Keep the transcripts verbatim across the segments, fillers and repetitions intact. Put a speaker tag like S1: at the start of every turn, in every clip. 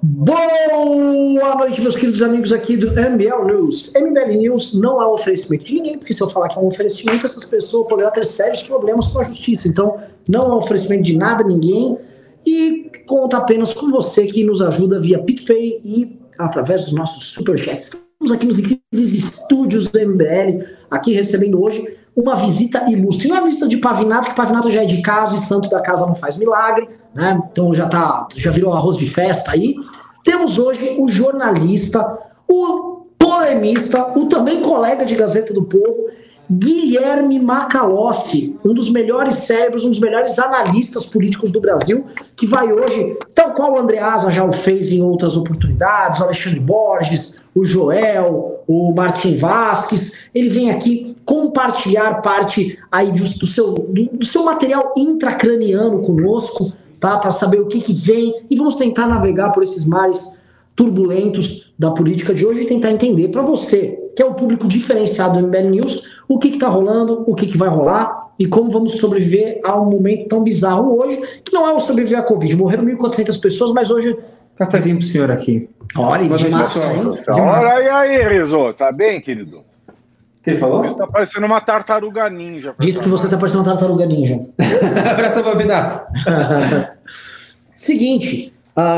S1: Boa noite, meus queridos amigos aqui do M B L News. M B L News não é um oferecimento de ninguém, porque se eu falar que é um oferecimento, essas pessoas poderão ter sérios problemas com a justiça. Então, não é um oferecimento de nada, ninguém, e conta apenas com você que nos ajuda via PicPay e através dos nossos superchats. Estamos aqui nos incríveis estúdios do M B L, aqui recebendo hoje uma visita ilustre. Não é uma visita de Pavinato, que Pavinato já é de casa e santo da casa não faz milagre, né? Então já, tá, já virou arroz de festa aí. Temos hoje o jornalista, o polemista, o também colega de Gazeta do Povo, Guilherme Macalossi, um dos melhores cérebros, um dos melhores analistas políticos do Brasil, que vai hoje, tal qual o Andreasa já o fez em outras oportunidades, o Alexandre Borges, o Joel, o Martim Vasques, ele vem aqui compartilhar parte aí do, do, seu, do, do seu material intracraniano conosco, tá, para saber o que, que vem, e vamos tentar navegar por esses mares turbulentos da política de hoje e tentar entender para você, que é o público diferenciado do M B L News, o que está rolando, o que, que vai rolar e como vamos sobreviver a um momento tão bizarro hoje, que não é o sobreviver à Covid. Morreram mil e quatrocentas pessoas, mas hoje...
S2: Cafezinho pro senhor aqui.
S1: Olha, de massa, hein? De massa.
S3: Olha aí, Rizzo, tá bem, querido? O
S2: que ele falou?
S3: Você tá parecendo uma tartaruga ninja.
S1: Disse que você tá parecendo uma tartaruga ninja.
S2: Abraço, Pavinato.
S1: Seguinte,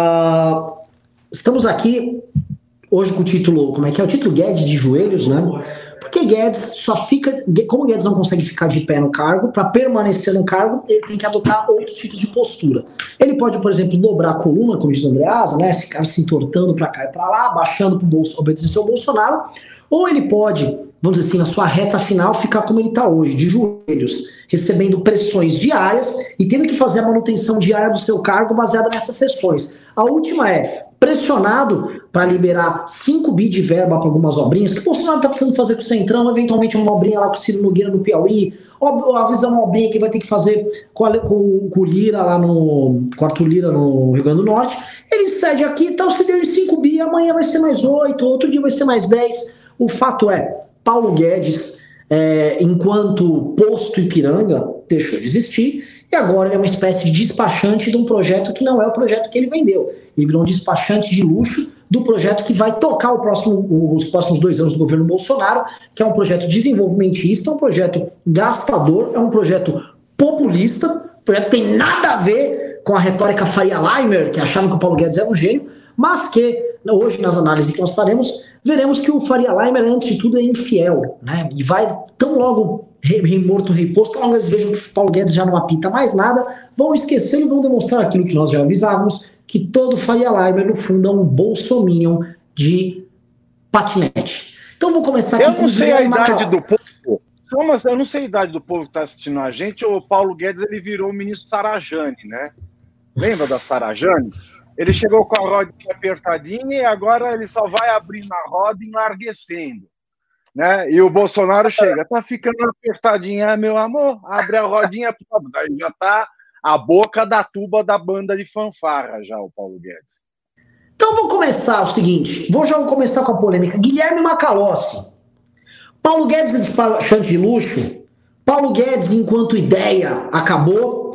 S1: uh, estamos aqui hoje com o título, como é que é? O título Guedes de joelhos, né? Porque Guedes só fica, como Guedes não consegue ficar de pé no cargo, para permanecer no cargo, ele tem que adotar outros tipos de postura. Ele pode, por exemplo, dobrar a coluna, como diz o Andreasa, né? Ficar se entortando para cá e para lá, baixando para o bolso, obedecer ao Bolsonaro, ou ele pode, vamos dizer assim, na sua reta final, ficar como ele está hoje, de joelhos, recebendo pressões diárias e tendo que fazer a manutenção diária do seu cargo baseada nessas sessões. A última é pressionado para liberar cinco bi de verba para algumas obrinhas, que o Bolsonaro está precisando fazer com o Centrão, eventualmente uma obrinha lá com o Ciro Nogueira no Piauí, avisar uma obrinha que vai ter que fazer com, a, com, com o Lira lá no, com o Arthur Lira no Rio Grande do Norte. Ele cede aqui, então se deu em cinco bi, amanhã vai ser mais oito, outro dia vai ser mais dez. O fato é, Paulo Guedes, é, enquanto posto Ipiranga, deixou de existir, e agora ele é uma espécie de despachante de um projeto que não é o projeto que ele vendeu. Ele virou um despachante de luxo do projeto que vai tocar o próximo, os próximos dois anos do governo Bolsonaro, que é um projeto desenvolvimentista, um projeto gastador, é um projeto populista, um projeto que tem nada a ver com a retórica Faria Limer, que achava que o Paulo Guedes era um gênio, mas que hoje, nas análises que nós faremos, veremos que o Faria Limer, antes de tudo, é infiel, né? E vai tão logo rei, rei morto, rei posto, tão logo eles vejam que o Paulo Guedes já não apita mais nada, vão esquecendo e vão demonstrar aquilo que nós já avisávamos, que todo Faria Limer, no fundo, é um bolsominion de patinete. Então vou começar aqui
S3: eu
S1: com...
S3: Eu não sei a idade do povo. Eu não sei a idade do povo que está assistindo a gente. O Paulo Guedes, ele virou o ministro Sarajane, né? Lembra da Sarajane? Ele chegou com a rodinha apertadinha e agora ele só vai abrindo a roda e enlarguecendo, né? E o Bolsonaro chega, tá ficando apertadinha, meu amor, abre a rodinha, daí já tá a boca da tuba da banda de fanfarra já, o Paulo Guedes.
S1: Então vou começar o seguinte, vou já começar com a polêmica. Guilherme Macalossi, Paulo Guedes é despachante de luxo, Paulo Guedes, enquanto ideia, acabou.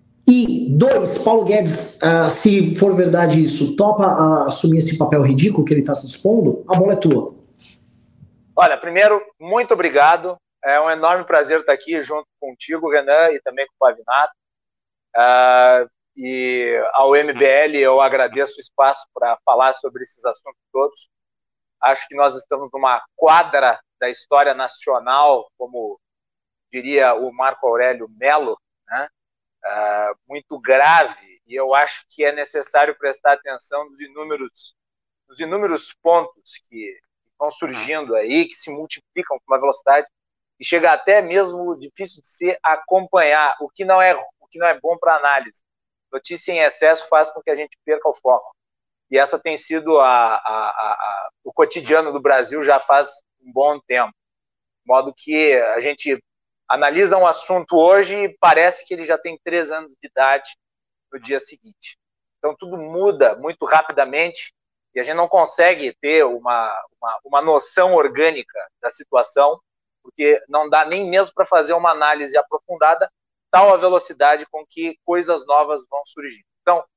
S1: E, dois, Paulo Guedes, uh, se for verdade isso, topa uh, assumir esse papel ridículo que ele está se dispondo? A bola é tua.
S4: Olha, primeiro, muito obrigado. É um enorme prazer estar aqui junto contigo, Renan, e também com o Pavinato. Uh, e ao M B L eu agradeço o espaço para falar sobre esses assuntos todos. Acho que nós estamos numa quadra da história nacional, como diria o Marco Aurélio Melo, né? Uh, muito grave, e eu acho que é necessário prestar atenção nos inúmeros, nos inúmeros pontos que vão surgindo aí, que se multiplicam com uma velocidade e chega até mesmo difícil de se acompanhar, o que não é, o que não é bom para análise. Notícia em excesso faz com que a gente perca o foco. E essa tem sido a, a, a, a, o cotidiano do Brasil já faz um bom tempo. De modo que a gente analisa um assunto hoje e parece que ele já tem três anos de idade no dia seguinte. Então tudo muda muito rapidamente e a gente não consegue ter uma, uma, uma noção orgânica da situação, porque não dá nem mesmo para fazer uma análise aprofundada, tal a velocidade com que coisas novas vão surgir. Então,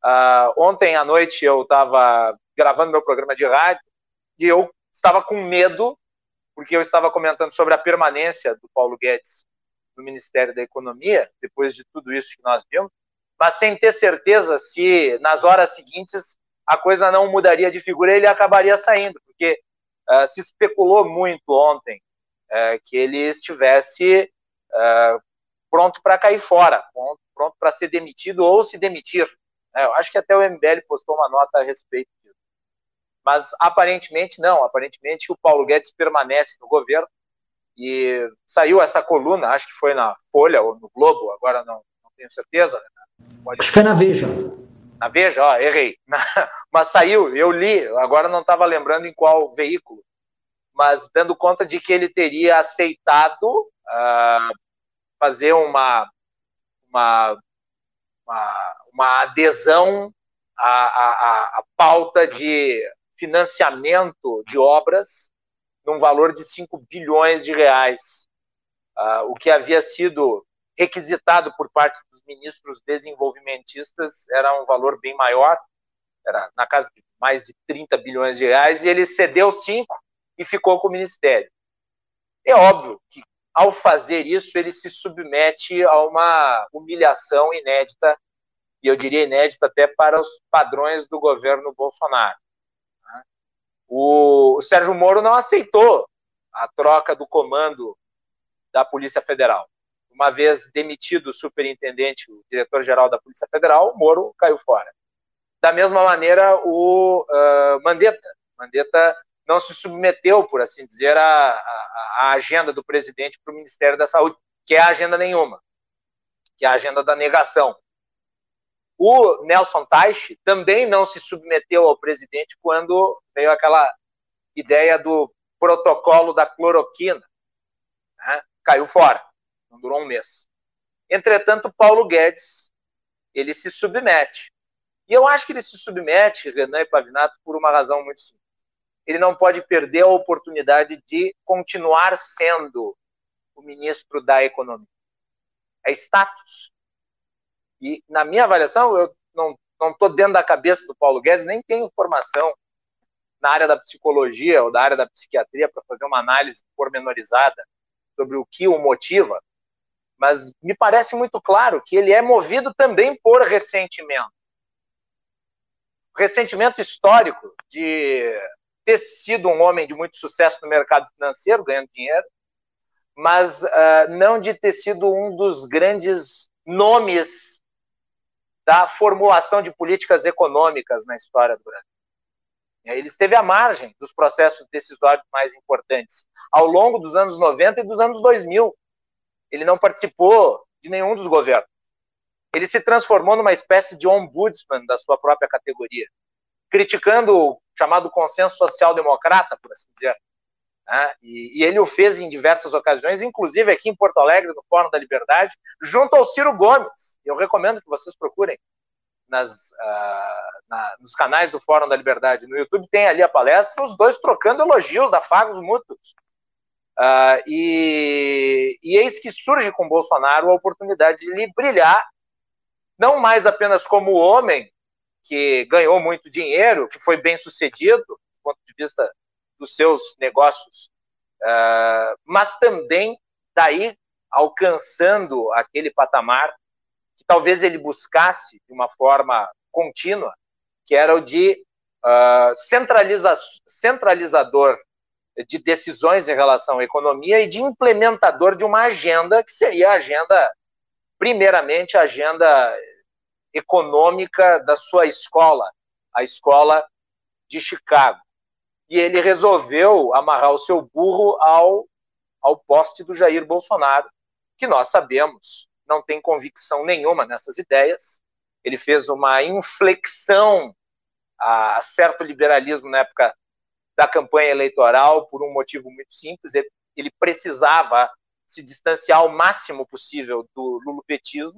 S4: Uh, ontem à noite eu estava gravando meu programa de rádio e eu estava com medo, porque eu estava comentando sobre a permanência do Paulo Guedes no Ministério da Economia, depois de tudo isso que nós vimos, mas sem ter certeza se nas horas seguintes a coisa não mudaria de figura e ele acabaria saindo, porque uh, se especulou muito ontem uh, que ele estivesse uh, pronto para cair fora, pronto, pronto para ser demitido ou se demitir. Eu acho que até o M B L postou uma nota a respeito disso. Mas, aparentemente, não. Aparentemente, o Paulo Guedes permanece no governo. E saiu essa coluna, acho que foi na Folha ou no Globo, agora não, não tenho certeza.
S1: Pode... Acho que foi na Veja.
S4: Na Veja, ó, errei. Mas saiu, eu li, agora não estava lembrando em qual veículo. Mas dando conta de que ele teria aceitado uh, fazer uma... uma Uma, uma adesão à, à, à pauta de financiamento de obras num valor de cinco bilhões de reais, uh, o que havia sido requisitado por parte dos ministros desenvolvimentistas era um valor bem maior, era na casa de mais de trinta bilhões de reais, e ele cedeu cinco e ficou com o ministério. É óbvio que ao fazer isso, ele se submete a uma humilhação inédita, e eu diria inédita até para os padrões do governo Bolsonaro. O Sérgio Moro não aceitou a troca do comando da Polícia Federal. Uma vez demitido o superintendente, o diretor-geral da Polícia Federal, o Moro caiu fora. Da mesma maneira, o uh, Mandetta. Mandetta não se submeteu, por assim dizer, à, à, à agenda do presidente para o Ministério da Saúde, que é a agenda nenhuma, que é a agenda da negação. O Nelson Teich também não se submeteu ao presidente quando veio aquela ideia do protocolo da cloroquina, né? Caiu fora, não durou um mês. Entretanto, Paulo Guedes, ele se submete. E eu acho que ele se submete, Renan e Pavinato, por uma razão muito simples. Ele não pode perder a oportunidade de continuar sendo o ministro da Economia. É status. E, na minha avaliação, eu não estou dentro da cabeça do Paulo Guedes, nem tenho formação na área da psicologia ou da área da psiquiatria para fazer uma análise pormenorizada sobre o que o motiva, mas me parece muito claro que ele é movido também por ressentimento. Ressentimento histórico de ter sido um homem de muito sucesso no mercado financeiro, ganhando dinheiro, mas uh, não de ter sido um dos grandes nomes da formulação de políticas econômicas na história do Brasil. Ele esteve à margem dos processos decisórios mais importantes ao longo dos anos noventa e dos anos dois mil. Ele não participou de nenhum dos governos. Ele se transformou numa espécie de ombudsman da sua própria categoria, criticando o chamado consenso social-democrata, por assim dizer. Né? E, e ele o fez em diversas ocasiões, inclusive aqui em Porto Alegre, no Fórum da Liberdade, junto ao Ciro Gomes. Eu recomendo que vocês procurem nas, uh, na, nos canais do Fórum da Liberdade. No YouTube tem ali a palestra, os dois trocando elogios, afagos mútuos. Uh, e, e eis que surge com Bolsonaro a oportunidade de ele brilhar, não mais apenas como homem que ganhou muito dinheiro, que foi bem sucedido do ponto de vista dos seus negócios, uh, mas também daí alcançando aquele patamar que talvez ele buscasse de uma forma contínua, que era o de uh, centraliza centralizador de decisões em relação à economia e de implementador de uma agenda que seria a agenda, primeiramente, a agenda econômica da sua escola, a escola de Chicago. E ele resolveu amarrar o seu burro ao, ao poste do Jair Bolsonaro, que nós sabemos não tem convicção nenhuma nessas ideias. Ele fez uma inflexão a certo liberalismo na época da campanha eleitoral por um motivo muito simples. Ele, ele precisava se distanciar ao máximo possível do lulopetismo.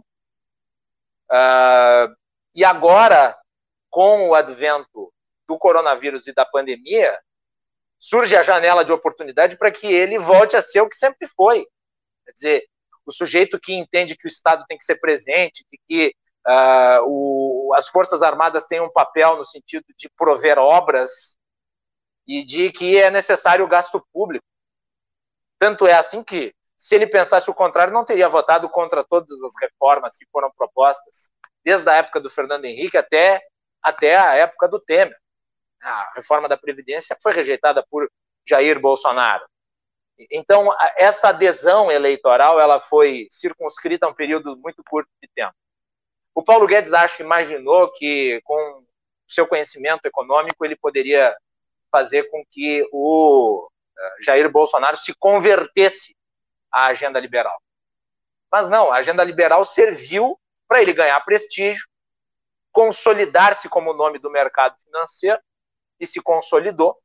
S4: Uh, e agora, com o advento do coronavírus e da pandemia, surge a janela de oportunidade para que ele volte a ser o que sempre foi. Quer dizer, o sujeito que entende que o Estado tem que ser presente, de que uh, o, as Forças Armadas têm um papel no sentido de prover obras e de que é necessário o gasto público. Tanto é assim que, se ele pensasse o contrário, não teria votado contra todas as reformas que foram propostas, desde a época do Fernando Henrique até, até a época do Temer. A reforma da Previdência foi rejeitada por Jair Bolsonaro. Então, essa adesão eleitoral ela foi circunscrita a um período muito curto de tempo. O Paulo Guedes, acho, imaginou que, com seu conhecimento econômico, ele poderia fazer com que o Jair Bolsonaro se convertesse à agenda liberal. Mas não, a agenda liberal serviu para ele ganhar prestígio, consolidar-se como nome do mercado financeiro, e se consolidou.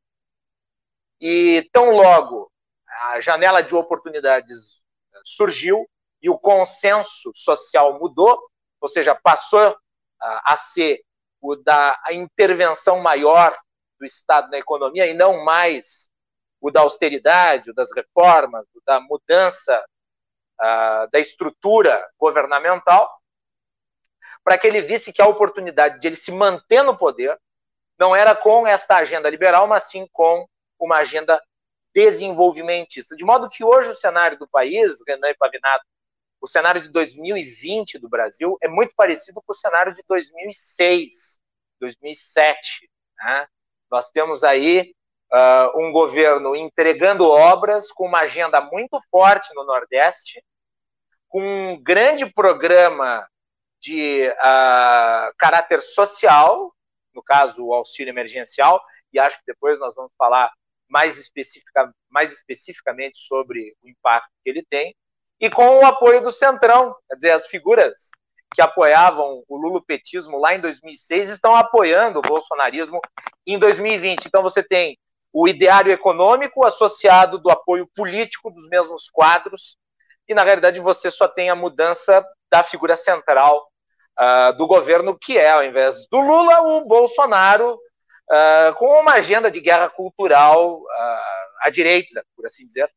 S4: E tão logo a janela de oportunidades surgiu e o consenso social mudou, ou seja, passou a ser o da intervenção maior do Estado na economia e não mais o da austeridade, o das reformas, o da mudança uh, da estrutura governamental, para que ele visse que a oportunidade de ele se manter no poder não era com esta agenda liberal, mas sim com uma agenda desenvolvimentista. De modo que hoje o cenário do país, Renan e Pavinato, o cenário de dois mil e vinte do Brasil é muito parecido com o cenário de dois mil e seis, dois mil e sete. Né? Nós temos aí uh, um governo entregando obras com uma agenda muito forte no Nordeste, com um grande programa de uh, caráter social, no caso o auxílio emergencial, e acho que depois nós vamos falar mais, especifica, mais especificamente sobre o impacto que ele tem, e com o apoio do Centrão, quer dizer, as figuras que apoiavam o lulopetismo lá em dois mil e seis estão apoiando o bolsonarismo em dois mil e vinte. Então você tem o ideário econômico associado do apoio político dos mesmos quadros, e na realidade você só tem a mudança da figura central Uh, do governo, que é, ao invés do Lula, o Bolsonaro, uh, com uma agenda de guerra cultural uh, à direita, por assim dizer.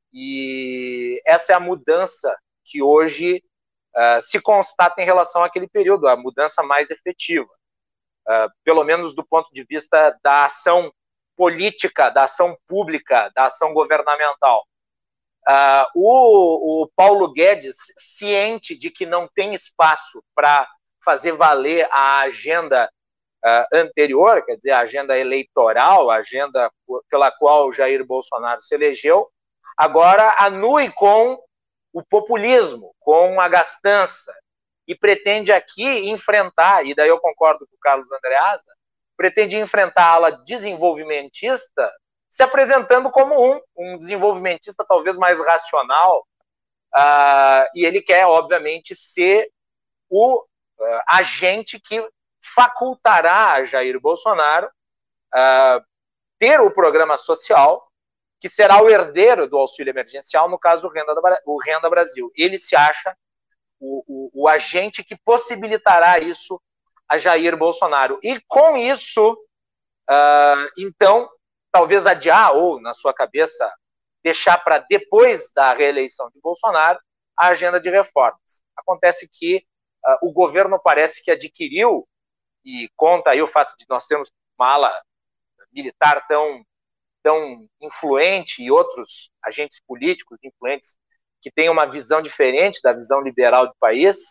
S4: E essa é a mudança que hoje uh, se constata em relação àquele período, a mudança mais efetiva, uh, pelo menos do ponto de vista da ação política, da ação pública, da ação governamental. Uh, o, o Paulo Guedes, ciente de que não tem espaço para fazer valer a agenda uh, anterior, quer dizer, a agenda eleitoral, a agenda pela qual Jair Bolsonaro se elegeu, agora anui com o populismo, com a gastança, e pretende aqui enfrentar, e daí eu concordo com o Carlos Andreasa, pretende enfrentar a ala desenvolvimentista se apresentando como um, um desenvolvimentista talvez mais racional, uh, e ele quer, obviamente, ser o uh, agente que facultará a Jair Bolsonaro uh, ter o programa social, que será o herdeiro do auxílio emergencial, no caso, o Renda, o Renda Brasil. Ele se acha o, o, o agente que possibilitará isso a Jair Bolsonaro. E com isso, uh, então, talvez adiar, ou, na sua cabeça, deixar para depois da reeleição de Bolsonaro a agenda de reformas. Acontece que uh, o governo parece que adquiriu, e conta aí o fato de nós termos uma ala militar tão, tão influente e outros agentes políticos influentes que têm uma visão diferente da visão liberal do país,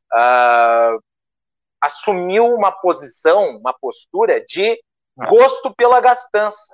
S4: uh, assumiu uma posição, uma postura de gosto pela gastança.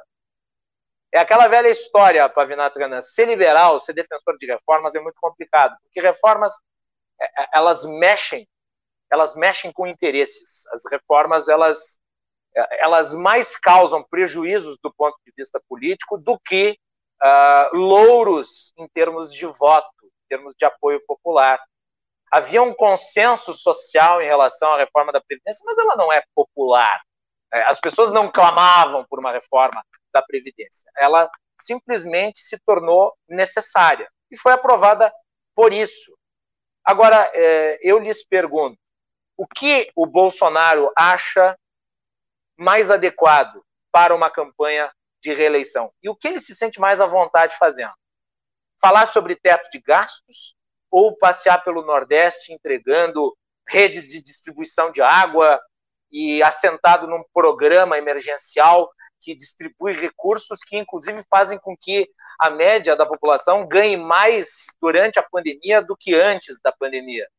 S4: É aquela velha história, Pavinato Renan, ser liberal, ser defensor de reformas é muito complicado, porque reformas, elas mexem, elas mexem com interesses. As reformas, elas, elas mais causam prejuízos do ponto de vista político do que uh, louros em termos de voto, em termos de apoio popular. Havia um consenso social em relação à reforma da Previdência, mas ela não é popular. As pessoas não clamavam por uma reforma da Previdência. Ela simplesmente se tornou necessária e foi aprovada por isso. Agora, eu lhes pergunto, o que o Bolsonaro acha mais adequado para uma campanha de reeleição? E o que ele se sente mais à vontade fazendo? Falar sobre teto de gastos ou passear pelo Nordeste entregando redes de distribuição de água e assentado num programa emergencial que distribui recursos que, inclusive, fazem com que a média da população ganhe mais durante a pandemia do que antes da pandemia.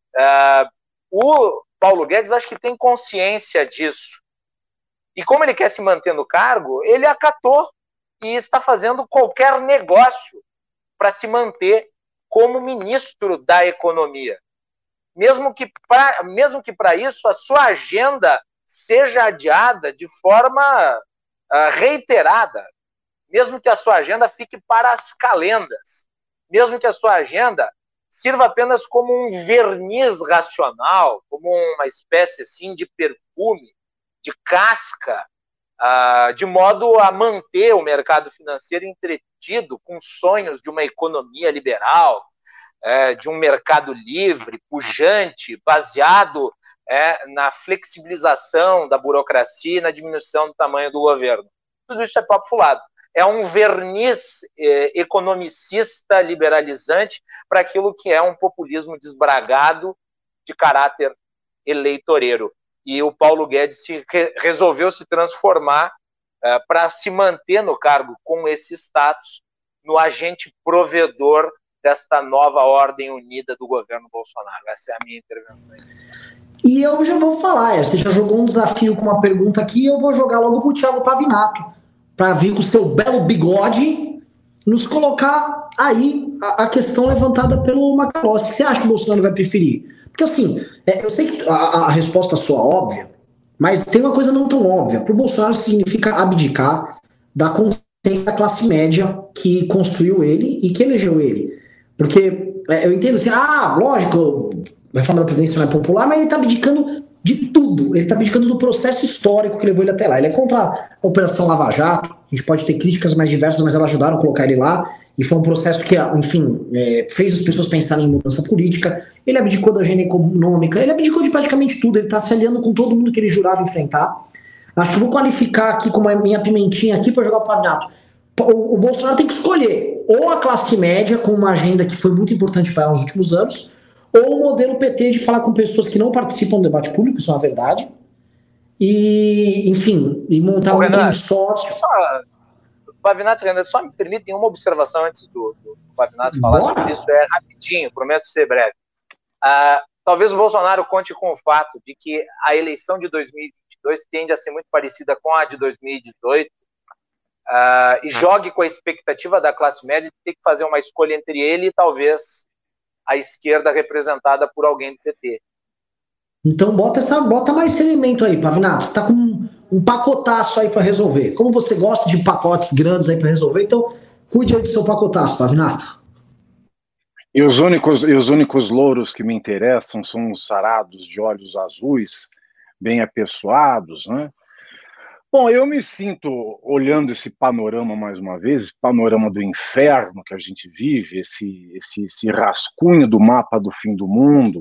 S4: Uh, o Paulo Guedes acho que tem consciência disso. E como ele quer se manter no cargo, ele acatou e está fazendo qualquer negócio para se manter como ministro da Economia. Mesmo que para mesmo que para isso a sua agenda seja adiada de forma uh, reiterada, mesmo que a sua agenda fique para as calendas, mesmo que a sua agenda sirva apenas como um verniz racional, como uma espécie assim de perfume, de casca, uh, de modo a manter o mercado financeiro entretido com sonhos de uma economia liberal, é, de um mercado livre, pujante, baseado é, na flexibilização da burocracia e na diminuição do tamanho do governo. Tudo isso é papo furado. É um verniz eh, economicista liberalizante para aquilo que é um populismo desbragado de caráter eleitoreiro. E o Paulo Guedes se re resolveu se transformar eh, para se manter no cargo com esse status no agente provedor desta nova ordem unida do governo Bolsonaro. Essa é a minha intervenção inicial.
S1: E eu já vou falar, você já jogou um desafio com uma pergunta aqui, eu vou jogar logo para o Thiago Pavinato, para vir com o seu belo bigode, nos colocar aí a, a questão levantada pelo Macalossi. O que você acha que o Bolsonaro vai preferir? Porque assim, é, eu sei que a, a resposta soa óbvia, mas tem uma coisa não tão óbvia. Para o Bolsonaro significa abdicar da consciência da classe média que construiu ele e que elegeu ele. Porque é, eu entendo assim, ah, lógico, a reforma da Previdência não é popular, mas ele está abdicando de tudo. Ele está abdicando do processo histórico que levou ele até lá. Ele é contra a Operação Lava Jato. A gente pode ter críticas mais diversas, mas elas ajudaram a colocar ele lá. E foi um processo que, enfim, é, fez as pessoas pensarem em mudança política. Ele abdicou da agenda econômica. Ele abdicou de praticamente tudo. Ele está se aliando com todo mundo que ele jurava enfrentar. Acho que eu vou qualificar aqui como a minha pimentinha aqui para jogar o Pavinato. O, o Bolsonaro tem que escolher ou a classe média, com uma agenda que foi muito importante para ela nos últimos anos, ou o modelo P T de falar com pessoas que não participam do debate público, isso é uma verdade, e, enfim, e montar um consórcio.
S4: Pavinato, Renan, só me permitem uma observação antes do, do Pavinato falar Bora. sobre isso, é rapidinho, prometo ser breve. Uh, talvez o Bolsonaro conte com o fato de que a eleição de dois mil e vinte e dois tende a ser muito parecida com a de dois mil e dezoito, uh, e jogue com a expectativa da classe média de ter que fazer uma escolha entre ele e talvez a esquerda representada por alguém do P T.
S1: Então bota, essa, bota mais esse elemento aí, Pavinato. Você tá com um, um pacotaço aí para resolver. Como você gosta de pacotes grandes aí para resolver, então cuide aí do seu pacotaço, Pavinato.
S3: E os únicos, e os únicos louros que me interessam são os sarados de olhos azuis, bem apessoados, né? Bom, eu me sinto, olhando esse panorama mais uma vez, esse panorama do inferno que a gente vive, esse, esse, esse rascunho do mapa do fim do mundo,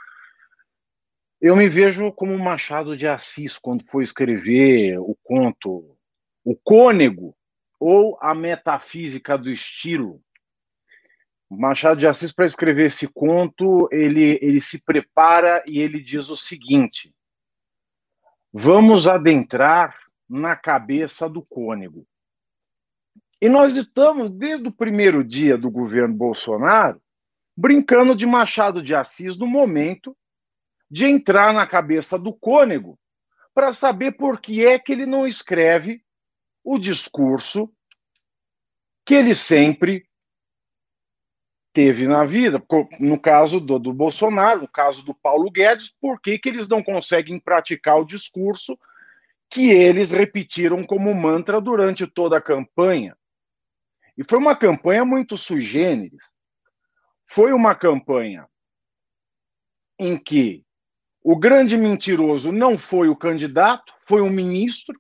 S3: eu me vejo como Machado de Assis, quando foi escrever o conto O Cônego, ou A Metafísica do Estilo. Machado de Assis, para escrever esse conto, ele, ele se prepara e ele diz o seguinte: vamos adentrar na cabeça do cônego. E nós estamos, desde o primeiro dia do governo Bolsonaro, brincando de Machado de Assis no momento de entrar na cabeça do cônego para saber por que é que ele não escreve o discurso que ele sempre teve na vida. No caso do, do Bolsonaro, no caso do Paulo Guedes, por que que eles não conseguem praticar o discurso que eles repetiram como mantra durante toda a campanha? E foi uma campanha muito sui generis. Foi uma campanha em que o grande mentiroso não foi o candidato, foi um ministro.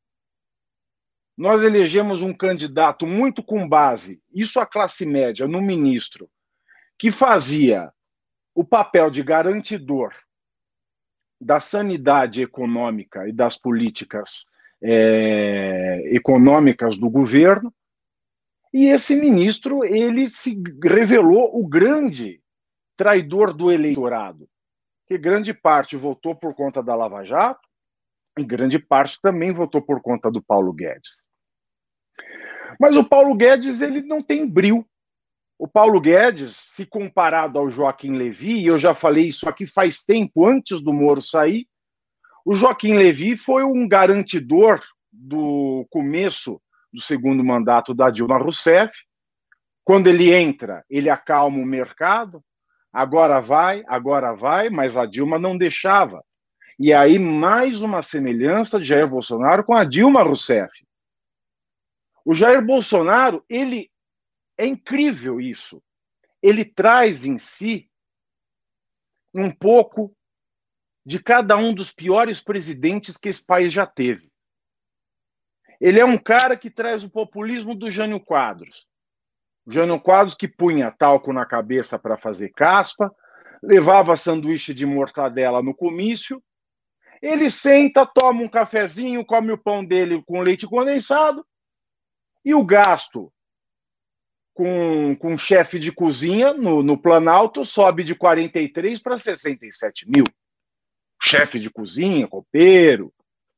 S3: Nós elegemos um candidato muito com base, isso a classe média, no ministro, que fazia o papel de garantidor da sanidade econômica e das políticas é, econômicas do governo, e esse ministro, ele se revelou o grande traidor do eleitorado. que grande parte votou por conta da Lava Jato e grande parte também votou por conta do Paulo Guedes. Mas o Paulo Guedes, ele não tem brio. O Paulo Guedes, se comparado ao Joaquim Levy, e eu já falei isso aqui faz tempo, antes do Moro sair, o Joaquim Levy foi um garantidor do começo do segundo mandato da Dilma Rousseff. Quando ele entra, ele acalma o mercado, agora vai, agora vai, mas a Dilma não deixava. E aí, mais uma semelhança de Jair Bolsonaro com a Dilma Rousseff. O Jair Bolsonaro, ele é incrível isso. Ele traz em si um pouco de cada um dos piores presidentes que esse país já teve. Ele é um cara que traz o populismo do Jânio Quadros. O Jânio Quadros que punha talco na cabeça para fazer caspa, levava sanduíche de mortadela no comício, ele senta, toma um cafezinho, come o pão dele com leite condensado, e o gasto com, com chefe de cozinha no, no Planalto sobe de quarenta e três para sessenta e sete mil. Chefe de cozinha, copeiro.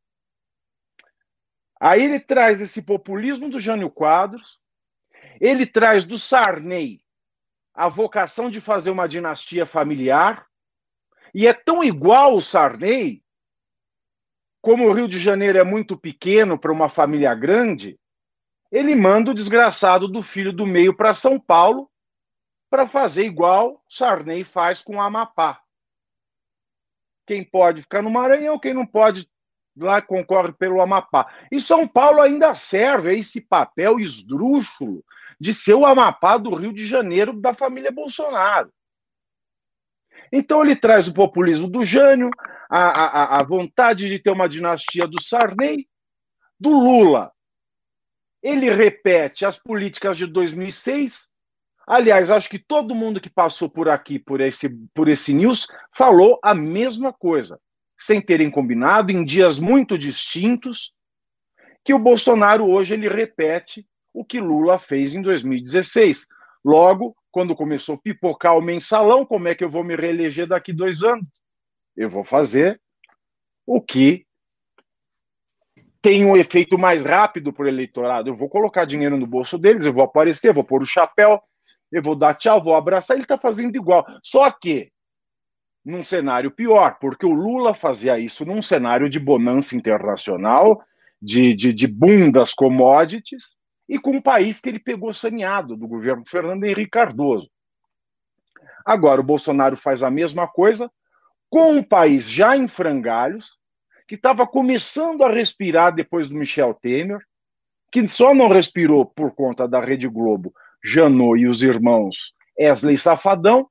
S3: Aí ele traz esse populismo do Jânio Quadros, ele traz do Sarney a vocação de fazer uma dinastia familiar, e é tão igual o Sarney, como o Rio de Janeiro é muito pequeno para uma família grande, ele manda o desgraçado do filho do meio para São Paulo para fazer igual Sarney faz com o Amapá. Quem pode ficar no Maranhão, quem não pode, lá concorre pelo Amapá. E São Paulo ainda serve a esse papel esdrúxulo de ser o Amapá do Rio de Janeiro da família Bolsonaro. Então ele traz o populismo do Jânio, a, a, a vontade de ter uma dinastia do Sarney, do Lula. Ele repete as políticas de dois mil e seis. Aliás, acho que todo mundo que passou por aqui, por esse, por esse news, falou a mesma coisa, sem terem combinado, em dias muito distintos, que o Bolsonaro hoje ele repete o que Lula fez em dois mil e dezesseis. Logo, quando começou a pipocar o mensalão, como é que eu vou me reeleger daqui dois anos? Eu vou fazer o que tem um efeito mais rápido para o eleitorado. Eu vou colocar dinheiro no bolso deles, eu vou aparecer, vou pôr o chapéu, eu vou dar tchau, vou abraçar. Ele está fazendo igual. Só que num cenário pior, porque o Lula fazia isso num cenário de bonança internacional, de, de, de boom das commodities, e com um país que ele pegou saneado, do governo Fernando Henrique Cardoso. Agora o Bolsonaro faz a mesma coisa, com um país já em frangalhos, que estava começando a respirar depois do Michel Temer, que só não respirou por conta da Rede Globo, Janot e os irmãos Wesley Safadão.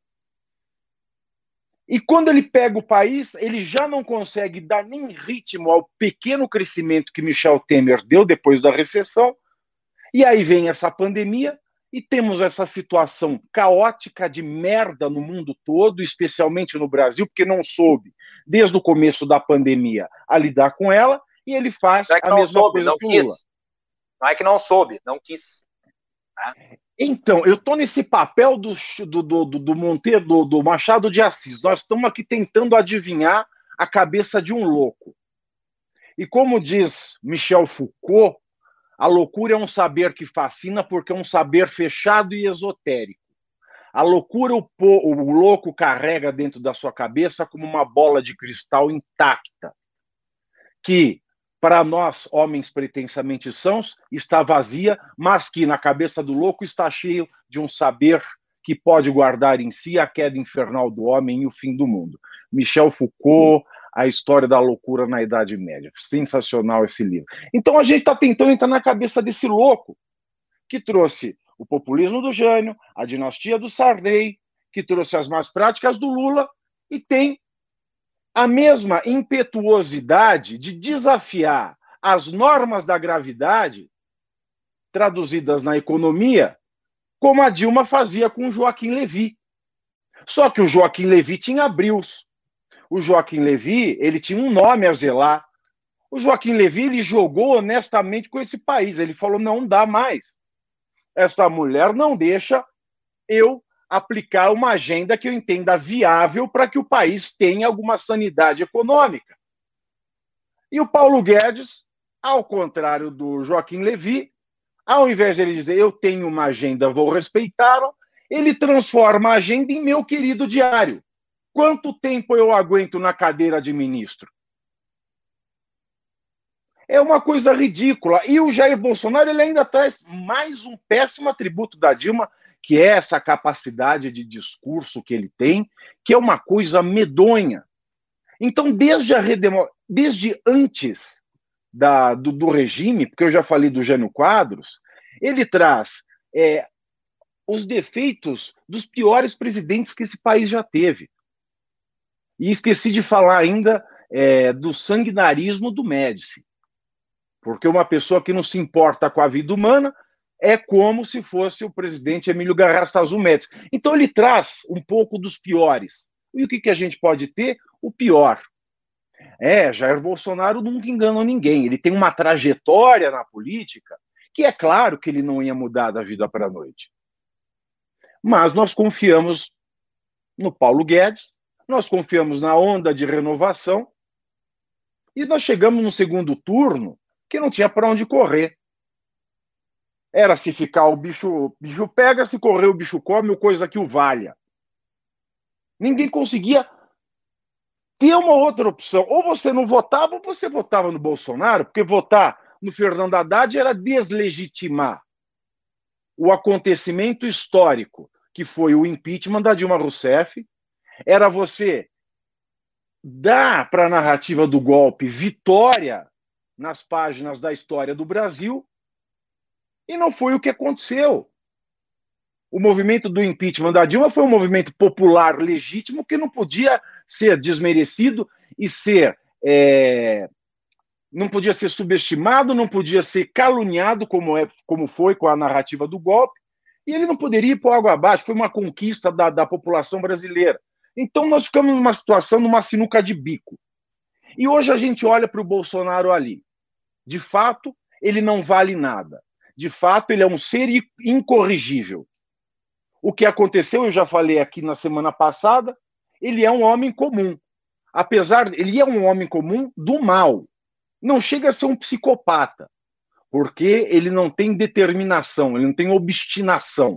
S3: E quando ele pega o país, ele já não consegue dar nem ritmo ao pequeno crescimento que Michel Temer deu depois da recessão. E aí vem essa pandemia e temos essa situação caótica de merda no mundo todo, especialmente no Brasil, porque não soube, desde o começo da pandemia, a lidar com ela, e ele faz
S4: não é que
S3: a
S4: não
S3: mesma
S4: soube,
S3: coisa
S4: não
S3: com o
S4: quis.
S3: Lula.
S4: Não é que não soube, não quis. Né?
S3: Então, eu estou nesse papel do, do, do, do Monteiro, do, do Machado de Assis. Nós estamos aqui tentando adivinhar a cabeça de um louco. E como diz Michel Foucault, a loucura é um saber que fascina porque é um saber fechado e esotérico. A loucura o, o louco carrega dentro da sua cabeça como uma bola de cristal intacta, que, para nós, homens pretensamente sãos, está vazia, mas que na cabeça do louco está cheio de um saber que pode guardar em si a queda infernal do homem e o fim do mundo. Michel Foucault, A História da Loucura na Idade Média. Sensacional esse livro. Então a gente está tentando entrar na cabeça desse louco que trouxe o populismo do Jânio, a dinastia do Sarney, que trouxe as más práticas do Lula e tem a mesma impetuosidade de desafiar as normas da gravidade traduzidas na economia, como a Dilma fazia com o Joaquim Levy. Só que o Joaquim Levy tinha brios. O Joaquim Levy, ele tinha um nome a zelar. O Joaquim Levy, ele jogou honestamente com esse país. Ele falou, não dá mais. Essa mulher não deixa eu aplicar uma agenda que eu entenda viável para que o país tenha alguma sanidade econômica. E o Paulo Guedes, ao contrário do Joaquim Levy, ao invés de ele dizer eu tenho uma agenda, vou respeitá-la, ele transforma a agenda em meu querido diário. Quanto tempo eu aguento na cadeira de ministro? É uma coisa ridícula. E o Jair Bolsonaro ele ainda traz mais um péssimo atributo da Dilma, que é essa capacidade de discurso que ele tem, que é uma coisa medonha. Então, desde, a redemo... desde antes da, do, do regime, porque eu já falei do Jânio Quadros, ele traz é, os defeitos dos piores presidentes que esse país já teve. E esqueci de falar ainda é, do sanguinarismo do Médici. Porque uma pessoa que não se importa com a vida humana é como se fosse o presidente Emílio Garrastazu Médici. Então ele traz um pouco dos piores. E o que, que a gente pode ter? O pior. É, Jair Bolsonaro nunca enganou ninguém. Ele tem uma trajetória na política que é claro que ele não ia mudar da vida para a noite. Mas nós confiamos no Paulo Guedes, nós confiamos na onda de renovação e nós chegamos no segundo turno que não tinha para onde correr. Era se ficar o bicho, o bicho pega, se correr o bicho come, ou coisa que o valha. Ninguém conseguia ter uma outra opção. Ou você não votava, ou você votava no Bolsonaro, porque votar no Fernando Haddad era deslegitimar o acontecimento histórico, que foi o impeachment da Dilma Rousseff, era você dar para a narrativa do golpe vitória nas páginas da história do Brasil, e não foi o que aconteceu. O movimento do impeachment da Dilma foi um movimento popular legítimo que não podia ser desmerecido e ser é, não podia ser subestimado, não podia ser caluniado como, é, como foi com a narrativa do golpe, e ele não poderia ir por água abaixo. Foi uma conquista da, da população brasileira. Então nós ficamos numa situação, numa sinuca de bico. E hoje a gente olha para o Bolsonaro ali. De fato, ele não vale nada. De fato, ele é um ser incorrigível. O que aconteceu, eu já falei aqui na semana passada, ele é um homem comum. Apesar, ele é um homem comum do mal. Não chega a ser um psicopata, porque ele não tem determinação, ele não tem obstinação.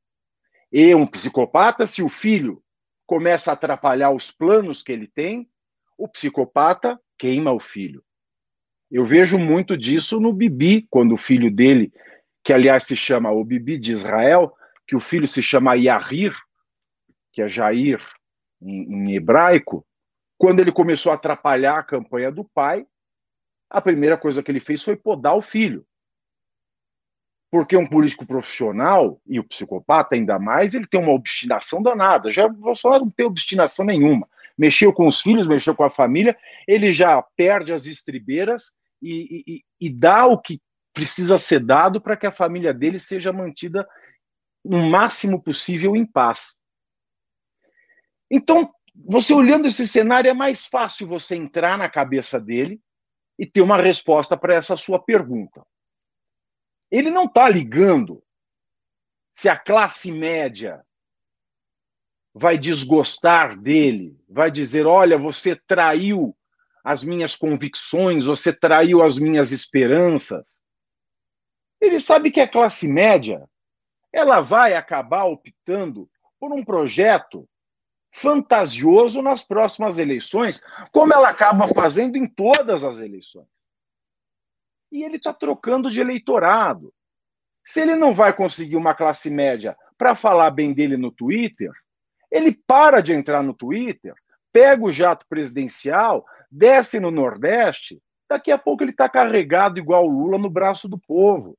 S3: E um psicopata, se o filho começa a atrapalhar os planos que ele tem, o psicopata queima o filho. Eu vejo muito disso no Bibi, quando o filho dele, que aliás se chama o Bibi de Israel, que o filho se chama Yair, que é Jair em, em hebraico, quando ele começou a atrapalhar a campanha do pai, a primeira coisa que ele fez foi podar o filho. Porque um político profissional, e o psicopata ainda mais, ele tem uma obstinação danada. Já o Bolsonaro não tem obstinação nenhuma. Mexeu com os filhos, mexeu com a família, ele já perde as estribeiras e, e, e dá o que precisa ser dado para que a família dele seja mantida no máximo possível em paz. Então, você olhando esse cenário, é mais fácil você entrar na cabeça dele e ter uma resposta para essa sua pergunta. Ele não está ligando se a classe média vai desgostar dele, vai dizer, olha, você traiu as minhas convicções, você traiu as minhas esperanças. Ele sabe que a classe média ela vai acabar optando por um projeto fantasioso nas próximas eleições, como ela acaba fazendo em todas as eleições. E ele está trocando de eleitorado. Se ele não vai conseguir uma classe média para falar bem dele no Twitter, ele para de entrar no Twitter, pega o jato presidencial, desce no Nordeste, daqui a pouco ele está carregado igual o Lula no braço do povo.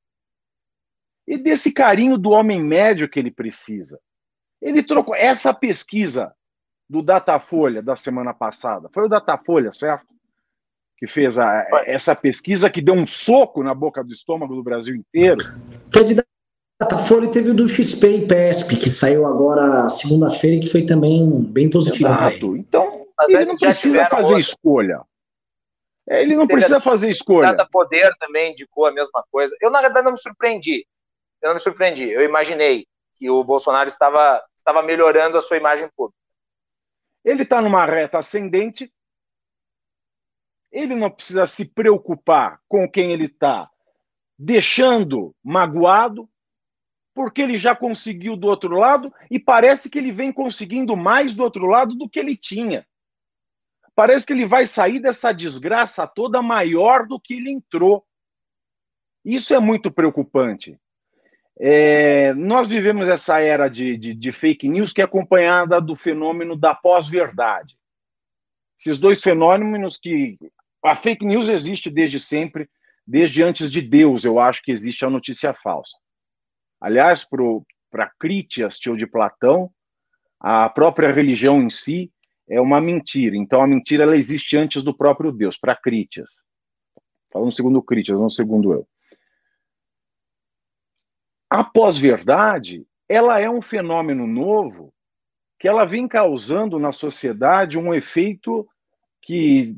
S3: E desse carinho do homem médio que ele precisa. Ele trocou essa pesquisa do Datafolha da semana passada. Foi o Datafolha, certo? Que fez a, essa pesquisa que deu um soco na boca do estômago do Brasil inteiro.
S1: Teve Datafolha e teve o do X P e P E S P, que saiu agora segunda-feira e que foi também bem positivo para ele.
S3: Então, Mas ele não precisa fazer outra. escolha. Ele não precisa fazer escolha.
S4: Data Poder também indicou a mesma coisa. Eu, na verdade, não me surpreendi. Eu não me surpreendi. Eu imaginei que o Bolsonaro estava estava melhorando a sua imagem pública.
S3: Ele está numa reta ascendente, ele não precisa se preocupar com quem ele está deixando magoado, porque ele já conseguiu do outro lado e parece que ele vem conseguindo mais do outro lado do que ele tinha. Parece que ele vai sair dessa desgraça toda maior do que ele entrou. Isso é muito preocupante. É, nós vivemos essa era de, de, de fake news que é acompanhada do fenômeno da pós-verdade. Esses dois fenômenos que... A fake news existe desde sempre, desde antes de Deus, eu acho que existe a notícia falsa. Aliás, para Crítias, tio de Platão, a própria religião em si é uma mentira. Então, a mentira ela existe antes do próprio Deus, para Crítias. Falando segundo Crítias, não segundo eu. A pós-verdade, ela é um fenômeno novo que ela vem causando na sociedade um efeito que,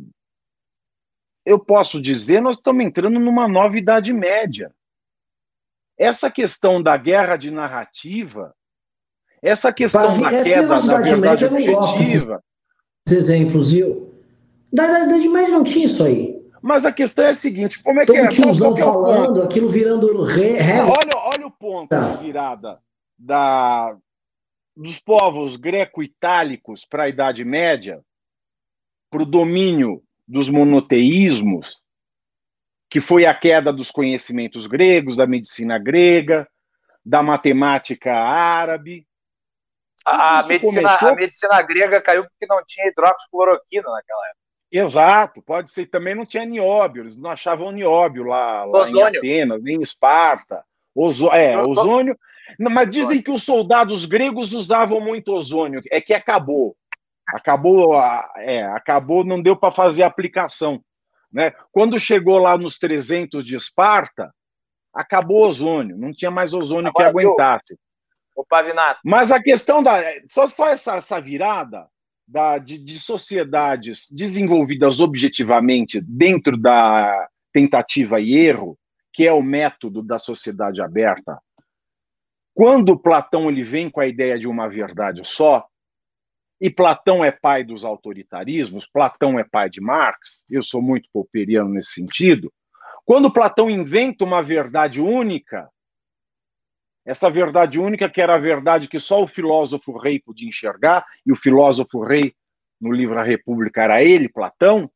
S3: eu posso dizer, nós estamos entrando numa nova Idade Média. Essa questão da guerra de narrativa, essa questão da queda da verdade objetiva...
S1: Esses exemplos, viu? Da Idade Média não tinha isso aí.
S3: Mas a questão é a seguinte, como é que é?
S1: Todo tiozão falando, aquilo virando ré...
S3: Olha, olha o ponto tá. de virada da, dos povos greco-itálicos para a Idade Média, para o domínio dos monoteísmos, que foi a queda dos conhecimentos gregos, da medicina grega, da matemática árabe.
S4: A, a, medicina, começou... a medicina grega caiu porque não tinha hidroxicloroquina naquela época.
S3: Exato, pode ser. Também não tinha nióbio, eles não achavam nióbio lá, lá em Atenas, nem em Esparta. Ozo... É, ozônio. Não, mas dizem que os soldados gregos usavam muito ozônio, é que acabou. Acabou, é, acabou, não deu para fazer aplicação. Né? Quando chegou lá nos trezentos de Esparta, acabou o ozônio, não tinha mais ozônio Agora, que aguentasse.
S4: O Pavinato.
S3: Mas a questão da... Só, só essa, essa virada da, de, de sociedades desenvolvidas objetivamente dentro da tentativa e erro, que é o método da sociedade aberta. Quando Platão ele vem com a ideia de uma verdade só, e Platão é pai dos autoritarismos, Platão é pai de Marx, eu sou muito popperiano nesse sentido, quando Platão inventa uma verdade única, essa verdade única que era a verdade que só o filósofo rei podia enxergar, e o filósofo rei, no livro A República, era ele, Platão,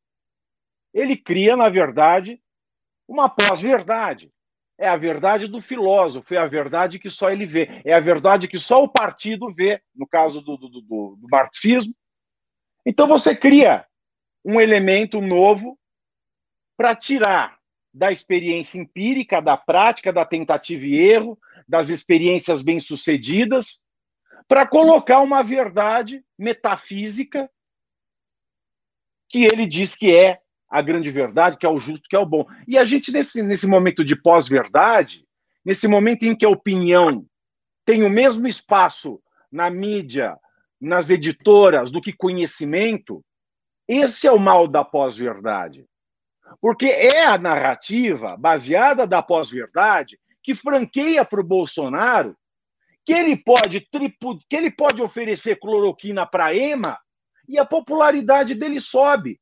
S3: ele cria, na verdade, uma pós-verdade. É a verdade do filósofo, é a verdade que só ele vê, é a verdade que só o partido vê, no caso do, do, do, do marxismo. Então você cria um elemento novo para tirar da experiência empírica, da prática, da tentativa e erro, das experiências bem-sucedidas, para colocar uma verdade metafísica que ele diz que é a grande verdade, que é o justo, que é o bom. E a gente, nesse, nesse momento de pós-verdade, nesse momento em que a opinião tem o mesmo espaço na mídia, nas editoras, do que conhecimento, esse é o mal da pós-verdade. Porque é a narrativa baseada da pós-verdade que franqueia para o Bolsonaro que ele pode, tripu, que ele pode oferecer cloroquina para a EMA e a popularidade dele sobe.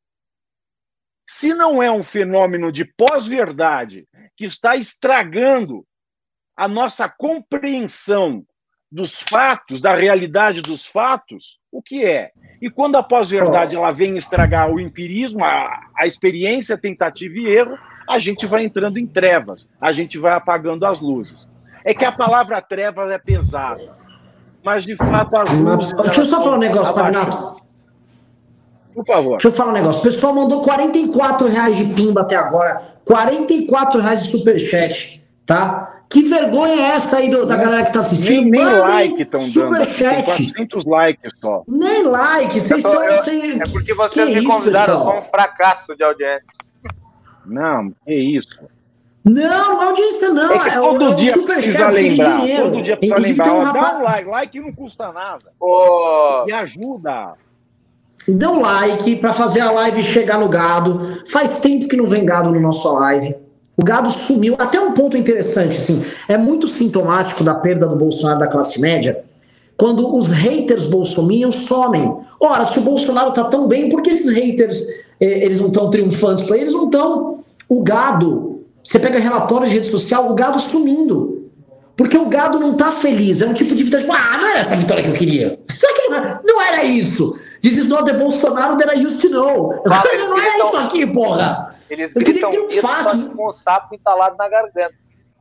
S3: Se não é um fenômeno de pós-verdade que está estragando a nossa compreensão dos fatos, da realidade dos fatos, o que é? E quando a pós-verdade ela vem estragar o empirismo, a, a experiência, tentativa e erro, a gente vai entrando em trevas, a gente vai apagando as luzes. É que a palavra trevas é pesada, mas de fato as luzes...
S1: Deixa eu só falar um negócio, Pavinato.
S3: Por favor.
S1: Deixa eu falar um negócio. O pessoal mandou quarenta e quatro reais de pimba até agora. quarenta e quatro reais de superchat, tá? Que vergonha é essa aí do, da galera que tá assistindo?
S3: Nem, nem like estão dando.
S1: Superchat.
S3: quatrocentos likes só.
S1: Nem like. Vocês são...
S4: Eu,
S1: sem...
S4: É porque vocês que me convidaram, eu sou um fracasso de audiência.
S3: Não, que isso.
S1: Não, não é audiência não.
S3: É que todo é, dia precisa lembrar. Todo dia precisa
S1: Inclusive,
S3: lembrar.
S1: Um
S3: Dá
S1: rapaz...
S3: um like. Like não custa nada.
S4: Oh.
S3: E ajuda.
S1: Dê um like para fazer a live chegar no gado. Faz tempo que não vem gado no nosso live. O gado sumiu. Até um ponto interessante, assim, é muito sintomático da perda do Bolsonaro da classe média. quando os haters bolsominions somem. Ora, se o Bolsonaro tá tão bem, por que esses haters, eh, eles não estão triunfantes para eles? Não estão. O gado, você pega relatórios de rede social, o gado sumindo. Porque o gado não tá feliz. É um tipo de vitória, tipo, ah, não era essa vitória que eu queria. Será que não, não era isso? This is not the Bolsonaro that I used to know.
S4: Mas
S1: não é
S4: gritam,
S1: isso aqui, porra.
S4: Eles
S1: eu
S4: gritam
S1: queria
S4: isso
S1: triunfar,
S4: com o sapo entalado na garganta.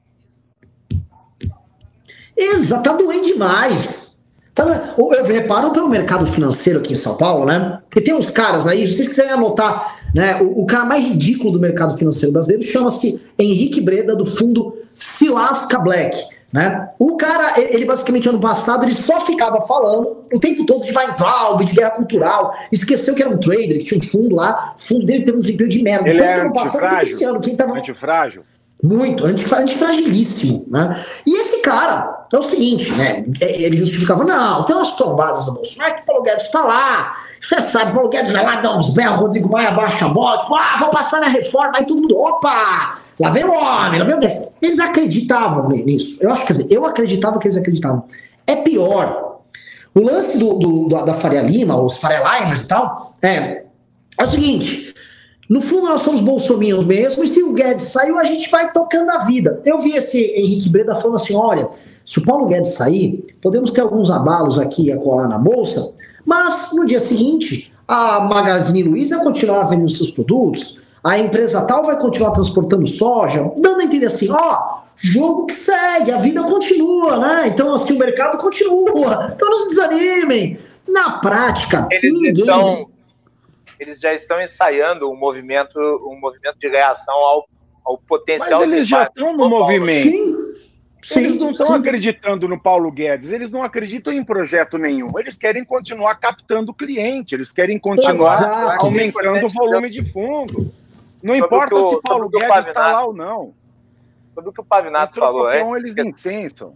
S1: Exato, tá doendo demais. Tá, eu reparo pelo mercado financeiro aqui em São Paulo, né? Porque tem uns caras aí, se vocês quiserem anotar, né? O, o cara mais ridículo do mercado financeiro brasileiro chama-se Henrique Breda, do fundo Silasca Black, né? O cara, ele basicamente ano passado, ele só ficava falando o tempo todo de Weintraub, de guerra cultural, esqueceu que era um trader, que tinha um fundo lá, o fundo dele teve um desempenho de merda.
S3: Ele
S1: tanto
S3: é
S1: ano passado quanto esse ano, quem tava...
S3: antifrágil?
S1: Muito, antifragilíssimo, né? E esse cara, é o seguinte, né? Ele justificava, não, tem umas trombadas do Bolsonaro que o Paulo Guedes tá lá, você sabe, o Paulo Guedes vai lá dar uns berros, Rodrigo Maia baixa a bola, tipo, ah, vou passar minha reforma, aí todo mundo, opa, lá vem o homem, lá vem o Guedes. Eles acreditavam nisso, eu acho, quer dizer, eu acreditava que eles acreditavam. É pior, o lance do, do, da Faria Lima, os Faria Limers e tal, é, é o seguinte... No fundo, nós somos bolsominions mesmo, e se o Guedes saiu, a gente vai tocando a vida. Eu vi esse Henrique Breda falando assim, olha, se o Paulo Guedes sair, podemos ter alguns abalos aqui a colar na Bolsa, mas no dia seguinte, a Magazine Luiza vai continuar vendendo seus produtos, a empresa tal vai continuar transportando soja, dando a entender assim, ó, jogo que segue, a vida continua, né? Então, assim, o mercado continua, então não se desanimem. Na prática,
S4: eles
S1: ninguém...
S4: Estão... Eles já estão ensaiando um movimento, um movimento de reação ao, ao potencial...
S3: Mas eles já estão no movimento.
S1: Sim, sim,
S3: eles não estão
S1: sim.
S3: acreditando no Paulo Guedes, eles não acreditam em projeto nenhum. Eles querem continuar captando cliente, eles querem continuar
S1: Exato.
S3: aumentando o volume de fundo. Não
S4: Sobre
S3: importa
S4: o,
S3: se Paulo Guedes
S4: Pavinato,
S3: está lá ou não.
S4: Sobre o que o Pavinato falou, é,
S3: eles incensam.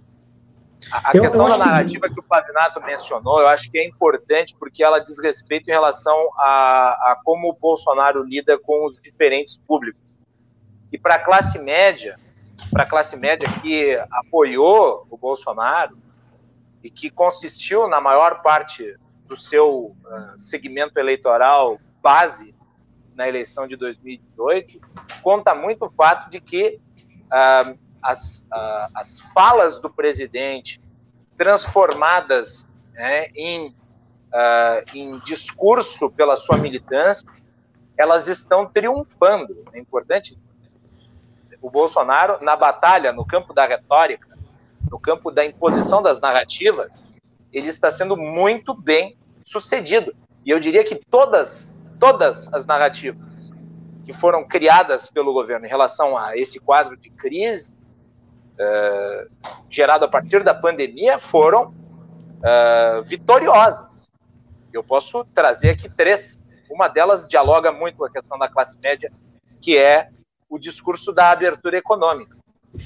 S4: A, a
S1: eu,
S4: questão
S1: eu
S4: da narrativa que... que o Pavinato mencionou, eu acho que é importante porque ela diz respeito em relação a, a como o Bolsonaro lida com os diferentes públicos. E para a classe média, para a classe média que apoiou o Bolsonaro e que consistiu na maior parte do seu uh, segmento eleitoral base na eleição de dois mil e dezoito, conta muito o fato de que uh, As, uh, as falas do presidente transformadas, né, em, uh, em discurso pela sua militância, elas estão triunfando. É importante dizer. O Bolsonaro, na batalha, no campo da retórica, no campo da imposição das narrativas, ele está sendo muito bem sucedido. E eu diria que todas, todas as narrativas que foram criadas pelo governo em relação a esse quadro de crise, Uh, gerado a partir da pandemia, foram uh, vitoriosas. Eu posso trazer aqui três. Uma delas dialoga muito com a questão da classe média, que é o discurso da abertura econômica.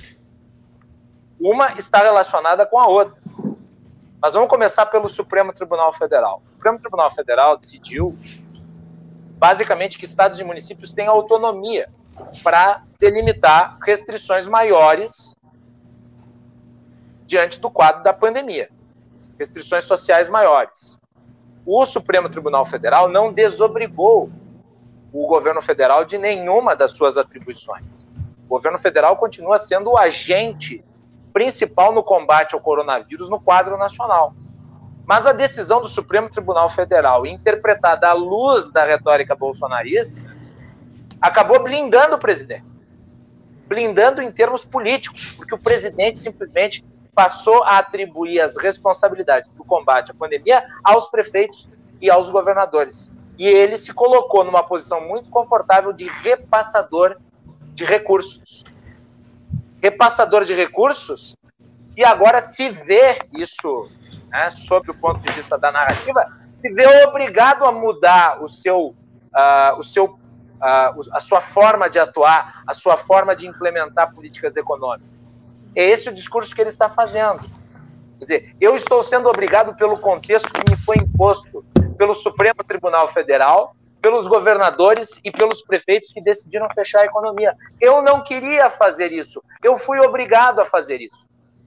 S4: Uma está relacionada com a outra. Mas vamos começar pelo Supremo Tribunal Federal. O Supremo Tribunal Federal decidiu, basicamente, que estados e municípios têm autonomia para delimitar restrições maiores diante do quadro da pandemia, restrições sociais maiores. O Supremo Tribunal Federal não desobrigou o governo federal de nenhuma das suas atribuições. O governo federal continua sendo o agente principal no combate ao coronavírus no quadro nacional. Mas a decisão do Supremo Tribunal Federal, interpretada à luz da retórica bolsonarista, acabou blindando o presidente. Blindando em termos políticos, porque o presidente simplesmente passou a atribuir as responsabilidades do combate à pandemia aos prefeitos e aos governadores. E ele se colocou numa posição muito confortável de repassador de recursos. Repassador de recursos que agora se vê isso, né, sob o ponto de vista da narrativa, se vê obrigado a mudar o seu, uh, o seu, uh, a sua forma de atuar, a sua forma de implementar políticas econômicas. É esse o discurso que ele está fazendo. Quer dizer, eu estou sendo obrigado pelo contexto que me foi imposto pelo Supremo Tribunal Federal, pelos governadores e pelos prefeitos que decidiram fechar a economia. Eu não queria fazer isso. Eu fui obrigado a fazer isso.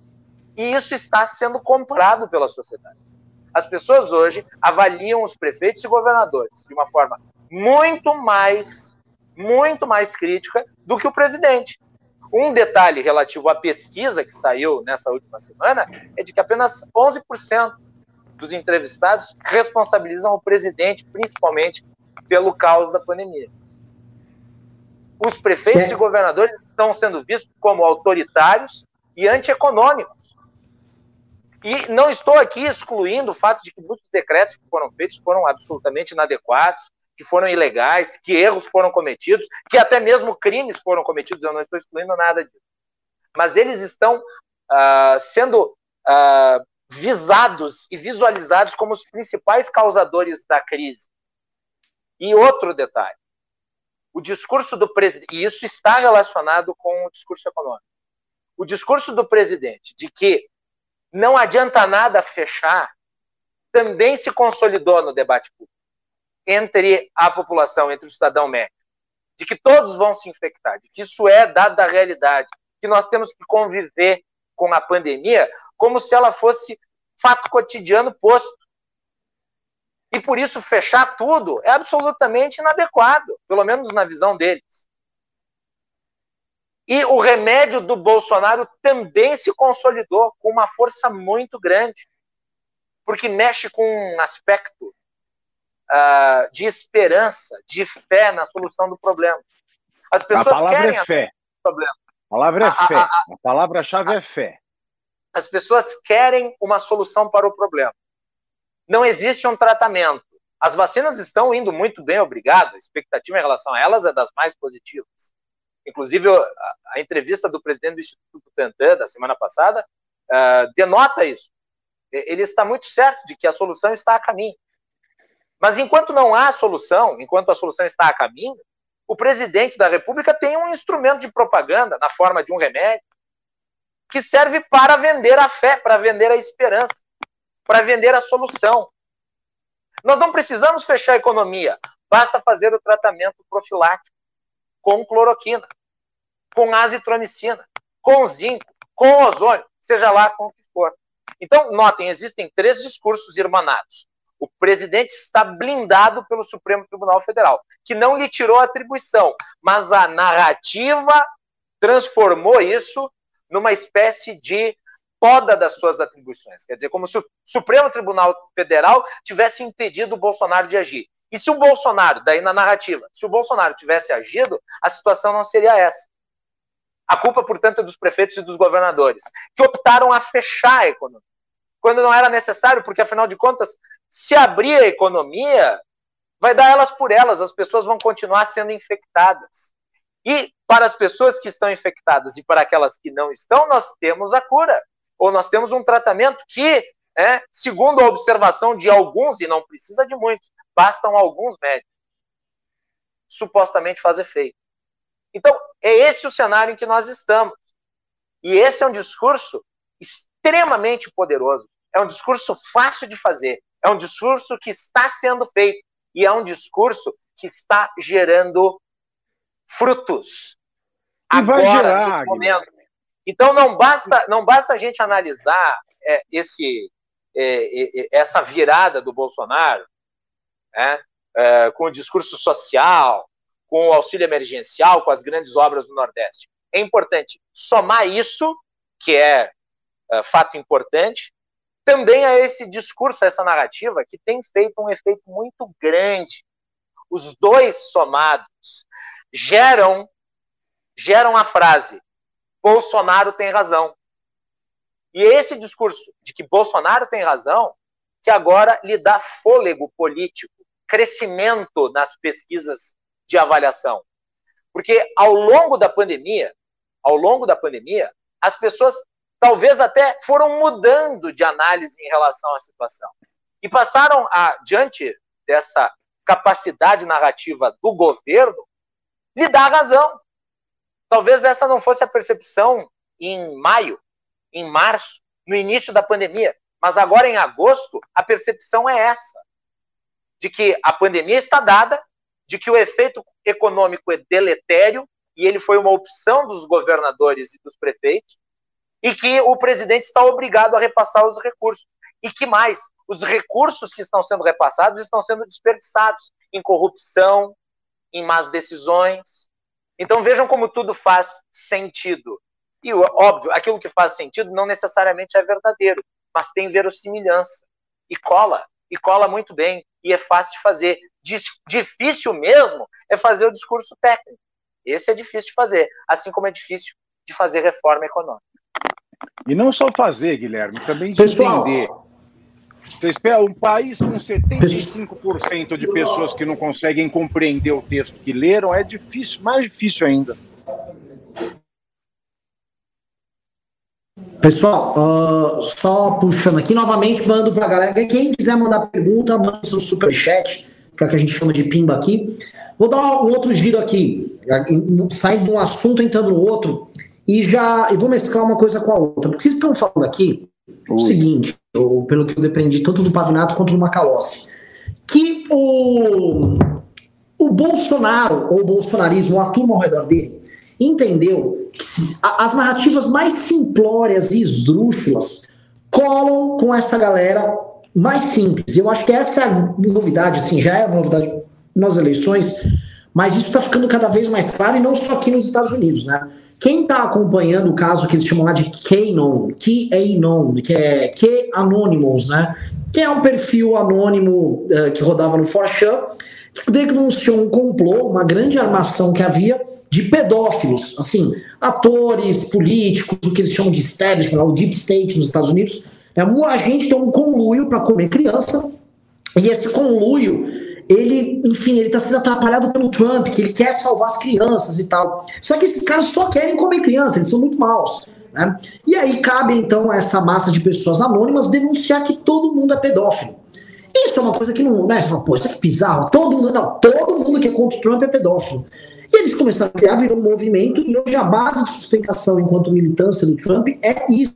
S4: E isso está sendo comprado pela sociedade. As pessoas hoje avaliam os prefeitos e governadores de uma forma muito mais, muito mais crítica do que o presidente. Um detalhe relativo à pesquisa que saiu nessa última semana é de que apenas onze por cento dos entrevistados responsabilizam o presidente, principalmente pelo caos da pandemia. Os prefeitos é. e governadores estão sendo vistos como autoritários e antieconômicos. E não estou aqui excluindo o fato de que muitos decretos que foram feitos foram absolutamente inadequados, que foram ilegais, que erros foram cometidos, que até mesmo crimes foram cometidos, eu não estou excluindo nada disso. Mas eles estão uh, sendo uh, visados e visualizados como os principais causadores da crise. E outro detalhe, o discurso do presidente, e isso está relacionado com o discurso econômico, o discurso do presidente de que não adianta nada fechar, também se consolidou no debate público entre a população, entre o cidadão médio, de que todos vão se infectar, de que isso é dado da realidade, que nós temos que conviver com a pandemia como se ela fosse fato cotidiano posto. E por isso fechar tudo é absolutamente inadequado, pelo menos na visão deles. E o remédio do Bolsonaro também se consolidou com uma força muito grande, porque mexe com um aspecto uh, de esperança, de fé na solução do problema. As pessoas
S3: a palavra
S4: querem
S3: é fé.
S4: o problema.
S3: A palavra é
S4: a,
S3: fé.
S4: A, a,
S3: a palavra-chave é fé.
S4: As pessoas querem uma solução para o problema. Não existe um tratamento. As vacinas estão indo muito bem, obrigado. A expectativa em relação a elas é das mais positivas. Inclusive, a, a entrevista do presidente do Instituto Butantan, da semana passada, uh, denota isso. Ele está muito certo de que a solução está a caminho. Mas enquanto não há solução, enquanto a solução está a caminho, o presidente da República tem um instrumento de propaganda na forma de um remédio que serve para vender a fé, para vender a esperança, para vender a solução. Nós não precisamos fechar a economia, basta fazer o tratamento profilático com cloroquina, com azitromicina, com zinco, com ozônio, seja lá com o que for. Então, notem, existem três discursos irmanados. O presidente está blindado pelo Supremo Tribunal Federal, que não lhe tirou a atribuição, mas a narrativa transformou isso numa espécie de poda das suas atribuições. Quer dizer, como se o Supremo Tribunal Federal tivesse impedido o Bolsonaro de agir. E se o Bolsonaro, daí na narrativa, se o Bolsonaro tivesse agido, a situação não seria essa. A culpa, portanto, é dos prefeitos e dos governadores, que optaram a fechar a economia, quando não era necessário, porque, afinal de contas, se abrir a economia, vai dar elas por elas, as pessoas vão continuar sendo infectadas. E para as pessoas que estão infectadas e para aquelas que não estão, nós temos a cura, ou nós temos um tratamento que, é, segundo a observação de alguns, e não precisa de muitos, bastam alguns médicos, supostamente faz efeito. Então, é esse o cenário em que nós estamos. E esse é um discurso extremamente poderoso. É um discurso fácil de fazer. É um discurso que está sendo feito. E é um discurso que está gerando frutos.
S3: E
S4: agora,
S3: gerar,
S4: nesse momento. Então, não basta, não basta a gente analisar é, esse, é, é, essa virada do Bolsonaro, né, é, com o discurso social, com o auxílio emergencial, com as grandes obras do Nordeste. É importante somar isso, que é, é fato importante, também a esse discurso, a essa narrativa, que tem feito um efeito muito grande. Os dois somados geram, geram a frase: Bolsonaro tem razão. E é esse discurso de que Bolsonaro tem razão que agora lhe dá fôlego político, crescimento nas pesquisas de avaliação. Porque ao longo da pandemia, ao longo da pandemia, as pessoas talvez até foram mudando de análise em relação à situação. E passaram, a, diante dessa capacidade narrativa do governo, lhe dar razão. Talvez essa não fosse a percepção em maio, em março, no início da pandemia. Mas agora, em agosto, a percepção é essa. De que a pandemia está dada, de que o efeito econômico é deletério, e ele foi uma opção dos governadores e dos prefeitos, e que o presidente está obrigado a repassar os recursos. E que mais? Os recursos que estão sendo repassados estão sendo desperdiçados em corrupção, em más decisões. Então vejam como tudo faz sentido. E, óbvio, aquilo que faz sentido não necessariamente é verdadeiro, mas tem verossimilhança. E cola, e cola muito bem, e é fácil de fazer. Difícil mesmo é fazer o discurso técnico. Esse é difícil de fazer, assim como é difícil de fazer reforma econômica.
S3: E não só fazer, Guilherme, também de
S1: Pessoal,
S3: entender. Você espera um país com setenta e cinco por cento de pessoas que não conseguem compreender o texto que leram, é difícil, mais difícil ainda.
S1: Pessoal, uh, só puxando aqui, novamente, mando pra galera, quem quiser mandar pergunta, manda seu superchat, que é o que a gente chama de pimba aqui. Vou dar um outro giro aqui, saindo de um assunto, entrando no outro, e já e vou mesclar uma coisa com a outra. Porque vocês estão falando aqui o seguinte, ou pelo que eu deprendi tanto do Pavinato quanto do Macalossi, que o, o Bolsonaro, ou o bolsonarismo, ou a turma ao redor dele, entendeu que as narrativas mais simplórias e esdrúxulas colam com essa galera mais simples. Eu acho que essa é a novidade, assim, já é uma novidade nas eleições, mas isso está ficando cada vez mais claro, e não só aqui nos Estados Unidos, né? Quem está acompanhando o caso que eles chamam lá de QAnon, QAnon, que é Q-Anonymous, né? Que é um perfil anônimo uh, que rodava no four chan, que denunciou um complô, uma grande armação que havia de pedófilos, assim, atores, políticos, o que eles chamam de establishment, o deep state nos Estados Unidos. É, a gente tem um conluio para comer criança, e esse conluio, ele, enfim, ele está sendo atrapalhado pelo Trump, que ele quer salvar as crianças e tal. Só que esses caras só querem comer criança, eles são muito maus, né? E aí cabe, então, a essa massa de pessoas anônimas denunciar que todo mundo é pedófilo. Isso é uma coisa que não... Né? Você fala, pô, isso é que bizarro. Todo mundo, não, todo mundo que é contra o Trump é pedófilo. E eles começaram a criar, virou um movimento, e hoje a base de sustentação enquanto militância do Trump é isso.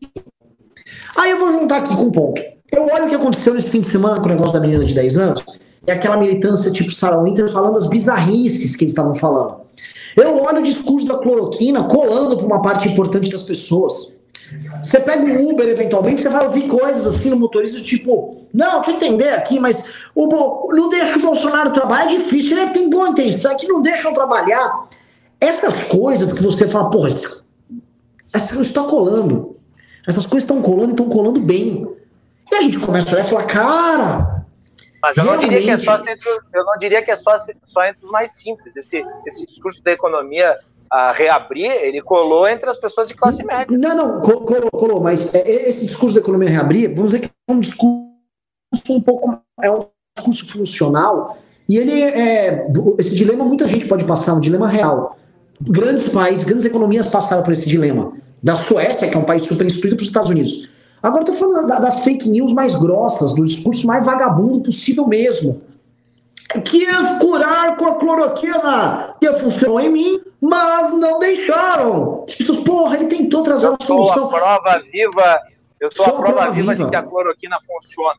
S1: Aí eu vou juntar aqui com um ponto. Eu olho o que aconteceu nesse fim de semana com o negócio da menina de dez anos, é aquela militância tipo Sarah Winter falando as bizarrices que eles estavam falando. Eu olho o discurso da cloroquina colando para uma parte importante das pessoas. Você pega um Uber, eventualmente, você vai ouvir coisas assim no motorista, tipo, não, deixa eu entender aqui, mas o Bo... não deixa o Bolsonaro trabalhar, é difícil, ele tem boa intenção, é que não deixam trabalhar. Essas coisas que você fala, porra, isso está colando. Essas coisas estão colando e estão colando bem. E a gente começa a olhar e falar, cara...
S4: Mas eu não diria que é só entre, eu não diria que é só, só entre os mais simples. Esse, esse discurso da economia a reabrir, ele colou entre as pessoas de classe média.
S1: Não, não, colou, colou, mas esse discurso da economia reabrir, vamos dizer que é um discurso um pouco, é um discurso funcional, e ele é, esse dilema muita gente pode passar, um dilema real. Grandes países, grandes economias passaram por esse dilema. Da Suécia, que é um país super instruído, para os Estados Unidos. Agora eu tô falando das fake news mais grossas, do discurso mais vagabundo possível mesmo. Que ia curar com a cloroquina, que funcionou em mim, mas não deixaram. As pessoas, porra, ele tentou trazer uma solução.
S4: Eu sou a prova viva, eu sou a prova, prova viva, viva de que a cloroquina funciona.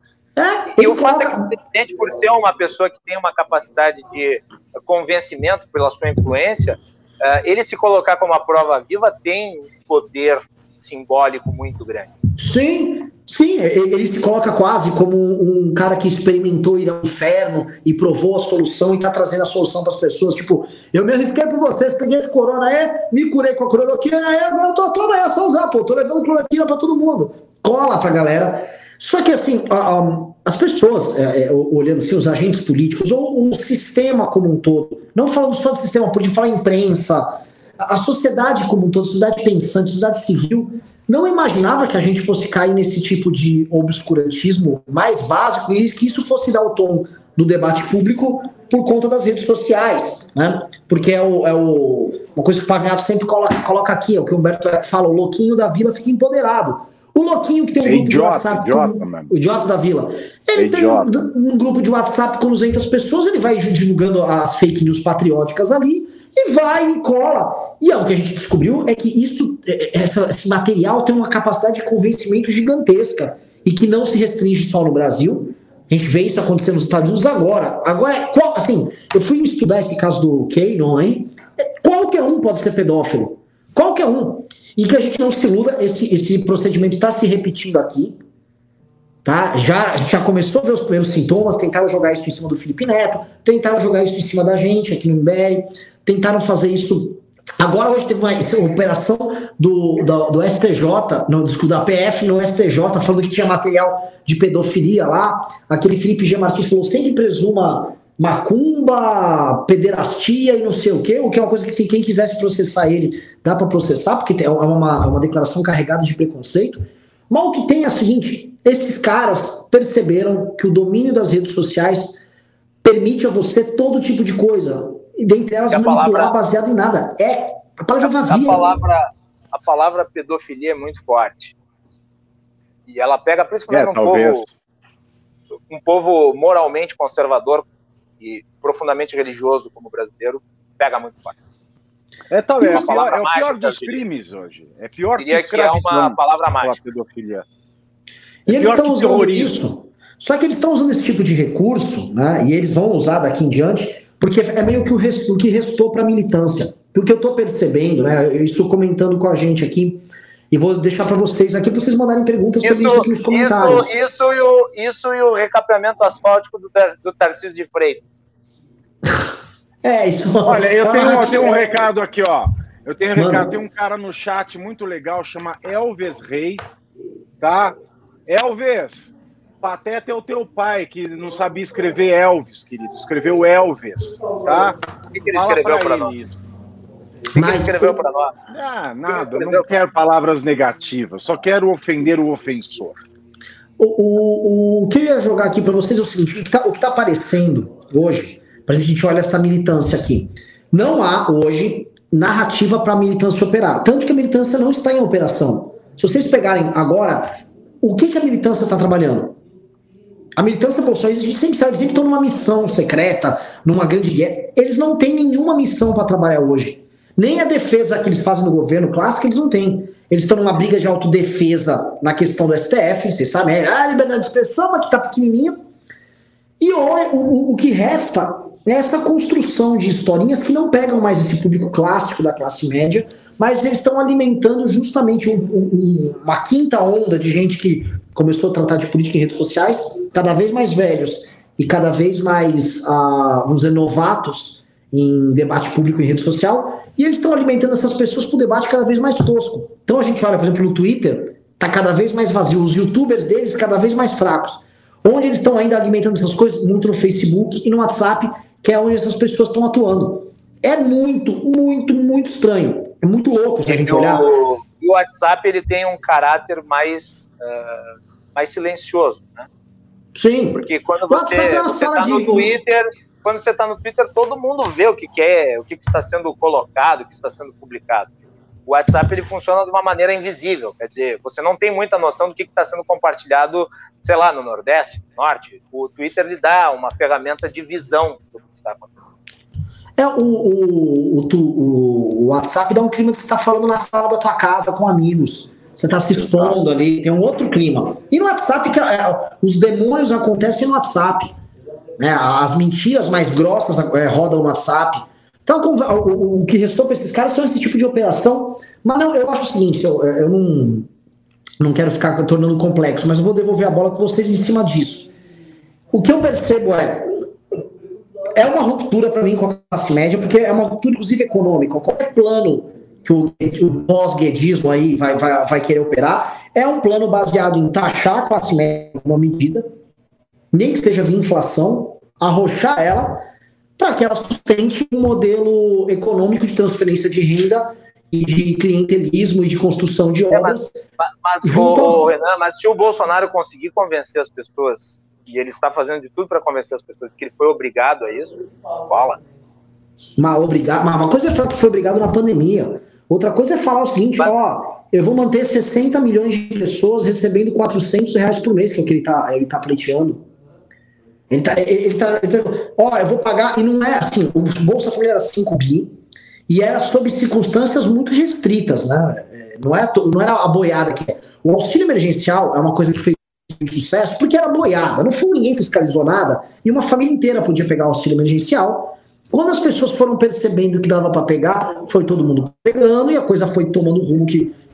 S1: É,
S4: e o fato é que o presidente, por ser uma pessoa que tem uma capacidade de convencimento pela sua influência, ele se colocar como a prova viva tem um poder simbólico muito grande.
S1: Sim, sim, ele se coloca quase como um cara que experimentou ir ao inferno e provou a solução e tá trazendo a solução para as pessoas, tipo, eu me arrisquei por vocês, peguei esse corona aí, me curei com a cloroquina, aí agora eu tô, toma aí, é só usar, pô, tô levando cloroquina para todo mundo, cola pra galera. Só que assim, as pessoas, olhando assim, os agentes políticos, ou o sistema como um todo, não falando só do sistema político, falar imprensa, a sociedade como um todo, a sociedade pensante, a sociedade civil, não imaginava que a gente fosse cair nesse tipo de obscurantismo mais básico e que isso fosse dar o tom do debate público por conta das redes sociais, né? Porque é, o, é o, uma coisa que o Pavinato sempre coloca, coloca aqui, é o que o Humberto Eco fala, o louquinho da vila fica empoderado. O louquinho que tem um grupo
S3: idiota,
S1: de WhatsApp,
S3: idiota,
S1: com, o idiota da vila, ele é tem um, um grupo de WhatsApp com duzentas pessoas, ele vai divulgando as fake news patrióticas ali, e vai e cola. E o que a gente descobriu é que isso, essa, esse material tem uma capacidade de convencimento gigantesca e que não se restringe só no Brasil. A gente vê isso acontecer nos Estados Unidos agora. Agora, qual, assim, eu fui estudar esse caso do QAnon, hein? Qualquer um pode ser pedófilo. Qualquer um. E que a gente não se iluda, esse, esse procedimento está se repetindo aqui. Tá? Já, a gente já começou a ver os primeiros sintomas, tentaram jogar isso em cima do Felipe Neto, tentaram jogar isso em cima da gente aqui no M B L, tentaram fazer isso. Agora hoje teve uma, uma operação do, do, do S T J, no, da P F no S T J, falando que tinha material de pedofilia lá. Aquele Felipe G. Martins falou, sempre presuma macumba, pederastia e não sei o quê, o que é uma coisa que assim, quem quisesse processar ele, dá para processar, porque é uma, uma declaração carregada de preconceito. Mas o que tem é o seguinte, esses caras perceberam que o domínio das redes sociais permite a você todo tipo de coisa, e dentre elas manipular palavra, baseado em nada. É, a palavra vazia.
S4: A palavra, a palavra pedofilia é muito forte. E ela pega principalmente é, um, povo, um povo moralmente conservador e profundamente religioso como o brasileiro, pega muito forte.
S3: É, talvez, é, pior, é o pior dos crimes hoje. É pior
S4: que que é uma palavra mágica.
S3: Pedofilia.
S1: E é eles estão usando terrorismo. Isso. Só que eles estão usando esse tipo de recurso, né? E eles vão usar daqui em diante, porque é meio que o, rest, o que restou para a militância. Porque eu estou percebendo, né? Isso comentando com a gente aqui, e vou deixar para vocês aqui, para vocês mandarem perguntas sobre isso, isso aqui nos comentários.
S4: Isso, isso, e, o, isso e o recapeamento asfáltico do, do Tarcísio de Freitas.
S1: É, isso.
S3: Olha, eu tenho, eu tenho um recado aqui, ó. Eu tenho um Mano. recado, tem um cara no chat muito legal, chama Elvis Reis, tá? Elvis, pateta é o teu pai, que não sabia escrever Elvis, querido. Escreveu Elvis, tá?
S4: O que, que ele Fala escreveu para nós? O que, que ele escreveu para nós?
S3: Ah, nada, eu não quero palavras negativas, só quero ofender o ofensor.
S1: O, o, o que eu ia jogar aqui para vocês é o seguinte, o que está tá aparecendo hoje, para a gente olhar essa militância aqui. Não há hoje narrativa para a militância operar. Tanto que a militância não está em operação. Se vocês pegarem agora, o que, que a militância está trabalhando? A militância bolsonarista, a gente sempre sabe, eles sempre estão numa missão secreta, numa grande guerra. Eles não têm nenhuma missão para trabalhar hoje. Nem a defesa que eles fazem no governo clássico, eles não têm. Eles estão numa briga de autodefesa na questão do S T F, vocês sabem, é a liberdade de expressão, mas que está pequenininha. E o, o, o que resta é essa construção de historinhas que não pegam mais esse público clássico da classe média, mas eles estão alimentando justamente um, um, uma quinta onda de gente que começou a tratar de política em redes sociais, cada vez mais velhos e cada vez mais, uh, vamos dizer, novatos em debate público em rede social, e eles estão alimentando essas pessoas para um debate cada vez mais tosco. Então a gente olha, por exemplo, no Twitter, está cada vez mais vazio, os youtubers deles cada vez mais fracos. Onde eles estão ainda alimentando essas coisas? Muito no Facebook e no WhatsApp, que é onde essas pessoas estão atuando. É muito, muito, muito estranho. É muito louco se a gente olhar.
S4: O, o WhatsApp ele tem um caráter mais, uh, mais silencioso, né?
S1: Sim.
S4: Porque quando você está no de... Twitter, quando você está no Twitter, todo mundo vê o que, que é, o que, que está sendo colocado, o que está sendo publicado. O WhatsApp ele funciona de uma maneira invisível, quer dizer, você não tem muita noção do que está sendo compartilhado, sei lá, no Nordeste, no Norte. O Twitter lhe dá uma ferramenta de visão do que está acontecendo.
S1: É, o, o, o, o WhatsApp dá um clima de você estar tá falando na sala da tua casa com amigos, você está se expondo ali, tem um outro clima. E no WhatsApp, é, os demônios acontecem no WhatsApp, né? As mentiras mais grossas é, rodam no WhatsApp. Então, o, o, o que restou para esses caras são esse tipo de operação. Mas não, eu acho o seguinte, eu, eu não, não quero ficar tornando complexo, mas eu vou devolver a bola com vocês em cima disso. O que eu percebo é, é uma ruptura para mim com a classe média, porque é uma ruptura, inclusive, econômica. Qualquer plano que o, o pós-guedismo aí vai, vai, vai querer operar é um plano baseado em taxar a classe média uma medida, nem que seja via inflação, arrochar ela, para que ela sustente um modelo econômico de transferência de renda e de clientelismo e de construção de obras.
S4: É, mas, mas, junto... oh, Renan, mas se o Bolsonaro conseguir convencer as pessoas, e ele está fazendo de tudo para convencer as pessoas que ele foi obrigado a isso, fala.
S1: Mas, obrigado, mas uma coisa é falar que foi obrigado na pandemia, outra coisa é falar o seguinte, mas... ó, eu vou manter sessenta milhões de pessoas recebendo quatrocentos reais por mês, que é o que ele está ele tá pleiteando. Ele tá, ele, tá, ele tá, ó, eu vou pagar, e não é assim, o Bolsa Família era cinco bi, e era sob circunstâncias muito restritas, né? Não era, não era a boiada que é. O auxílio emergencial é uma coisa que fez muito sucesso, porque era boiada, no fundo ninguém fiscalizou nada, e uma família inteira podia pegar o auxílio emergencial. Quando as pessoas foram percebendo que dava para pegar, foi todo mundo pegando, e a coisa foi tomando o rumo que,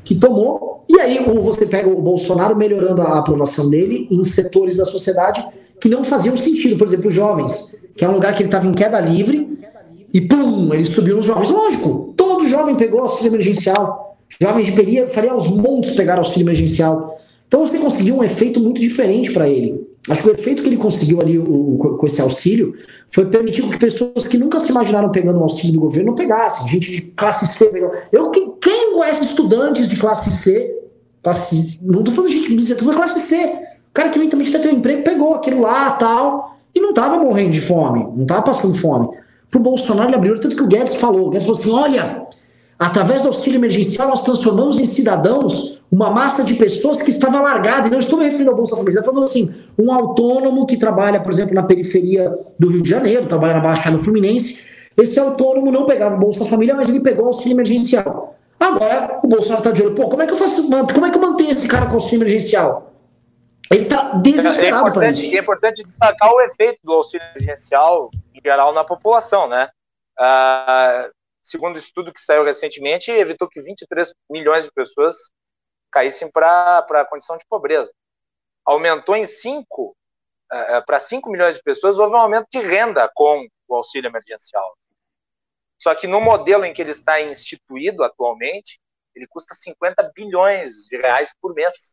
S1: que tomou, e aí você pega o Bolsonaro melhorando a aprovação dele em setores da sociedade que não faziam sentido, por exemplo, os jovens, que é um lugar que ele estava em queda livre, e pum, ele subiu nos jovens. Lógico, todo jovem pegou auxílio emergencial, jovens de periferia, faria aos montes pegaram auxílio emergencial. Então você conseguiu um efeito muito diferente para ele. Acho que o efeito que ele conseguiu ali o, o, com esse auxílio foi permitir que pessoas que nunca se imaginaram pegando um auxílio do governo não pegassem. Gente de classe C. Eu, quem, quem conhece estudantes de classe C? Classe, não estou falando de gente, estou falando de classe C. O cara que eventualmente até tem um emprego, pegou aquilo lá tal, e não estava morrendo de fome, não estava passando fome. Para o Bolsonaro ele abriu, tanto que o Guedes falou. O Guedes falou assim: olha, através do auxílio emergencial nós transformamos em cidadãos uma massa de pessoas que estava largada, e não estou me referindo ao Bolsa Família, estou falando assim, um autônomo que trabalha, por exemplo, na periferia do Rio de Janeiro, trabalha na Baixada Fluminense, esse autônomo não pegava o Bolsa Família, mas ele pegou o auxílio emergencial. Agora, o Bolsonaro está de olho, pô, como é que eu faço, como é que eu mantenho esse cara com auxílio emergencial? Ele está desesperado para isso.
S4: É importante destacar o efeito do auxílio emergencial, em geral, na população, né? Ah, segundo o estudo que saiu recentemente, evitou que vinte e três milhões de pessoas caíssem para a condição de pobreza. Aumentou em cinco, uh, para cinco milhões de pessoas, houve um aumento de renda com o auxílio emergencial. Só que no modelo em que ele está instituído atualmente, ele custa cinquenta bilhões de reais por mês.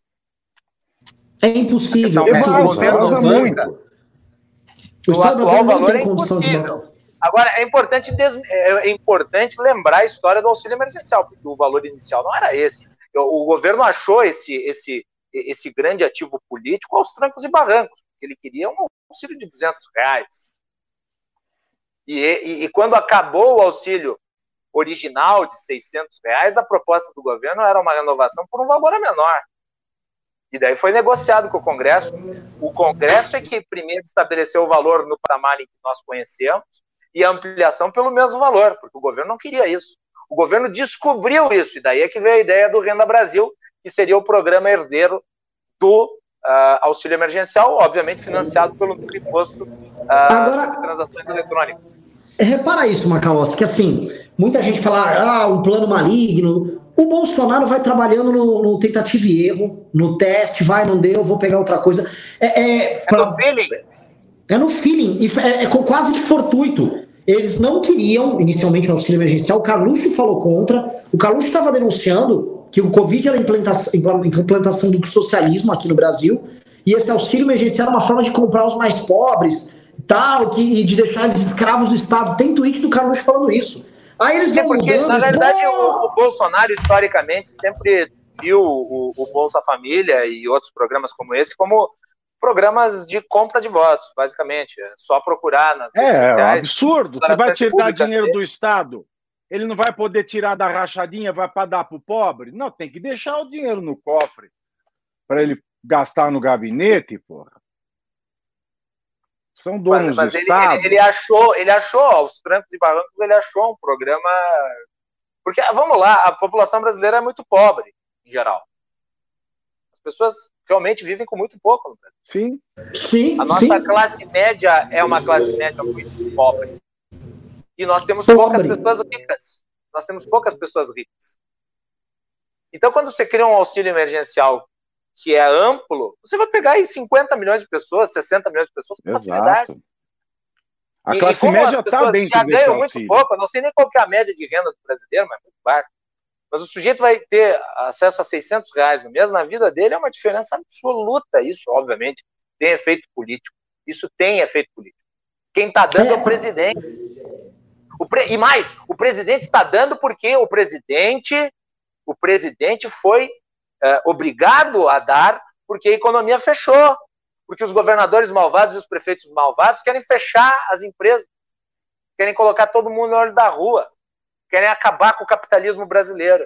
S1: É impossível.
S4: É
S1: assim,
S4: o
S3: governo
S1: Estado
S3: muito.
S1: O
S4: o
S1: Estado
S4: atual
S1: não
S4: valor
S1: tem
S4: é
S1: condição de
S4: impossível.
S1: bancar.
S4: Agora, é importante, des... é importante lembrar a história do auxílio emergencial, porque o valor inicial não era esse. O governo achou esse, esse, esse grande ativo político aos trancos e barrancos, porque ele queria um auxílio de duzentos reais. E, e, e quando acabou o auxílio original de seiscentos reais, a proposta do governo era uma renovação por um valor menor. E daí foi negociado com o Congresso. O Congresso é que primeiro estabeleceu o valor no patamar em que nós conhecemos e a ampliação pelo mesmo valor, porque o governo não queria isso. O governo descobriu isso, e daí é que veio a ideia do Renda Brasil, que seria o programa herdeiro do uh, auxílio emergencial, obviamente financiado pelo imposto uh,
S1: Agora,
S4: sobre transações eletrônicas.
S1: Repara isso, Macalossi, que assim, muita gente fala, ah, um plano maligno. O Bolsonaro vai trabalhando no, no tentativa e erro, no teste, vai, não deu, vou pegar outra coisa. É, é, pra...
S4: é no feeling.
S1: É no feeling, e é, é quase que fortuito. Eles não queriam, inicialmente, o auxílio emergencial. O Carluxo falou contra. O Carluxo estava denunciando que o Covid era a implantação, implantação do socialismo aqui no Brasil. E esse auxílio emergencial era uma forma de comprar os mais pobres tal, que, e de deixar eles escravos do Estado. Tem tweet do Carluxo falando isso. Aí eles vão
S4: é porque,
S1: mudando,
S4: na verdade,
S1: eles...
S4: o, o Bolsonaro, historicamente, sempre viu o, o Bolsa Família e outros programas como esse como programas de compra de votos, basicamente. É só procurar nas redes
S3: é,
S4: sociais.
S3: É um absurdo. Você vai tirar dinheiro
S4: dele.
S3: do Estado, ele não vai poder tirar da rachadinha, vai para dar para o pobre? Não, tem que deixar o dinheiro no cofre para ele gastar no gabinete, porra. São donos
S4: mas, mas
S3: do
S4: ele,
S3: Estado.
S4: Ele, ele achou, ele achou, aos trancos e barrancos, ele achou um programa... Porque, vamos lá, a população brasileira é muito pobre, em geral. As pessoas realmente vivem com muito pouco no Brasil.
S3: Sim.
S1: Sim,
S4: a nossa
S1: sim.
S4: classe média é uma classe média muito pobre. E nós temos
S1: pobre.
S4: poucas pessoas ricas. Nós temos poucas pessoas ricas. Então, quando você cria um auxílio emergencial que é amplo, você vai pegar aí cinquenta milhões de pessoas, sessenta milhões de pessoas com facilidade.
S3: A
S4: e,
S3: classe
S4: e
S3: média está dentro
S4: já
S3: desse
S4: ganham
S3: auxílio.
S4: muito pouco, eu não sei nem qual que é a média de renda do brasileiro, mas é muito baixa. Mas o sujeito vai ter acesso a seiscentos reais no mês, na vida dele é uma diferença absoluta. Isso, obviamente, tem efeito político. Isso tem efeito político. Quem está dando é o presidente. O pre... E mais, o presidente está dando porque o presidente, o presidente foi é, obrigado a dar porque a economia fechou. Porque os governadores malvados e os prefeitos malvados querem fechar as empresas. Querem colocar todo mundo no olho da rua. Querem acabar com o capitalismo brasileiro.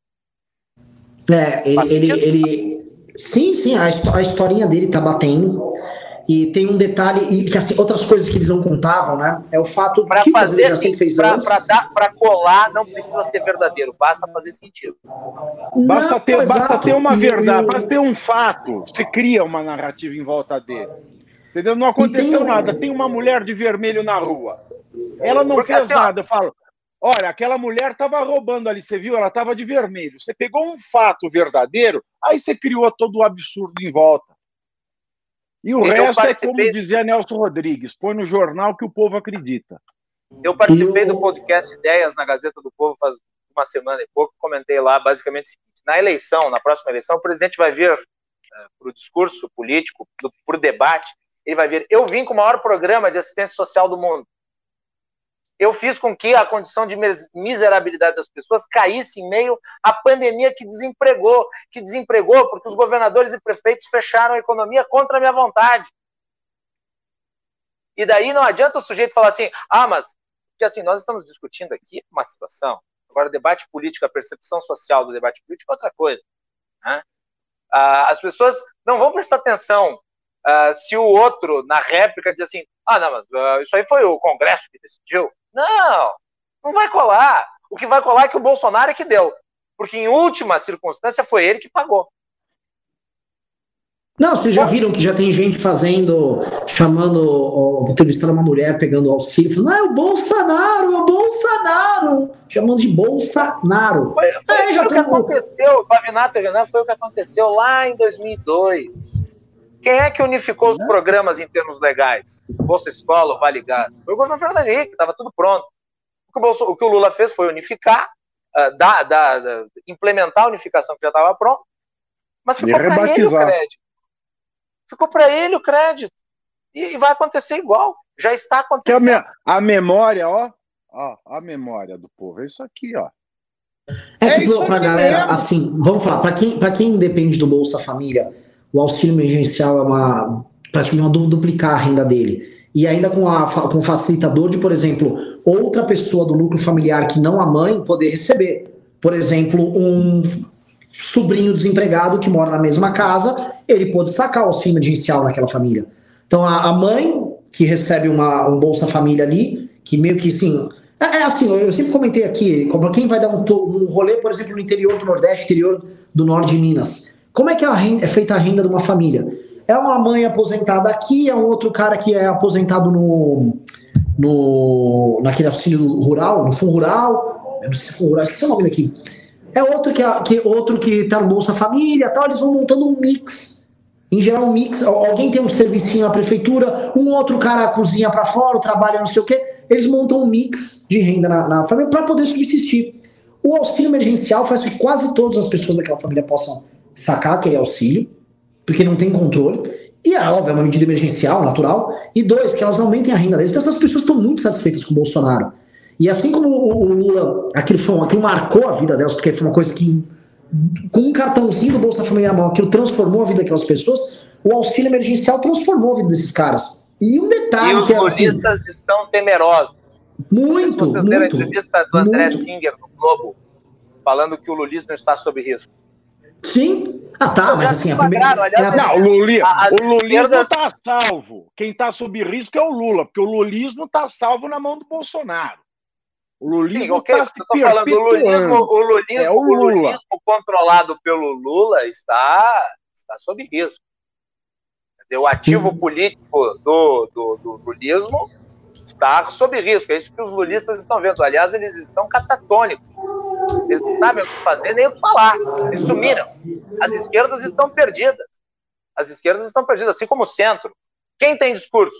S1: É, ele, ele, ele... Sim, sim, a, a historinha dele tá batendo. E tem um detalhe, e que assim, outras coisas que eles não contavam, né? É o fato
S4: pra
S1: que o
S4: fazer,
S1: já sempre fez
S4: pra,
S1: antes.
S4: pra, dar, pra colar não precisa ser verdadeiro, basta fazer sentido.
S3: Basta ter,
S1: não,
S3: basta ter uma
S1: e,
S3: verdade,
S1: e...
S3: basta ter um fato. Se cria uma narrativa em volta dele. Entendeu? Não aconteceu
S1: tem...
S3: nada. Tem uma mulher de vermelho na rua. Ela não
S4: Porque,
S3: fez
S4: assim, ó,
S3: nada. Eu falo, Olha, aquela mulher estava roubando ali, você viu? Ela estava de vermelho. Você pegou um fato verdadeiro, aí você criou todo o absurdo em volta. E o
S4: Eu
S3: resto
S4: participei...
S3: é como dizia Nelson Rodrigues, põe no jornal que o povo acredita.
S4: Eu participei do podcast Ideias na Gazeta do Povo faz uma semana e pouco, comentei lá basicamente o seguinte: na eleição, na próxima eleição, o presidente vai vir uh, para o discurso político, para o debate, ele vai vir. Eu vim com o maior programa de assistência social do mundo. Eu fiz com que a condição de miserabilidade das pessoas caísse em meio à pandemia que desempregou, que desempregou porque os governadores e prefeitos fecharam a economia contra a minha vontade. E daí não adianta o sujeito falar assim, ah, mas, porque assim, nós estamos discutindo aqui uma situação, agora debate político, a percepção social do debate político é outra coisa, né? Ah, as pessoas não vão prestar atenção ah, se o outro, na réplica, diz assim, ah, não, mas uh, isso aí foi o Congresso que decidiu. Não, não vai colar. O que vai colar é que o Bolsonaro é que deu. Porque, em última circunstância, foi ele que pagou.
S1: Não, vocês já viram que já tem gente fazendo, chamando, entrevistando uma mulher, pegando o auxílio, falando, ah, é o Bolsonaro, é o Bolsonaro, chamando de Bolsonaro.
S4: Foi, foi,
S1: é, já
S4: foi o que aconteceu, Pavinato e Renan, foi o que aconteceu lá em dois mil e dois. Quem é que unificou os programas em termos legais? Bolsa Escola, Vale Gás. Foi o governo Fernando Henrique, estava tudo pronto. O que o, Bolso, o que o Lula fez foi unificar, uh, dar, dar, dar, implementar a unificação que já estava pronta, mas ficou para ele o crédito. Ficou para ele o crédito. E, e vai acontecer igual. Já está acontecendo.
S3: A, me, a memória, ó, ó, a memória do povo, é isso aqui, ó.
S1: É, é que para a galera, mesmo. Assim, vamos falar, para quem, para quem depende do Bolsa Família, o auxílio emergencial é uma praticamente uma duplicar a renda dele. E ainda com, a, com o facilitador de, por exemplo, outra pessoa do núcleo familiar que não a mãe poder receber. Por exemplo, um sobrinho desempregado que mora na mesma casa, ele pode sacar o auxílio emergencial naquela família. Então a, a mãe que recebe uma, um Bolsa Família ali, que meio que assim... É, é assim, eu sempre comentei aqui, como quem vai dar um, um rolê, por exemplo, no interior do Nordeste, interior do Norte de Minas. Como é que a renda, é feita a renda de uma família? É uma mãe aposentada aqui, é um outro cara que é aposentado no, no naquele auxílio rural, no fundo rural, eu não sei se é fundo rural, esqueci o nome daqui. É outro que, que, outro que tá no Bolsa Família, tal, eles vão montando um mix. Em geral, um mix. Alguém tem um servicinho na prefeitura, um outro cara cozinha para fora, trabalha não sei o quê. Eles montam um mix de renda na, na família para poder subsistir. O auxílio emergencial faz com que quase todas as pessoas daquela família possam sacar aquele auxílio, porque não tem controle, e é óbvio, é uma medida emergencial, natural, e dois, que elas aumentem a renda deles. Então essas pessoas estão muito satisfeitas com o Bolsonaro. E assim como o Lula, aquilo, foi, aquilo marcou a vida delas, porque foi uma coisa que, com um cartãozinho do Bolsa Família na mão, aquilo transformou a vida daquelas pessoas, o auxílio emergencial transformou a vida desses caras. E um detalhe...
S4: E os
S1: que é,
S4: lulistas assim, estão temerosos.
S1: Muito,
S4: se vocês
S1: muito.
S4: leram a entrevista do André
S1: muito.
S4: Singer no Globo, falando que o lulismo está sob risco.
S1: Sim. Ah, tá, mas assim, a primeira...
S3: Aliás, é a... Não, o, Luli... o lulismo
S4: esquerdas...
S3: está salvo. Quem está sob risco é o Lula, porque o lulismo está salvo na mão do Bolsonaro. O lulismo
S4: Sim, okay,
S3: está se
S4: eu tô falando, o lulismo, o lulismo,
S3: é o,
S4: o lulismo controlado pelo Lula está, está sob risco. Quer dizer, o ativo hum. político do, do, do lulismo está sob risco. É isso que os lulistas estão vendo. Aliás, eles estão catatônicos. Eles não sabem o que fazer nem o que falar. Eles sumiram. As esquerdas estão perdidas. As esquerdas estão perdidas, assim como o centro. Quem tem discurso?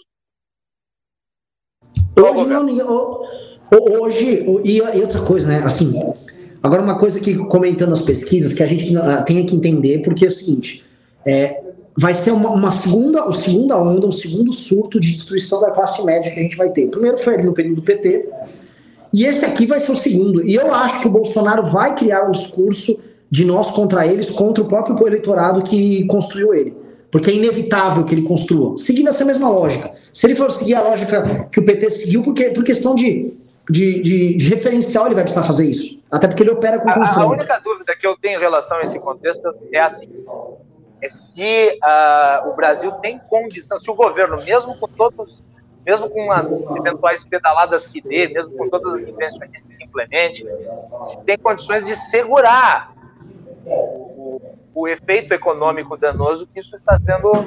S1: Hoje, não, hoje e, e outra coisa, né? Assim, agora uma coisa que, comentando as pesquisas, que a gente uh, tem que entender, porque é o seguinte, é, vai ser uma, uma segunda, uma segunda onda, um segundo surto de destruição da classe média que a gente vai ter. O primeiro foi ali no período do P T, e esse aqui vai ser o segundo. E eu acho que o Bolsonaro vai criar um discurso de nós contra eles, contra o próprio eleitorado que construiu ele. Porque é inevitável que ele construa. Seguindo essa mesma lógica. Se ele for seguir a lógica que o P T seguiu, porque, por questão de, de, de, de referencial, ele vai precisar fazer isso. Até porque ele opera com confronto.
S4: A, a única dúvida que eu tenho em relação a esse contexto é assim. É se uh, o Brasil tem condição, se o governo, mesmo com todos... mesmo com as eventuais pedaladas que dê, mesmo com todas as invenções que se implemente, se tem condições de segurar o, o efeito econômico danoso que isso está sendo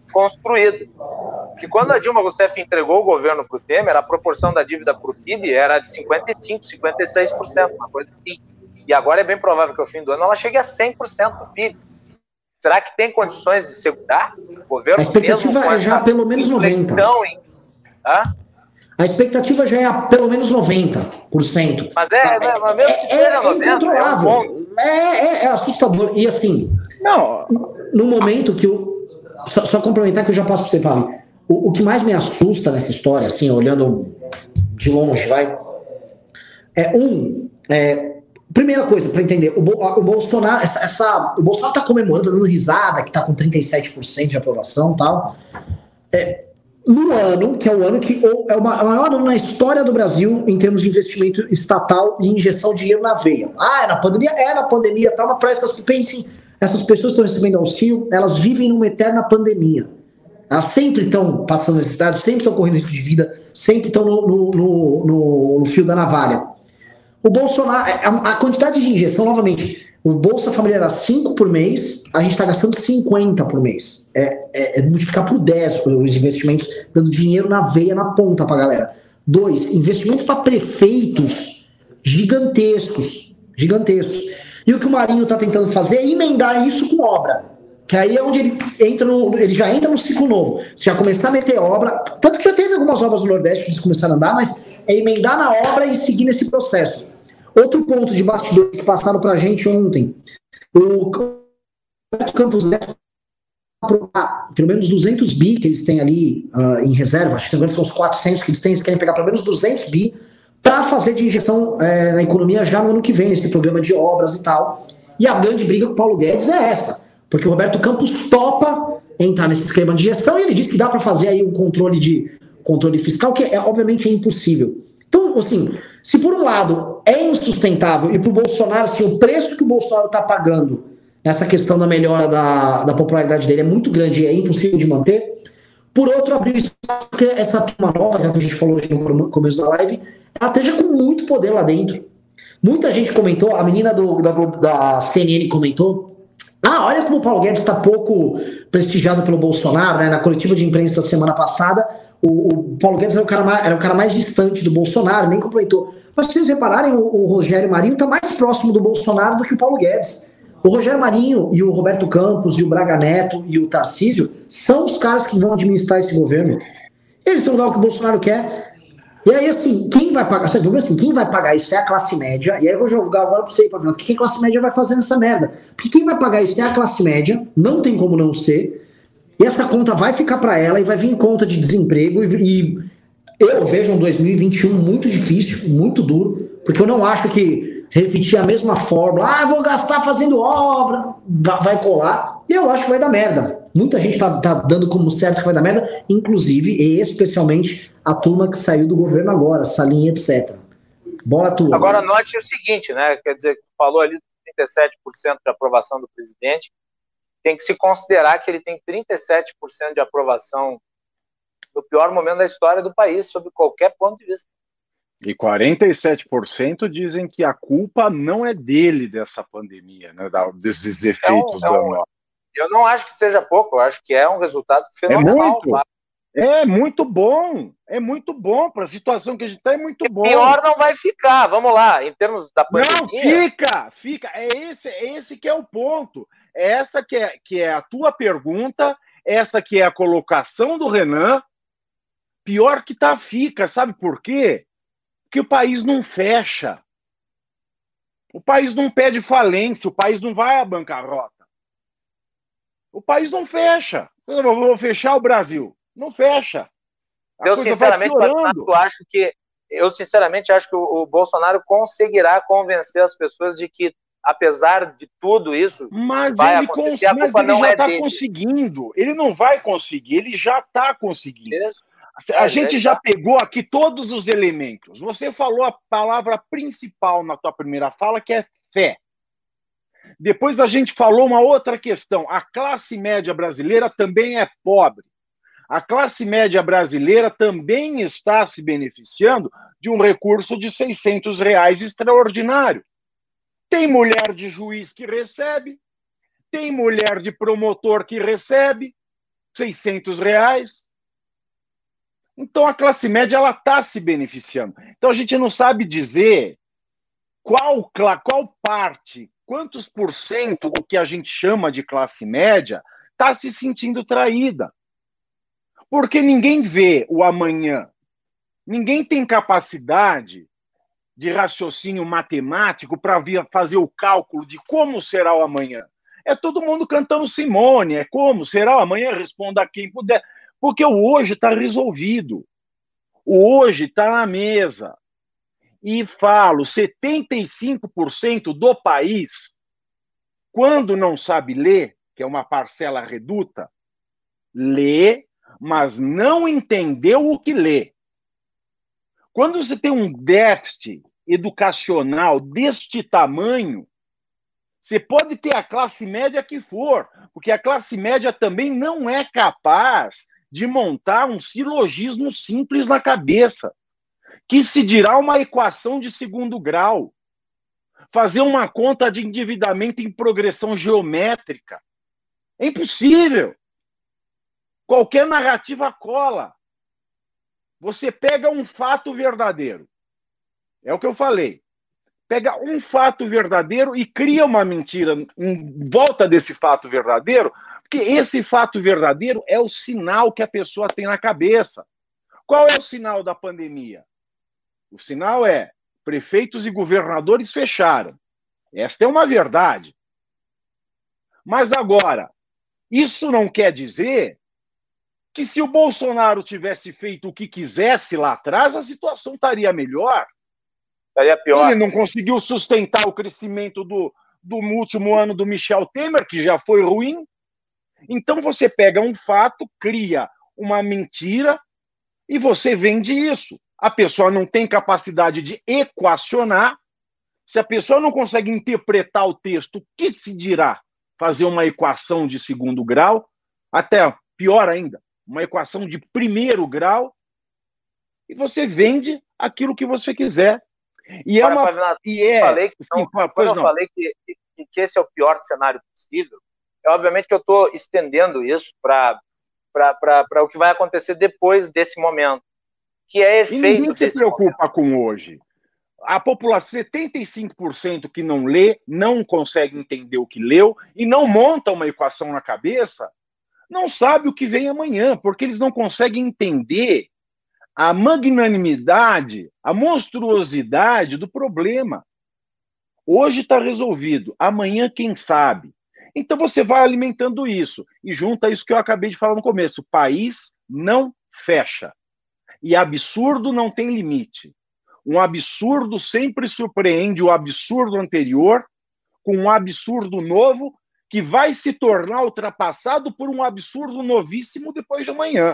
S4: construído. Que quando a Dilma Rousseff entregou o governo para o Temer, a proporção da dívida para o P I B era de cinquenta e cinco por cento, cinquenta e seis por cento, uma coisa assim. E agora é bem provável que ao fim do ano ela chegue a cem por cento do P I B. Será que tem condições de segurar? O governo
S1: a expectativa é já pelo menos noventa por cento. Em...
S4: Ah?
S1: A expectativa já é a pelo menos noventa por cento.
S4: Mas é, é, é mesmo que
S1: é,
S4: seja noventa por cento,
S1: incontrolável. É, é, é assustador. E assim,
S3: não.
S1: no momento que eu... Só, só complementar que eu já passo para você, Paulo. O, o que mais me assusta nessa história, assim, olhando de longe, vai... É, um... É, primeira coisa, para entender, o, o Bolsonaro... Essa, essa, o Bolsonaro tá comemorando, dando risada, que tá com trinta e sete por cento de aprovação e tal. É... No ano, que é o ano que é o maior ano na história do Brasil em termos de investimento estatal e injeção de dinheiro na veia. Ah, é na pandemia? É na pandemia, tá? Mas para essas, pensem, essas pessoas que estão recebendo auxílio, elas vivem numa eterna pandemia. Elas sempre estão passando necessidade, sempre estão correndo risco de vida, sempre estão no, no, no, no fio da navalha. O Bolsonaro, a, a quantidade de injeção, novamente, o Bolsa Família era cinco por mês, a gente está gastando cinquenta por mês. É, é, é multiplicar por dez os investimentos, dando dinheiro na veia, na ponta pra galera. Dois, investimentos para prefeitos gigantescos. Gigantescos. E o que o Marinho está tentando fazer é emendar isso com obra. Que aí é onde ele entra no. Ele já entra no ciclo novo. Se já começar a meter obra. Tanto que já teve algumas obras no Nordeste que eles começaram a andar, mas é emendar na obra e seguir nesse processo. Outro ponto de bastidores que passaram pra gente ontem. O Campos Neto, pelo menos duzentos bi que eles têm ali uh, em reserva, acho que são os quatrocentos que eles têm, eles querem pegar pelo menos duzentos bi para fazer de injeção é, na economia já no ano que vem, nesse programa de obras e tal. E a grande briga com o Paulo Guedes é essa, porque o Roberto Campos topa entrar nesse esquema de injeção e ele diz que dá para fazer aí um controle, de, controle fiscal, que é, obviamente é impossível. Então, assim, se por um lado é insustentável e para o Bolsonaro, assim, o preço que o Bolsonaro está pagando nessa questão da melhora da, da popularidade dele é muito grande e é impossível de manter, por outro, abriu espaço porque essa turma nova, que é o que a gente falou hoje no começo da live, ela esteja com muito poder lá dentro. Muita gente comentou, a menina do, da, da C N N comentou, ah, olha como o Paulo Guedes está pouco prestigiado pelo Bolsonaro, né? Na coletiva de imprensa da semana passada, o, o Paulo Guedes era o, cara mais, era o cara mais distante do Bolsonaro, nem complementou. Mas se vocês repararem, o, o Rogério Marinho está mais próximo do Bolsonaro do que o Paulo Guedes. O Rogério Marinho e o Roberto Campos e o Braga Neto e o Tarcísio são os caras que vão administrar esse governo. Eles vão dar o que o Bolsonaro quer. E aí, assim, quem vai pagar? Você viu assim, quem vai pagar isso é a classe média. E aí eu vou jogar agora pra você, Pavinato, o que a classe média vai fazer nessa merda? Porque quem vai pagar isso é a classe média, não tem como não ser. E essa conta vai ficar para ela e vai vir conta de desemprego. E, e eu vejo um dois mil e vinte e um muito difícil, muito duro, porque eu não acho que repetir a mesma fórmula, ah, vou gastar fazendo obra, vai colar. E eu acho que vai dar merda. Muita gente tá, tá dando como certo que vai dar merda, inclusive e especialmente a turma que saiu do governo agora, Salinha, etcétera. Bora, turma.
S4: Agora, note o seguinte, né? Quer dizer, falou ali de trinta e sete por cento de aprovação do presidente, tem que se considerar que ele tem trinta e sete por cento de aprovação no pior momento da história do país, sob qualquer ponto de vista.
S3: E quarenta e sete por cento dizem que a culpa não é dele dessa pandemia, né, desses efeitos
S4: é um, é um,
S3: da...
S4: Eu não acho que seja pouco, eu acho que é um resultado fenomenal.
S3: É muito, é muito bom, é muito bom, para a situação que a gente está, é muito
S4: e
S3: bom.
S4: Pior não vai ficar, vamos lá, em termos da pandemia...
S3: Não, fica, fica, é esse, é esse que é o ponto, é essa que é, que é a tua pergunta, essa que é a colocação do Renan, pior que tá, fica, sabe por quê? Porque o país não fecha. O país não pede falência, o país não vai à bancarrota. O país não fecha. Eu vou fechar o Brasil. Não fecha.
S4: A eu, sinceramente, eu acho que eu sinceramente acho que o, o Bolsonaro conseguirá convencer as pessoas de que, apesar de tudo isso,
S3: mas
S4: vai
S3: ele
S4: acontecer, a culpa
S3: mas ele
S4: não
S3: já
S4: é
S3: está
S4: dele.
S3: conseguindo. Ele não vai conseguir, ele já está conseguindo.
S4: Isso.
S3: A é, gente já pegou aqui todos os elementos. Você falou a palavra principal na tua primeira fala, que é fé. Depois a gente falou uma outra questão. A classe média brasileira também é pobre. A classe média brasileira também está se beneficiando de um recurso de seiscentos reais extraordinário. Tem mulher de juiz que recebe, tem mulher de promotor que recebe, seiscentos reais. Então a classe média ela está se beneficiando. Então a gente não sabe dizer qual, qual parte, quantos por cento do que a gente chama de classe média está se sentindo traída. Porque ninguém vê o amanhã. Ninguém tem capacidade de raciocínio matemático para fazer o cálculo de como será o amanhã. É todo mundo cantando Simone, é como será o amanhã, responda quem puder. Porque o hoje está resolvido. O hoje está na mesa. E falo, setenta e cinco por cento do país, quando não sabe ler, que é uma parcela reduta, lê, mas não entendeu o que lê. Quando você tem um déficit educacional deste tamanho, você pode ter a classe média que for, porque a classe média também não é capaz de montar um silogismo simples na cabeça, que se dirá uma equação de segundo grau, fazer uma conta de endividamento em progressão geométrica. É impossível. Qualquer narrativa cola. Você pega um fato verdadeiro. É o que eu falei. Pega um fato verdadeiro e cria uma mentira em volta desse fato verdadeiro, porque esse fato verdadeiro é o sinal que a pessoa tem na cabeça. Qual é o sinal da pandemia? O sinal é prefeitos e governadores fecharam. Esta é uma verdade. Mas agora, isso não quer dizer que se o Bolsonaro tivesse feito o que quisesse lá atrás, a situação estaria melhor.
S4: Estaria pior.
S3: Ele não conseguiu sustentar o crescimento do, do último ano do Michel Temer, que já foi ruim. Então você pega um fato, cria uma mentira e você vende isso. A pessoa não tem capacidade de equacionar. Se a pessoa não consegue interpretar o texto, o que se dirá fazer uma equação de segundo grau? Até pior ainda, uma equação de primeiro grau, e você vende aquilo que você quiser. E é
S4: Olha,
S3: uma...
S4: Pavinato,
S3: e é...
S4: falei que não,
S3: Sim,
S4: quando
S3: pois
S4: eu
S3: não.
S4: falei que, que, que esse é o pior cenário possível, é obviamente que eu estou estendendo isso para o que vai acontecer depois desse momento, que é efeito
S3: E ninguém se
S4: desse
S3: preocupa
S4: momento.
S3: com hoje. A população, setenta e cinco por cento que não lê, não consegue entender o que leu e não monta uma equação na cabeça, não sabe o que vem amanhã, porque eles não conseguem entender a magnanimidade, a monstruosidade do problema. Hoje está resolvido, amanhã quem sabe. Então você vai alimentando isso e junta isso que eu acabei de falar no começo. O país não fecha. E absurdo não tem limite. Um absurdo sempre surpreende o absurdo anterior com um absurdo novo que vai se tornar ultrapassado por um absurdo novíssimo depois de amanhã.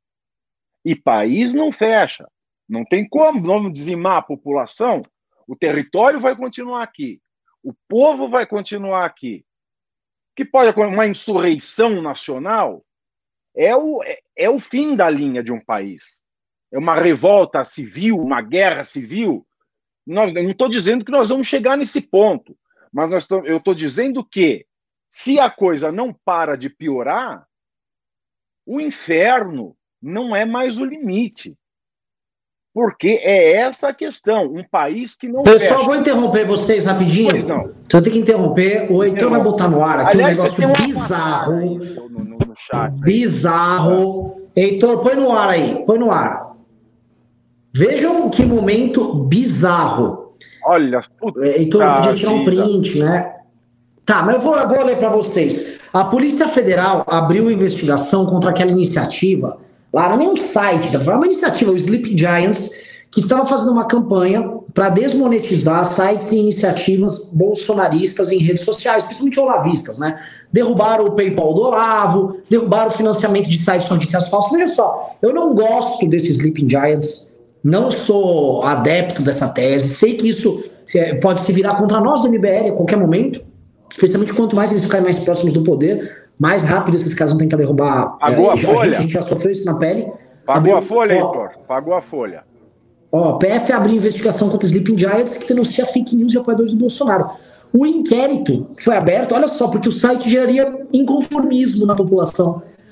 S3: E país não fecha. Não tem como, vamos dizimar a população. O território vai continuar aqui. O povo vai continuar aqui. Que pode uma insurreição nacional é o, é, é o fim da linha de um país. É uma revolta civil, uma guerra civil. Nós, eu não estou dizendo que nós vamos chegar nesse ponto, mas nós tô, eu estou dizendo que, se a coisa não para de piorar, o inferno não é mais o limite. Porque é essa a questão. Um país que não
S1: Pessoal,
S3: fecha.
S1: vou interromper vocês rapidinho.
S3: Pois não.
S1: Então eu tenho que interromper. O Heitor vai botar no ar aqui
S3: Aliás,
S1: um
S3: você
S1: negócio
S3: tem uma
S1: bizarro.
S3: aí no, no, no chat.
S1: Bizarro. Heitor, põe no ar aí. Põe no ar. Vejam que momento bizarro.
S3: Olha, puta
S1: Heitor, eu podia tirar um
S3: vida.
S1: print, né? Tá, mas eu vou, eu vou ler para vocês. A Polícia Federal abriu investigação contra aquela iniciativa. Lá não é nem um site, foi uma iniciativa, o Sleep Giants, que estava fazendo uma campanha para desmonetizar sites e iniciativas bolsonaristas em redes sociais, principalmente olavistas, né? Derrubaram o PayPal do Olavo, derrubaram o financiamento de sites de notícias falsas. Veja só, eu não gosto desses Sleeping Giants, não sou adepto dessa tese, sei que isso pode se virar contra nós do M B L a qualquer momento, especialmente quanto mais eles ficarem mais próximos do poder, mais rápido esses caras vão tentar derrubar.
S3: Pagou
S1: é,
S3: a folha?
S1: A gente, a gente já sofreu isso na pele.
S3: Pagou
S1: Abriu,
S3: a folha,
S1: ó,
S3: Heitor? Pagou a folha.
S1: Ó, P F abriu investigação contra Sleeping Giants que denuncia fake news de apoiadores do Bolsonaro. O inquérito foi aberto, olha só, porque o site geraria inconformismo na população.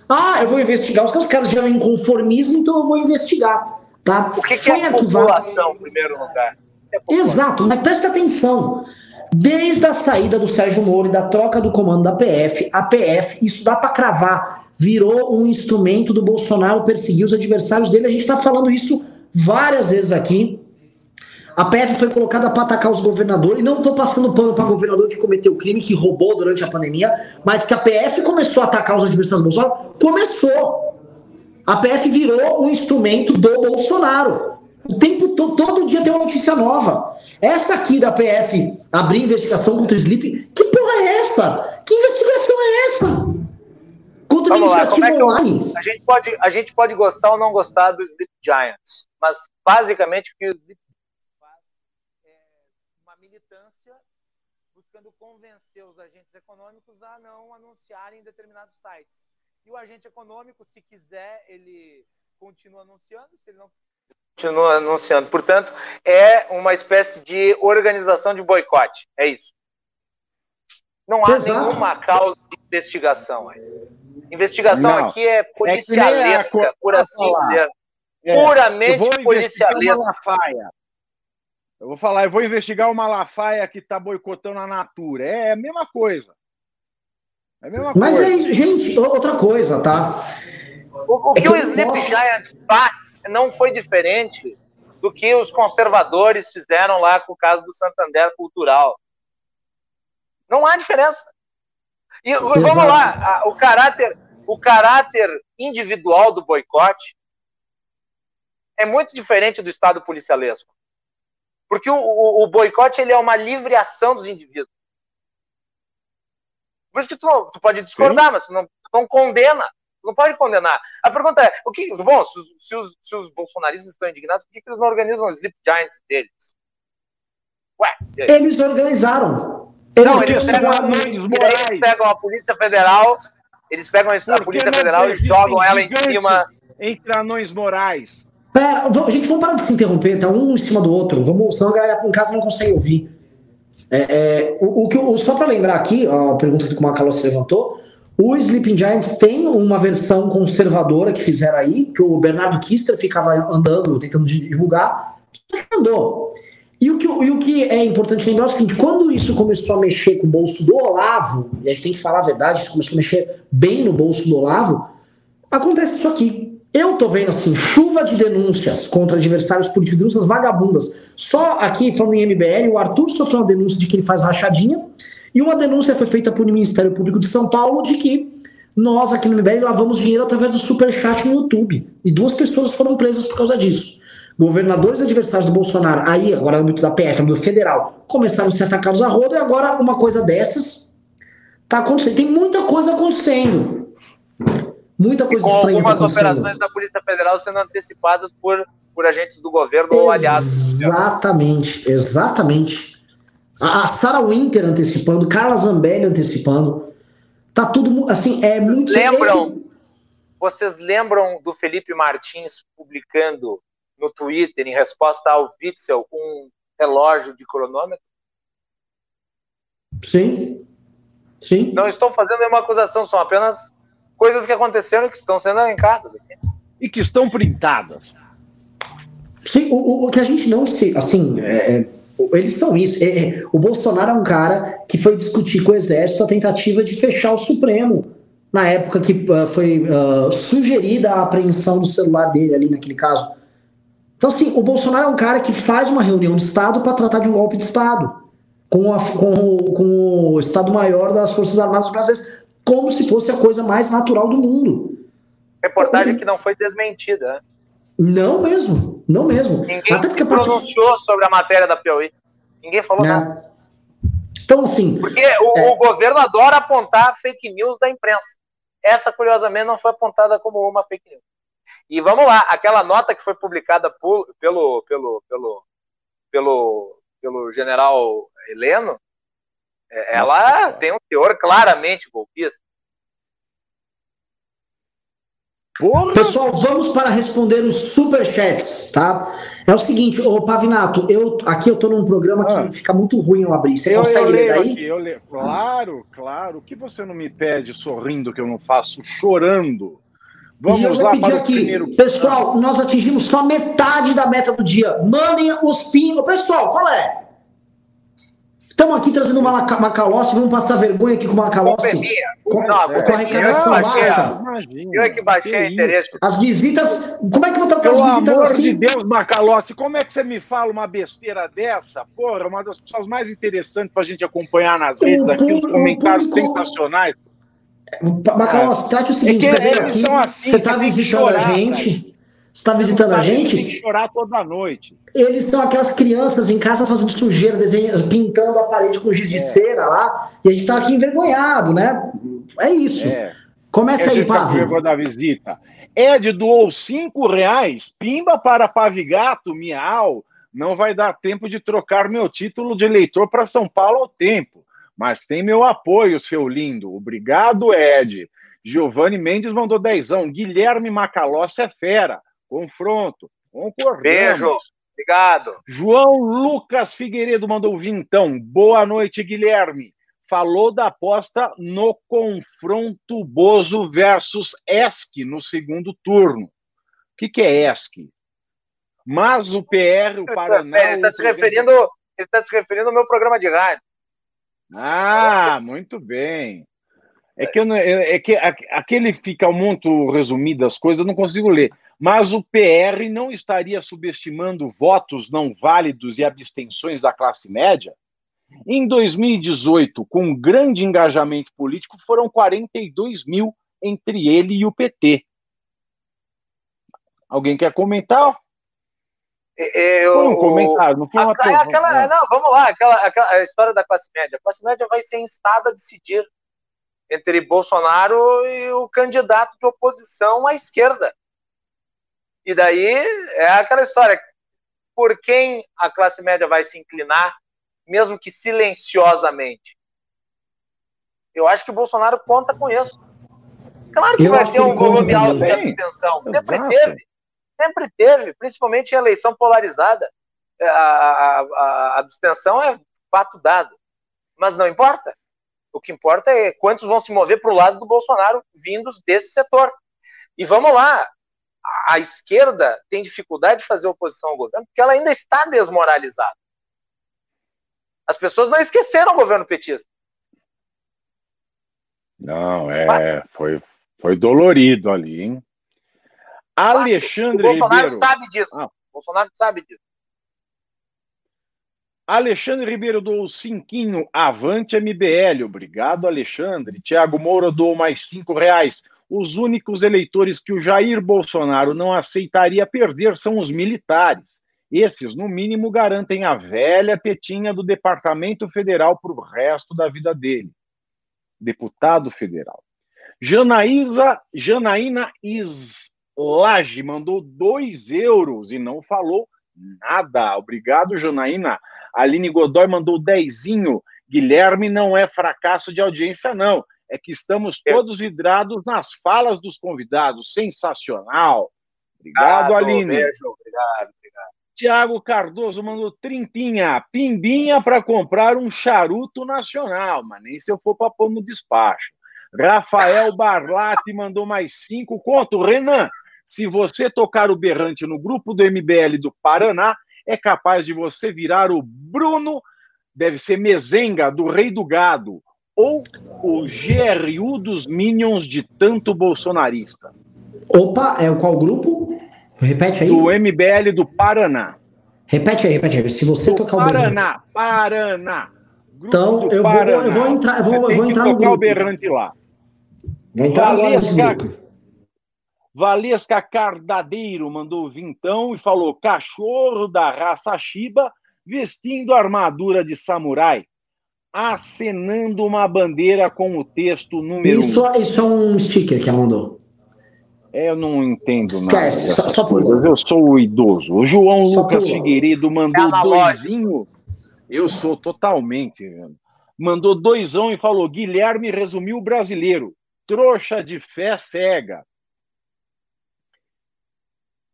S1: Ah, eu vou investigar. Os caras já vêm conformismo, então eu vou investigar. Tá?
S4: O que, que
S1: Foi
S4: é
S1: arquivado.
S4: população, em primeiro lugar? É
S1: Exato, mas presta atenção. Desde a saída do Sérgio Moro e da troca do comando da P F, a P F, isso dá para cravar, virou um instrumento do Bolsonaro perseguir os adversários dele. A gente está falando isso várias vezes aqui. A P F foi colocada para atacar os governadores, e não estou passando pano para governador que cometeu crime, que roubou durante a pandemia, mas que a P F começou a atacar os adversários do Bolsonaro, começou. A P F virou um instrumento do Bolsonaro. O tempo todo, todo dia tem uma notícia nova. Essa aqui da P F abrir investigação contra o Sleep, que porra é essa? Que investigação é essa? Contra a iniciativa
S4: é
S1: online.
S4: Eu, a, gente pode, a gente pode gostar ou não gostar do Sleep Giants, mas basicamente o que o Sleep faz é uma militância buscando convencer os agentes econômicos a não anunciarem em determinados sites. E o agente econômico, se quiser, ele continua anunciando, se ele não continua anunciando. Portanto, é uma espécie de organização de boicote. É isso. Não há
S1: Exato.
S4: nenhuma causa de investigação. Investigação
S3: não.
S4: aqui é policialesca, é por assim
S3: falar.
S4: dizer.
S3: É,
S4: Puramente policialesca.
S3: Malafaia. Eu vou falar, eu vou investigar o Malafaia que está boicotando a Natura. É a mesma coisa. É a mesma
S1: Mas
S3: coisa.
S1: é isso, gente, outra coisa, tá?
S4: O, o
S1: é
S4: que, que o Sleep posso... Giant faz não foi diferente do que os conservadores fizeram lá com o caso do Santander Cultural. Não há diferença. E Exato. Vamos lá, a, o, caráter, o caráter individual do boicote é muito diferente do Estado policialesco. Porque o, o, o boicote ele é uma livre ação dos indivíduos. Por isso que tu, não, tu pode discordar, Sim. mas tu não, tu não condena. Tu não pode condenar. A pergunta é, o que, bom, se, se, os, se os bolsonaristas estão indignados, por que, que eles não organizam os Sleep Giants deles? Ué,
S1: eles organizaram. Eles
S4: não, eles pegam, eles pegam a Polícia Federal, eles pegam a Polícia Federal e jogam ela em cima.
S3: Entre anões morais.
S1: Pera, gente, vamos parar de se interromper, tá um em cima do outro. Vamos, senão a galera em casa não consegue ouvir. É, é, o, o que eu, só para lembrar aqui, a pergunta que o Macalossi levantou, o Sleeping Giants tem uma versão conservadora que fizeram aí, que o Bernardo Kister ficava andando, tentando divulgar, andou. E o, que, e o que é importante lembrar é o seguinte, quando isso começou a mexer com o bolso do Olavo, e a gente tem que falar a verdade, isso começou a mexer bem no bolso do Olavo, acontece isso aqui. Eu tô vendo assim, chuva de denúncias contra adversários políticos, denúncias vagabundas. Só aqui, falando em M B L, o Arthur sofreu uma denúncia de que ele faz rachadinha, e uma denúncia foi feita pelo Ministério Público de São Paulo de que nós aqui no M B L lavamos dinheiro através do superchat no YouTube. E duas pessoas foram presas por causa disso. Governadores adversários do Bolsonaro, aí agora no âmbito da P F, no âmbito federal, começaram a ser atacados a rodo, e agora uma coisa dessas tá acontecendo. Tem muita coisa acontecendo. Muita coisa estranha tá acontecendo.
S4: Com algumas operações da Polícia Federal sendo antecipadas por, por agentes do governo ou aliados.
S1: Exatamente, exatamente. A, a Sarah Winter antecipando, Carla Zambelli antecipando. Tá tudo, assim, é muito...
S4: Lembram,
S1: esse...
S4: Vocês lembram do Felipe Martins publicando no Twitter, em resposta ao Witzel, um relógio de cronômetro?
S1: Sim, sim.
S4: Não estou fazendo nenhuma acusação, são apenas coisas que aconteceram e que estão sendo elencadas aqui.
S3: E que estão printadas.
S1: Sim, o, o que a gente não se... Assim, é, eles são isso. É, é, o Bolsonaro é um cara que foi discutir com o Exército a tentativa de fechar o Supremo, na época que uh, foi uh, sugerida a apreensão do celular dele ali, naquele caso. Então, assim, o Bolsonaro é um cara que faz uma reunião de Estado para tratar de um golpe de Estado com, a, com, com o Estado-Maior das Forças Armadas Brasileiras, como se fosse a coisa mais natural do mundo.
S4: Reportagem que não foi desmentida, né?
S1: Não mesmo, não mesmo.
S4: Ninguém Até se pronunciou part... sobre a matéria da Piauí. Ninguém falou é. nada.
S1: Então, assim...
S4: Porque o, é... o governo adora apontar fake news da imprensa. Essa, curiosamente, não foi apontada como uma fake news. E vamos lá, aquela nota que foi publicada por, pelo, pelo, pelo, pelo, pelo general Heleno, ela tem um teor claramente golpista.
S3: Porra!
S1: Pessoal, vamos para responder os superchats, tá? É o seguinte, ô Pavinato, eu, aqui eu tô num programa que
S3: Ah.
S1: fica muito ruim eu abrir. Você
S3: Eu,
S1: consegue
S3: eu
S1: ler
S3: leio
S1: daí?
S3: aqui, eu leio. Claro, claro. O que você não me pede sorrindo que eu não faço chorando? Vamos
S1: e eu vou
S3: lá
S1: pedir
S3: para o
S1: aqui,
S3: primeiro...
S1: pessoal, nós atingimos só metade da meta do dia. Mandem os pingos. Pessoal, qual é? Estamos aqui trazendo uma Macalossi, vamos passar vergonha aqui com uma Macalossi.
S4: Pandemia.
S1: Com,
S4: Não,
S1: com a arrecadação
S4: eu baixei a-
S1: baixa.
S3: Imagina,
S4: Eu é que baixei
S3: que
S4: o interesse.
S3: isso?
S1: As visitas. Como é que eu vou tratar as
S3: Pelo
S1: visitas
S3: amor
S1: assim?
S3: de Deus, Macalossi, como é que você me fala uma besteira dessa? Porra, uma das pessoas mais interessantes para a gente acompanhar nas redes
S1: O
S3: aqui, os
S1: público-
S3: comentários
S1: o público-
S3: sensacionais.
S1: Macalossi, trate o seguinte:
S3: É que
S1: você veio
S3: eles
S1: aqui,
S3: são assim,
S1: você está
S3: você tem que
S1: visitando
S3: chorar,
S1: a gente. Você está visitando a
S3: Sabe, Tem que
S1: gente.
S3: chorar toda noite.
S1: Eles são aquelas crianças em casa fazendo sujeira, desenhando, pintando a parede com giz de
S3: É.
S1: cera lá. E a gente está aqui envergonhado, né? É isso.
S3: É.
S1: Começa aí,
S3: Esse fica com
S1: Pavio.
S3: vergonha da visita. Ed doou cinco reais. Pimba para Pavigato, miau. Não vai dar tempo de trocar meu título de eleitor para São Paulo ao tempo. Mas tem meu apoio, seu lindo. Obrigado, Ed. Giovanni Mendes mandou dezão. Guilherme Macalossi é fera. Confronto. Concordamos.
S4: Beijo. Obrigado.
S3: João Lucas Figueiredo mandou vintão. Boa noite, Guilherme. Falou da aposta no confronto Bozo versus Esk no segundo turno. O que, que é Esk? Mas o P R, o Paraná...
S4: Ele está se referindo, ele tá se referindo ao meu programa de rádio.
S3: Ah, muito bem. É que, eu não, é que aquele fica muito resumido as coisas, eu não consigo ler. Mas o P R não estaria subestimando votos não válidos e abstenções da classe média? Em dois mil e dezoito, com grande engajamento político, foram quarenta e dois mil entre ele e o P T. Alguém quer comentar?
S4: Eu,
S3: foi um comentário, não foi uma
S4: a, aquela, é. Não, vamos lá, aquela, aquela a história da classe média. A classe média vai ser instada a decidir entre Bolsonaro e o candidato de oposição à esquerda. E daí é aquela história, por quem a classe média vai se inclinar, mesmo que silenciosamente? Eu acho que o Bolsonaro conta com isso. Claro que
S1: Eu
S4: vai ter um volume alto de
S3: também.
S4: abstenção.
S3: Exato.
S4: Sempre teve. Sempre teve, principalmente em eleição polarizada. A, a, a abstenção é fato dado. Mas não importa. O que importa é quantos vão se mover para o lado do Bolsonaro vindos desse setor. E vamos lá. A esquerda tem dificuldade de fazer oposição ao governo porque ela ainda está desmoralizada. As pessoas não esqueceram o governo petista.
S3: Não, é, foi, foi dolorido ali, hein? Alexandre
S4: o Bolsonaro
S3: Ribeiro.
S4: sabe disso.
S3: Ah.
S4: O Bolsonaro sabe disso.
S3: Alexandre Ribeiro doou cinquinho. Avante M B L. Obrigado, Alexandre. Tiago Moura doou mais cinco reais. Os únicos eleitores que o Jair Bolsonaro não aceitaria perder são os militares. Esses, no mínimo, garantem a velha tetinha do Departamento Federal para o resto da vida dele. Deputado federal. Janaísa, Janaína Islage mandou dois euros e não falou nada. Obrigado, Janaína. Aline Godoy mandou dezinho. Guilherme, não é fracasso de audiência, não. É que estamos todos vidrados nas falas dos convidados. Sensacional. Obrigado,
S4: Ah,
S3: Aline.
S4: Beijo, obrigado, obrigado.
S3: Tiago Cardoso mandou trintinha, pimbinha para comprar um charuto nacional, mas nem se eu for para pôr no despacho. Rafael Barlatti mandou mais cinco conto. Renan, se você tocar o berrante no grupo do M B L do Paraná, é capaz de você virar o Bruno, deve ser Mezenga, do Rei do Gado, ou o G R U dos Minions de tanto bolsonarista.
S1: Opa, é o qual grupo? Repete aí.
S3: Do M B L do Paraná.
S1: Repete aí, repete aí. Se você
S3: do
S1: tocar
S3: Paraná, o Paraná. Grupo
S1: então, eu vou, eu vou entrar, eu vou,
S3: Você
S1: eu vou
S3: tem
S1: entrar
S3: que
S1: no
S3: tocar
S1: grupo.
S3: o berrante lá.
S1: Vou entrar agora nesse
S3: Valesca,
S1: grupo.
S3: Valesca Cardadeiro mandou vintão e falou: cachorro da raça Shiba vestindo armadura de samurai, acenando uma bandeira com o texto número
S1: Isso,
S3: um.
S1: isso é um sticker que ela mandou.
S3: É, eu não entendo
S1: Esquece,
S3: nada dessas
S1: só- só
S3: coisas.
S1: pula.
S3: Eu sou o idoso. O João
S1: Só
S3: Lucas
S1: pula.
S3: Figueiredo mandou
S4: É analógico.
S3: doisinho. Eu sou totalmente. Mandou doisão e falou: Guilherme resumiu o brasileiro. Trouxa de fé cega.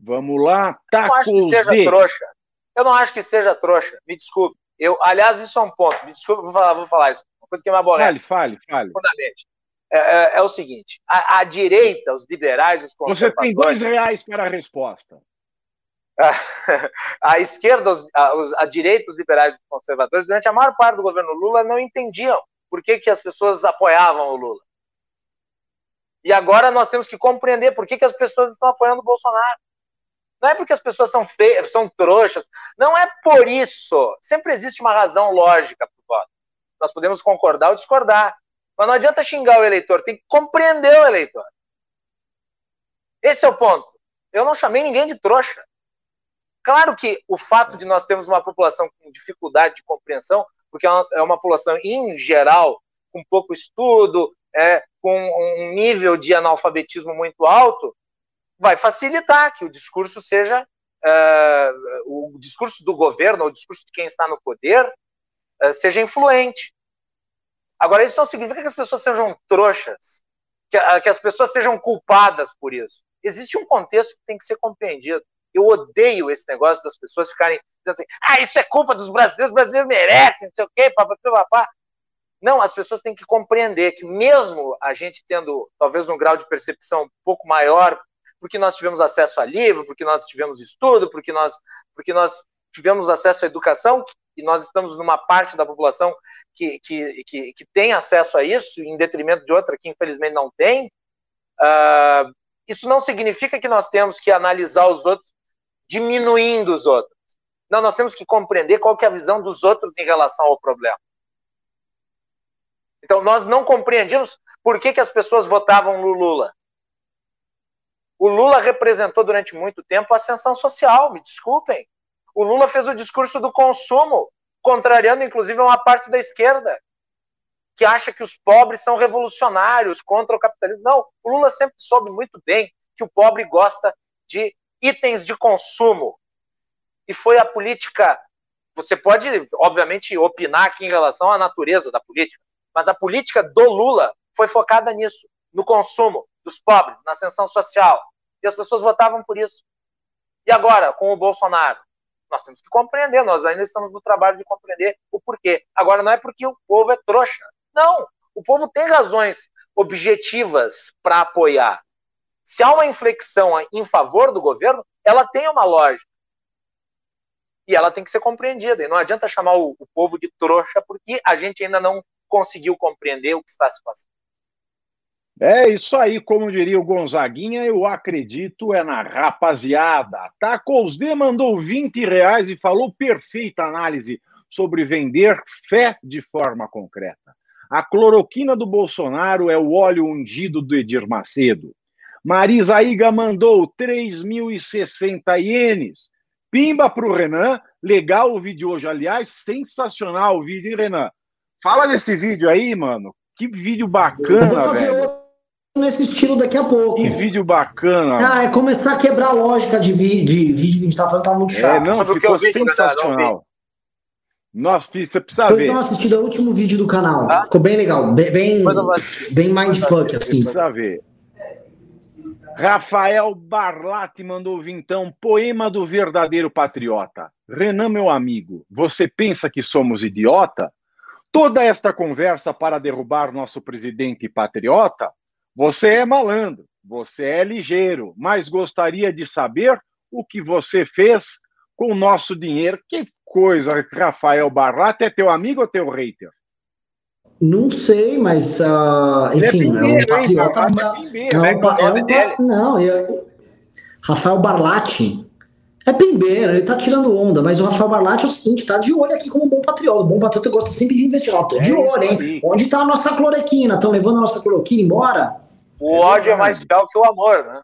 S3: Vamos lá,
S4: Eu não acho que seja trouxa. Eu não acho que seja trouxa. Me desculpe. Eu, aliás, isso é um ponto. Me desculpe, vou falar, vou falar isso. Uma coisa que me aborrece.
S3: Fale, fale, fale.
S4: Profundamente. É, é, é o seguinte: a, a direita, os liberais, os conservadores.
S3: Você tem dois reais para a resposta.
S4: A, a esquerda, os, a, os, a direita, os liberais e os conservadores, durante a maior parte do governo Lula, não entendiam por que, que as pessoas apoiavam o Lula. E agora nós temos que compreender por que, que as pessoas estão apoiando o Bolsonaro. Não é porque as pessoas são feias, são trouxas. Não é por isso. Sempre existe uma razão lógica para o voto. Nós podemos concordar ou discordar. Mas não adianta xingar o eleitor. Tem que compreender o eleitor. Esse é o ponto. Eu não chamei ninguém de trouxa. Claro que o fato de nós termos uma população com dificuldade de compreensão, porque é uma população, em geral, com pouco estudo, é, com um nível de analfabetismo muito alto, vai facilitar que o discurso seja uh, o discurso do governo, ou o discurso de quem está no poder, uh, seja influente. Agora, isso não significa que as pessoas sejam trouxas, que, uh, que as pessoas sejam culpadas por isso. Existe um contexto que tem que ser compreendido. Eu odeio esse negócio das pessoas ficarem dizendo assim, ah, isso é culpa dos brasileiros, os brasileiros merecem, não sei o quê, papapá, papá. Não, as pessoas têm que compreender que mesmo a gente tendo, talvez, um grau de percepção um pouco maior, porque nós tivemos acesso a livro, porque nós tivemos estudo, porque nós, porque nós tivemos acesso à educação, e nós estamos numa parte da população que, que, que, que tem acesso a isso, em detrimento de outra que, infelizmente, não tem. Uh, isso não significa que nós temos que analisar os outros diminuindo os outros. Não, nós temos que compreender qual que é a visão dos outros em relação ao problema. Então, nós não compreendemos por que, que as pessoas votavam no Lula. O Lula representou durante muito tempo a ascensão social, me desculpem. O Lula fez o discurso do consumo, contrariando inclusive uma parte da esquerda, que acha que os pobres são revolucionários contra o capitalismo. Não, o Lula sempre soube muito bem que o pobre gosta de itens de consumo. E foi a política... Você pode, obviamente, opinar aqui em relação à natureza da política, mas a política do Lula foi focada nisso, no consumo dos pobres, na ascensão social. E as pessoas votavam por isso. E agora, com o Bolsonaro? Nós temos que compreender, nós ainda estamos no trabalho de compreender o porquê. Agora, não é porque o povo é trouxa. Não, o povo tem razões objetivas para apoiar. Se há uma inflexão em favor do governo, ela tem uma lógica. E ela tem que ser compreendida. E não adianta chamar o, o povo de trouxa, porque a gente ainda não conseguiu compreender o que está se passando.
S3: É isso aí, como diria o Gonzaguinha, eu acredito é na rapaziada. Tacos D mandou vinte reais e falou perfeita análise sobre vender fé de forma concreta. A cloroquina do Bolsonaro é o óleo ungido do Edir Macedo. Marisa Iga mandou três mil e sessenta ienes. Pimba pro Renan. Legal o vídeo hoje, aliás, sensacional o vídeo, hein, Renan? Fala desse vídeo aí, mano. Que vídeo bacana,
S1: eu vou fazer
S3: velho.
S1: Outro nesse estilo daqui a pouco.
S3: Que vídeo bacana.
S1: Ah, é começar a quebrar a lógica de, vi de vídeo que a gente tava falando, tá muito chato.
S3: É, não,
S4: Sobre
S3: ficou
S4: o que eu vi,
S3: sensacional. Nossa, você precisa
S1: Vocês
S3: ver.
S1: estão assistindo o último vídeo do canal.
S4: Ah?
S1: Ficou bem legal. Bem, bem, bem mindfuck, assim.
S3: Precisa ver. Rafael Barlatti mandou vintão, poema do verdadeiro patriota. Renan, meu amigo, você pensa que somos idiota? Toda esta conversa para derrubar nosso presidente patriota? Você é malandro, você é ligeiro, mas gostaria de saber o que você fez com o nosso dinheiro. Que coisa, Rafael Barlatti, é teu amigo ou teu hater?
S1: Não sei, mas, uh, enfim, é, é um patriota.
S3: É
S1: não, é um, é um, não eu, Rafael Barlatti é pimbeiro, ele tá tirando onda, mas o Rafael Barlatti é o seguinte, tá de olho aqui como um bom patriota. O bom patriota gosta sempre de investir. Ó, tô de é olho, hein? Aí. Onde tá a nossa cloroquina? Estão levando a nossa cloroquina embora?
S4: O ódio é mais real que o amor, né?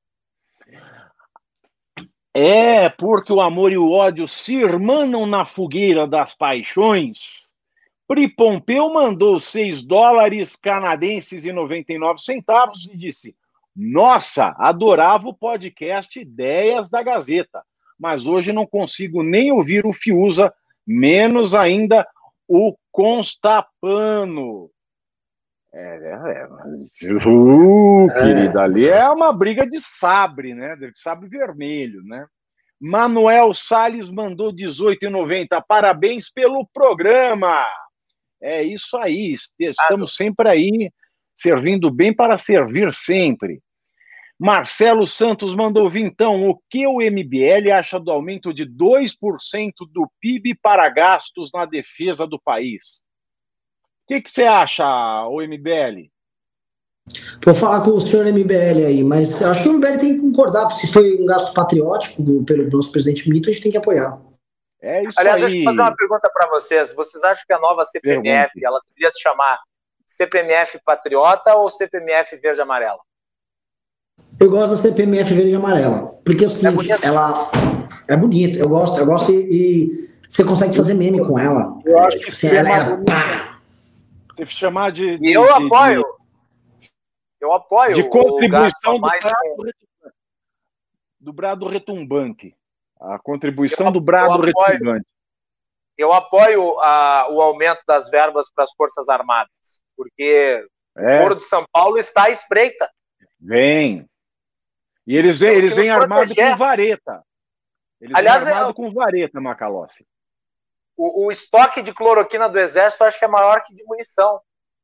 S3: É, porque o amor e o ódio se irmanam na fogueira das paixões. Pri Pompeu mandou seis dólares canadenses e noventa e nove centavos e disse: nossa, adorava o podcast Ideias da Gazeta, mas hoje não consigo nem ouvir o Fiuza, menos ainda o Constapano. É, é, é. Uh, querida, ali é uma briga de sabre, né? De sabre vermelho, né? Manuel Salles mandou dezoito e noventa. Parabéns pelo programa. É isso aí. Estamos sempre aí, servindo bem para servir sempre. Marcelo Santos mandou vintão. O que o M B L acha do aumento de dois por cento do P I B para gastos na defesa do país? O que, que você acha, o M B L?
S1: Vou falar com o senhor M B L aí, mas acho que o M B L tem que concordar. Se foi um gasto patriótico do, pelo nosso presidente Mito, a gente tem que apoiar.
S3: É isso
S4: Aliás,
S3: aí.
S4: deixa eu fazer uma pergunta para vocês. Vocês acham que a nova C P M F, ela deveria se chamar C P M F Patriota ou C P M F Verde Amarela?
S1: Eu gosto da C P M F Verde Amarela, porque é o seguinte, é ela é bonita, eu gosto, eu gosto e, e você consegue fazer meme com ela.
S3: Eu acho
S1: é,
S3: que
S1: tipo assim, ela era pá.
S3: Se chamar de, de
S4: e eu
S3: de,
S4: apoio.
S3: De...
S4: Eu apoio
S3: de contribuição do
S4: mais
S3: brado,
S4: com...
S3: do brado retumbante. A contribuição eu, do brado eu apoio, retumbante.
S4: Eu apoio a, o aumento das verbas para as Forças Armadas, porque é. o Foro de São Paulo está à espreita.
S3: Vem. E eles vêm, eles vêm armados com vareta. Eles
S4: Aliás,
S3: vêm armados
S4: é...
S3: com vareta, Macalossi.
S4: O, o estoque de cloroquina do Exército acho que é maior que de munição.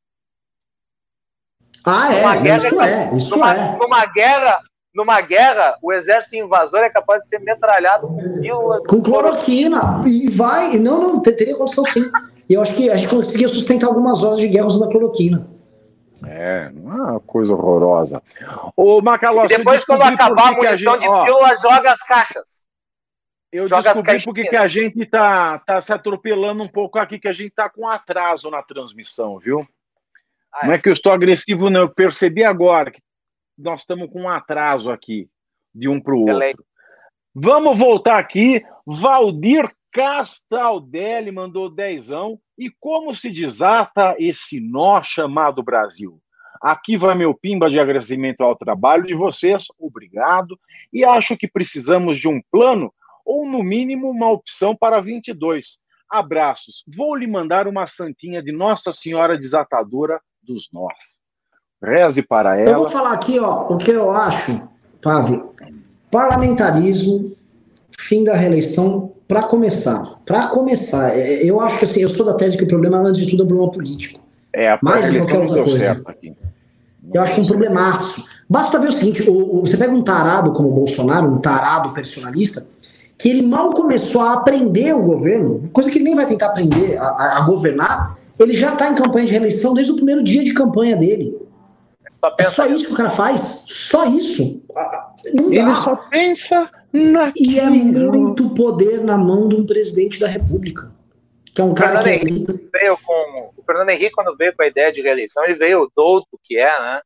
S1: Ah, é, guerra, isso é, isso
S4: numa,
S1: é.
S4: Numa guerra, numa guerra, o exército invasor é capaz de ser metralhado com pílula.
S1: Com cloroquina. E vai, não, não, teria condição sim. E eu acho que a gente conseguia sustentar algumas horas de guerra usando a cloroquina.
S3: É, não é uma coisa horrorosa. Ô, Macalossi,
S4: e depois, quando acabar a munição a gente, de pílula, ó, joga as caixas.
S3: Eu joga descobri porque que a gente tá, tá se atropelando um pouco aqui, que a gente tá com atraso na transmissão, viu? Ah, é. Não é que eu estou agressivo, não. Eu percebi agora que nós estamos com um atraso aqui, de um para o outro. Vamos voltar aqui. Valdir Castaldelli mandou dezão. E como se desata esse nó chamado Brasil? Aqui vai meu pimba de agradecimento ao trabalho de vocês. Obrigado. E acho que precisamos de um plano ou, no mínimo, uma opção para vinte e dois. Abraços. Vou lhe mandar uma santinha de Nossa Senhora Desatadora dos nós. Reze para ela.
S1: Eu vou falar aqui, ó, o que eu acho, Pavi, parlamentarismo, fim da reeleição, para começar. Para começar, eu acho que assim, eu sou da tese que o problema, antes de tudo, é um problema político.
S3: É, a
S1: mais do que qualquer outra coisa. Eu acho que é um problemaço. Basta ver o seguinte, o, o, você pega um tarado como o Bolsonaro, um tarado personalista, que ele mal começou a aprender o governo, coisa que ele nem vai tentar aprender a, a, a governar. Ele já está em campanha de reeleição desde o primeiro dia de campanha dele. É só isso que o cara faz. Só isso. Não dá.
S3: Ele só pensa naquilo.
S1: E é muito poder na mão de um presidente da República. Que é um cara que...
S4: Henrique veio com, o Fernando Henrique, quando veio com a ideia de reeleição, ele veio douto, que é, né?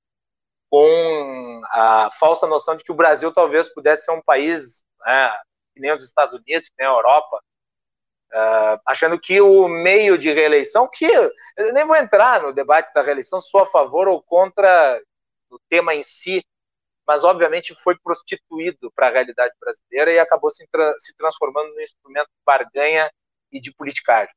S4: Com a falsa noção de que o Brasil talvez pudesse ser um país, né, que nem os Estados Unidos, que nem a Europa, Uh, achando que o meio de reeleição, que eu nem vou entrar no debate da reeleição, sou a favor ou contra o tema em si, mas obviamente foi prostituído para a realidade brasileira e acabou se, tra se transformando num instrumento de barganha e de politicagem.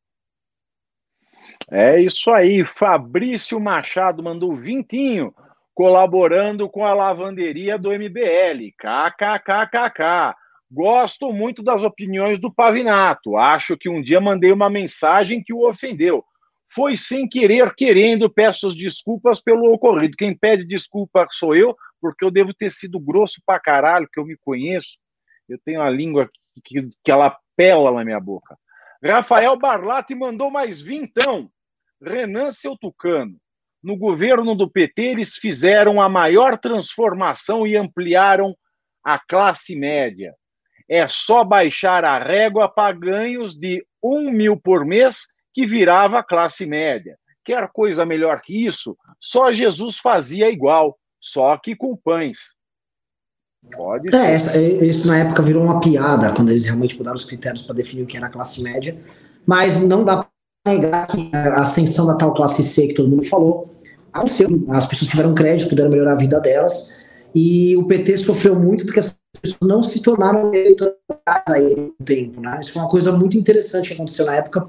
S3: É isso aí, Fabrício Machado mandou vintinho, colaborando com a lavanderia do M B L, kkkk. Gosto muito das opiniões do Pavinato. Acho que um dia mandei uma mensagem que o ofendeu. Foi sem querer, querendo. Peço as desculpas pelo ocorrido. Quem pede desculpa sou eu, porque eu devo ter sido grosso pra caralho, que eu me conheço. Eu tenho a língua que, que, que ela pela na minha boca. Rafael Barlatti mandou mais vintão. Renan, seu tucano. No governo do P T, eles fizeram a maior transformação e ampliaram a classe média. É só baixar a régua para ganhos de um mil por mês que virava classe média. Quer coisa melhor que isso? Só Jesus fazia igual, só que com pães. Pode
S1: é,
S3: ser.
S1: Essa, isso na época virou uma piada, quando eles realmente mudaram os critérios para definir o que era a classe média, mas não dá para negar que a ascensão da tal classe C que todo mundo falou aconteceu. As pessoas tiveram crédito, puderam melhorar a vida delas, e o P T sofreu muito porque as pessoas não se tornaram eleitorais aí no tempo, né? Isso foi uma coisa muito interessante que aconteceu na época,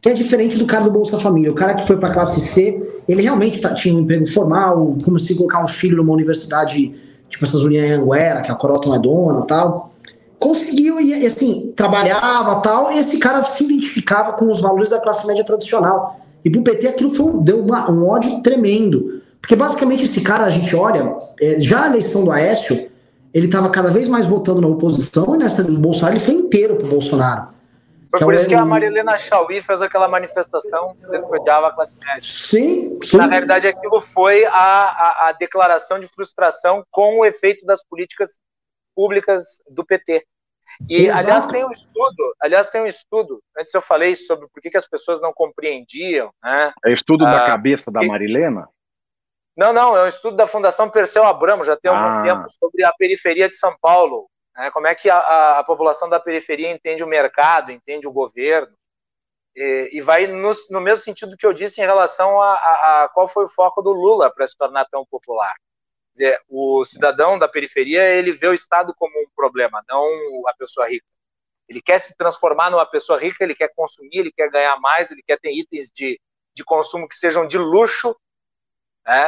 S1: que é diferente do cara do Bolsa Família. O cara que foi para a classe C, ele realmente tá, tinha um emprego formal, como se colocar um filho numa universidade, tipo essas Anhanguera, que a Coroton é dona e tal. Conseguiu, e assim, trabalhava tal, e esse cara se identificava com os valores da classe média tradicional. E pro P T aquilo foi um, deu uma, um ódio tremendo. Porque basicamente esse cara, a gente olha, é, já a eleição do Aécio, ele estava cada vez mais votando na oposição, e nessa do Bolsonaro ele foi inteiro pro Bolsonaro.
S4: Foi
S1: que
S4: por
S1: é
S4: isso
S1: o,
S4: que a Marilena Chauí fez aquela manifestação dizendo que odiava a classe média.
S1: Sim, sim.
S4: Na realidade, aquilo foi a, a, a declaração de frustração com o efeito das políticas públicas do P T. E,
S1: Exato.
S4: aliás, tem um estudo, aliás, tem um estudo, antes eu falei sobre por que, que as pessoas não compreendiam, né?
S3: É estudo
S4: ah,
S3: da cabeça da Marilena?
S4: Não, não, é um estudo da Fundação Perseu Abramo, já tem algum
S3: ah.
S4: tempo, sobre a periferia de São Paulo, né? Como é que a, a, a população da periferia entende o mercado, entende o governo, e, e vai no, no mesmo sentido que eu disse em relação a, a, a qual foi o foco do Lula para se tornar tão popular. Quer dizer, o cidadão da periferia, ele vê o Estado como um problema, não a pessoa rica. Ele quer se transformar numa pessoa rica, ele quer consumir, ele quer ganhar mais, ele quer ter itens de, de consumo que sejam de luxo, né?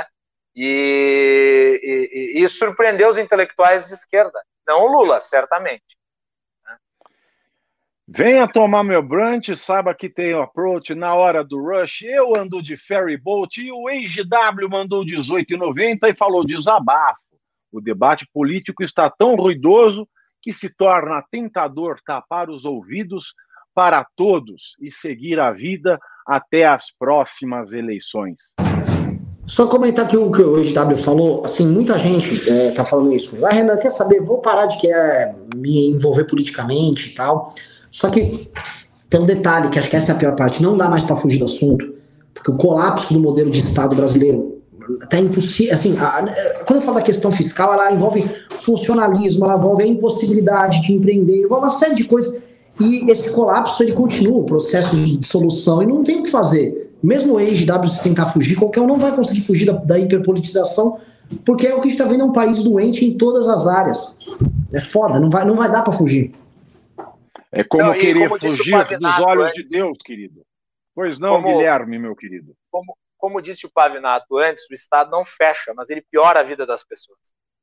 S4: E, e, e isso surpreendeu os intelectuais de esquerda. Não o Lula, certamente. Né?
S3: Venha tomar meu brunch, saiba que tem o approach na hora do rush. Eu ando de ferry boat e o Age W mandou dezoito reais e noventa centavos e falou desabafo. O debate político está tão ruidoso que se torna tentador tapar os ouvidos para todos e seguir a vida até as próximas eleições.
S1: Só comentar aqui o que o Age W falou, assim, muita gente é, tá falando isso. Ah, Renan, quer saber, vou parar de querer me envolver politicamente e tal. Só que tem um detalhe, que acho que essa é a pior parte, não dá mais para fugir do assunto, porque o colapso do modelo de Estado brasileiro tá impossível, assim, a, a, quando eu falo da questão fiscal, ela envolve funcionalismo, ela envolve a impossibilidade de empreender, envolve uma série de coisas, e esse colapso, ele continua, o processo de dissolução, e não tem o que fazer. Mesmo o Age W, se tentar fugir, qualquer um não vai conseguir fugir da, da hiperpolitização, porque é o que a gente tá vendo, é um país doente em todas as áreas. É foda, não vai, não vai dar para fugir.
S3: É como
S4: não,
S3: querer
S4: como
S3: fugir
S4: Pavinato,
S3: dos olhos
S4: antes,
S3: de Deus, querido. Pois não,
S4: como,
S3: Guilherme, meu querido.
S4: Como, como disse o Pavinato antes, o Estado não fecha, mas ele piora a vida das pessoas.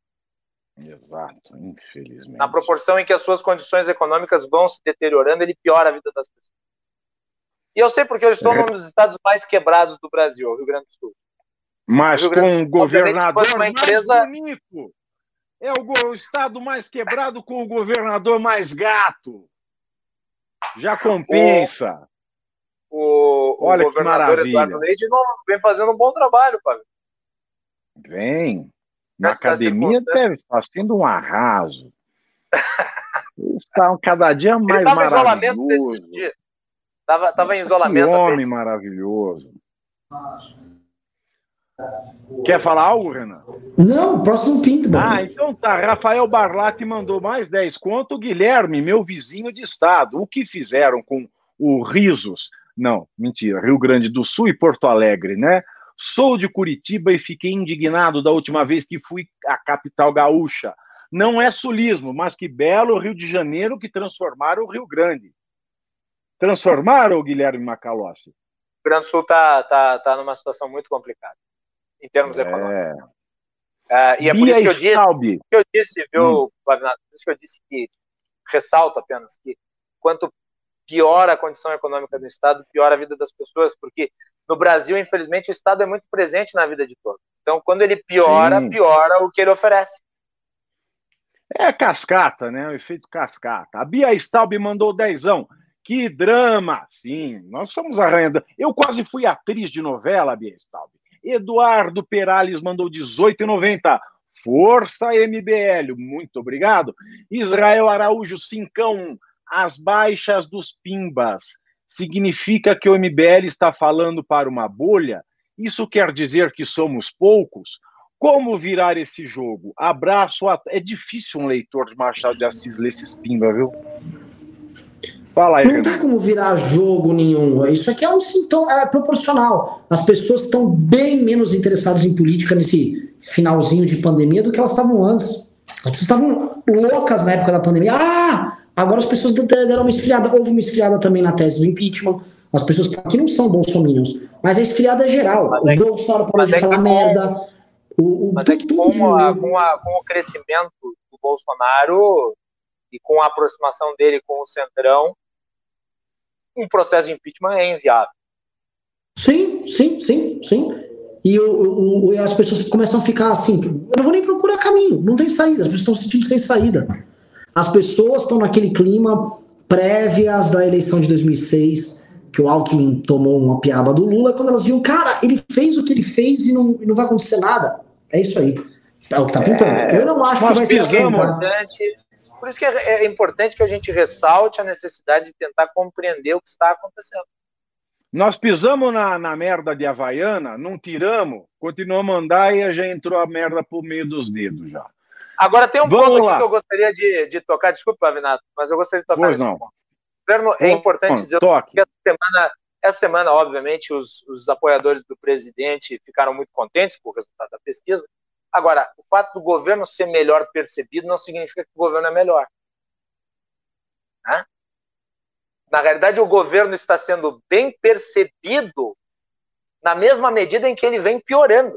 S3: Exato, infelizmente.
S4: Na proporção em que as suas condições econômicas vão se deteriorando, ele piora a vida das pessoas. E eu sei porque eu estou num dos estados mais quebrados do Brasil, o Rio Grande do Sul.
S3: Mas com um governador
S4: uma empresa...
S3: mais bonito. É o, go... o estado mais quebrado com o governador mais gato. Já compensa.
S4: O, o,
S3: Olha
S4: o governador Eduardo Leite não vem fazendo um bom trabalho, Fábio.
S3: Vem. Na academia deve estar sendo um arraso. Está cada dia mais
S4: Ele tava
S3: maravilhoso.
S4: Em isolamento desses dias. Tava, tava em isolamento.
S3: Que homem maravilhoso. Quer falar algo, Renan?
S1: Não, próximo pinto. Bom.
S3: Ah, então tá. Rafael Barlatti mandou mais dez conto. Guilherme, meu vizinho de estado. O que fizeram com o Risos? Não, mentira. Rio Grande do Sul e Porto Alegre, né? Sou de Curitiba e fiquei indignado da última vez que fui à capital gaúcha. Não é sulismo, mas que belo Rio de Janeiro que transformaram o Rio Grande. Transformaram o Guilherme Macalossi?
S4: O Rio Grande do Sul está tá, tá numa situação muito complicada, em termos
S3: é.
S4: econômicos. Uh, e é por isso que eu disse, que eu disse viu, hum. por isso que eu disse que, ressalto apenas, que quanto pior a condição econômica do Estado, pior a vida das pessoas, porque no Brasil, infelizmente, o Estado é muito presente na vida de todos. Então, quando ele piora, Sim. piora o que ele oferece.
S3: É cascata, né? O efeito cascata. A Bia Staub mandou dezão. Que drama! Sim, nós somos arranhando. Eu quase fui atriz de novela, Bia Staub. Eduardo Perales mandou dezoito reais e noventa centavos. Força M B L, muito obrigado. Israel Araújo, cincão. As baixas dos pimbas. Significa que o M B L está falando para uma bolha? Isso quer dizer que somos poucos? Como virar esse jogo? Abraço. A... É difícil um leitor de Machado de Assis ler esses pimba, viu? Fala aí,
S1: não tem como virar jogo nenhum. Isso aqui é um sintoma, é proporcional. As pessoas estão bem menos interessadas em política nesse finalzinho de pandemia do que elas estavam antes. As pessoas estavam loucas na época da pandemia. Ah! Agora as pessoas deram uma esfriada. Houve uma esfriada também na tese do impeachment. As pessoas que estão aqui não são bolsominions, mas a esfriada é geral.
S4: Mas
S1: o
S4: é que-
S1: Bolsonaro parou
S4: mas
S1: de
S4: é que
S1: falar
S4: com-
S1: merda. O, o,
S4: Mas é que
S1: tudo
S4: com,
S1: de-
S4: a- com, a- com o crescimento do Bolsonaro e com a aproximação dele com o Centrão, um processo de impeachment é inviável.
S1: Sim, sim, sim, sim. E o, o, o- as pessoas começam a ficar assim, eu não vou nem procurar caminho, não tem saída, as pessoas estão se sentindo sem saída. As pessoas estão naquele clima prévias da eleição de dois mil e seis, que o Alckmin tomou uma piaba do Lula, quando elas viram, cara, ele fez o que ele fez e não, e não vai acontecer nada. É isso aí. É o que tá pintando.
S3: É,
S1: eu não acho que
S3: nós
S1: vai ser assim,
S3: pisamos.
S1: tá?
S4: Importante- Por isso que é, é importante que a gente ressalte a necessidade de tentar compreender o que está acontecendo.
S3: Nós pisamos na, na merda de Havaiana, não tiramos, continuamos a andar e já entrou a merda por meio dos dedos já.
S4: Agora, tem um
S3: Vamos
S4: ponto
S3: lá.
S4: aqui que eu gostaria de, de tocar. Desculpa, Avinato, mas eu gostaria de tocar
S3: Pois
S4: nesse
S3: não.
S4: ponto. O governo, é
S3: Bom,
S4: importante dizer
S3: toque.
S4: que essa semana, essa semana obviamente, os, os apoiadores do presidente ficaram muito contentes com o resultado da pesquisa. Agora, o fato do governo ser melhor percebido não significa que o governo é melhor. Né? Na realidade, o governo está sendo bem percebido na mesma medida em que ele vem piorando.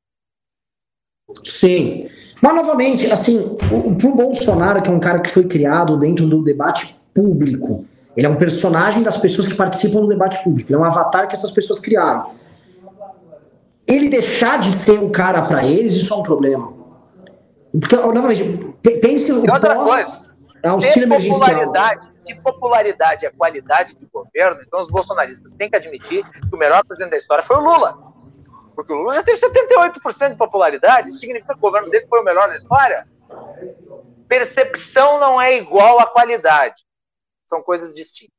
S1: Sim. Mas, novamente, assim, o, pro Bolsonaro, que é um cara que foi criado dentro do debate público, ele é um personagem das pessoas que participam do debate público, ele é um avatar que essas pessoas criaram. Ele deixar de ser o cara para eles, isso é um problema. Porque, novamente, pense o
S4: E outra
S1: pós-auxílio
S4: Se
S1: emergencial.
S4: popularidade, se popularidade é qualidade de governo, então os bolsonaristas têm que admitir que o melhor presidente da história foi o Lula. Porque o Lula já tem setenta e oito por cento de popularidade, isso significa que o governo dele foi o melhor da história? Percepção não é igual à qualidade. São coisas distintas.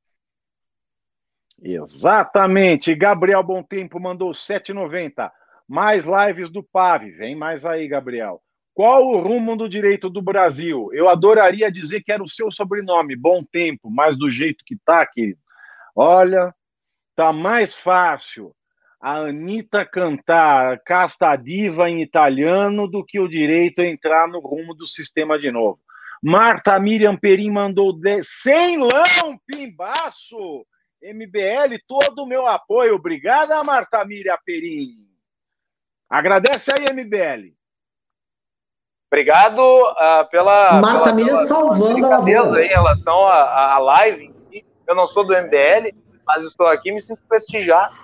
S3: Exatamente. Gabriel Bom Tempo mandou sete reais e noventa centavos. Mais lives do P A V. Vem mais aí, Gabriel. Qual o rumo do direito do Brasil? Eu adoraria dizer que era o seu sobrenome, Bom Tempo, mas do jeito que tá, querido. Olha, tá mais fácil a Anitta cantar Casta Diva em italiano do que o direito a entrar no rumo do sistema de novo. Marta Miriam Perim mandou cem lão, pimbaço. M B L, todo o meu apoio. Obrigada, Marta Miriam Perim. Agradece aí, M B L.
S4: Obrigado uh, pela,
S1: Marta
S4: pela,
S1: Miriam
S4: pela
S1: salvando a lavoura.
S4: aí em relação à live em si. Eu não sou do M B L, mas estou aqui e me sinto prestigiado.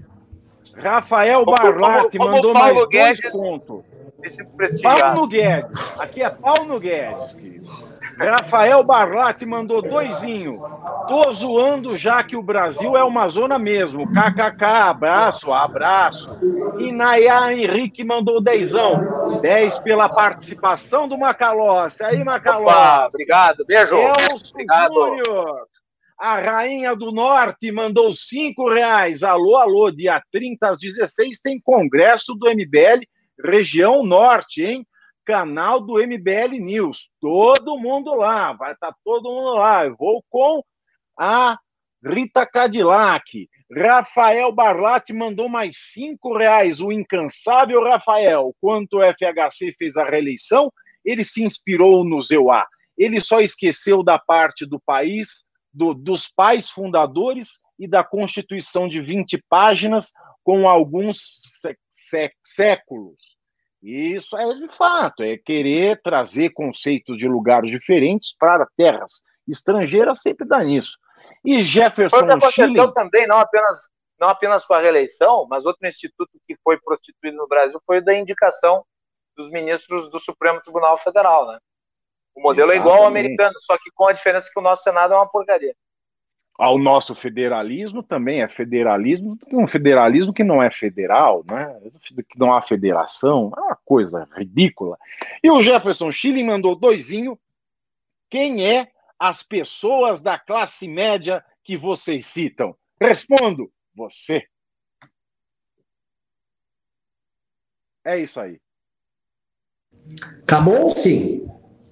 S3: Rafael
S4: Como-
S3: Barlatti
S4: como- como
S3: mandou
S4: Paulo
S3: mais dois
S4: Guedes.
S3: pontos.
S4: Me sinto prestigiado.
S3: Paulo Guedes. Aqui é Paulo Guedes, querido. Rafael Barlatti mandou doisinho. Tô zoando já que o Brasil é uma zona mesmo. K K K, abraço, abraço. E Nayá Henrique mandou dezão. dez pela participação do Macalossi. Aí,
S4: Opa,
S3: Macalossi.
S4: obrigado, beijo.
S3: Elcio
S4: Obrigado.
S3: Júnior. A Rainha do Norte mandou cinco reais. Alô, alô, dia trinta às dezesseis tem congresso do M B L Região Norte, hein? Canal do M B L News. Todo mundo lá, vai estar todo mundo lá. Eu vou com a Rita Cadillac. Rafael Barlatti mandou mais cinco reais. O incansável Rafael. Quanto o F H C fez a reeleição, ele se inspirou no Zeuá. Ele só esqueceu da parte do país, do, dos pais fundadores e da Constituição de vinte páginas com alguns sé sé séculos. Isso é de fato, é querer trazer conceitos de lugares diferentes para terras estrangeiras, sempre dá nisso. E Jefferson
S4: Foi o que aconteceu
S3: Schilling,
S4: também, não apenas, não apenas com a reeleição, mas outro instituto que foi prostituído no Brasil foi o da indicação dos ministros do Supremo Tribunal Federal, né? O modelo é igual ao
S3: Exatamente.
S4: americano, só que com a diferença que o nosso Senado é uma porcaria.
S3: ao nosso federalismo também é federalismo, um federalismo que não é federal, né? Que não há federação, é uma coisa ridícula. E o Jefferson Schilling mandou doisinho. Quem é as pessoas da classe média que vocês citam? Respondo, você. É isso aí.
S1: Acabou-se?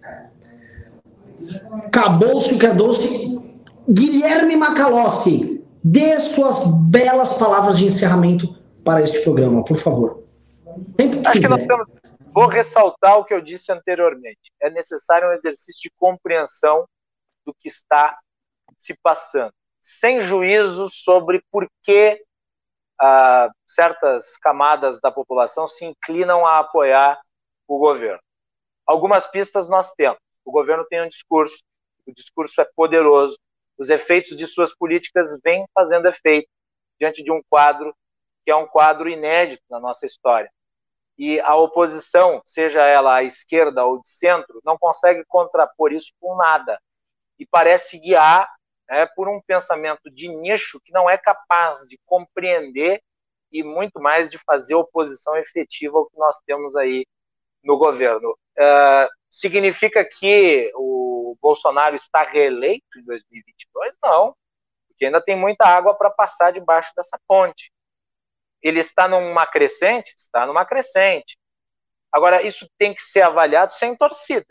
S1: Acabou-se o que é doce. Guilherme Macalossi, dê suas belas palavras de encerramento para este programa, por favor. Sempre que
S4: Acho que nós
S1: quiser.
S4: temos... Vou ressaltar o que eu disse anteriormente. É necessário um exercício de compreensão do que está se passando. sem juízo sobre por que ah, certas camadas da população se inclinam a apoiar o governo. Algumas pistas nós temos. O governo tem um discurso, o discurso é poderoso, os efeitos de suas políticas vêm fazendo efeito diante de um quadro que é um quadro inédito na nossa história. E a oposição, seja ela à esquerda ou de centro, não consegue contrapor isso com nada. E parece guiar é, por um pensamento de nicho que não é capaz de compreender e muito mais de fazer oposição efetiva ao que nós temos aí no governo. Uh, significa que o Bolsonaro está reeleito em dois mil e vinte e dois? Não, porque ainda tem muita água para passar debaixo dessa ponte. Ele está numa crescente? Está numa crescente. Agora, isso tem que ser avaliado sem torcida.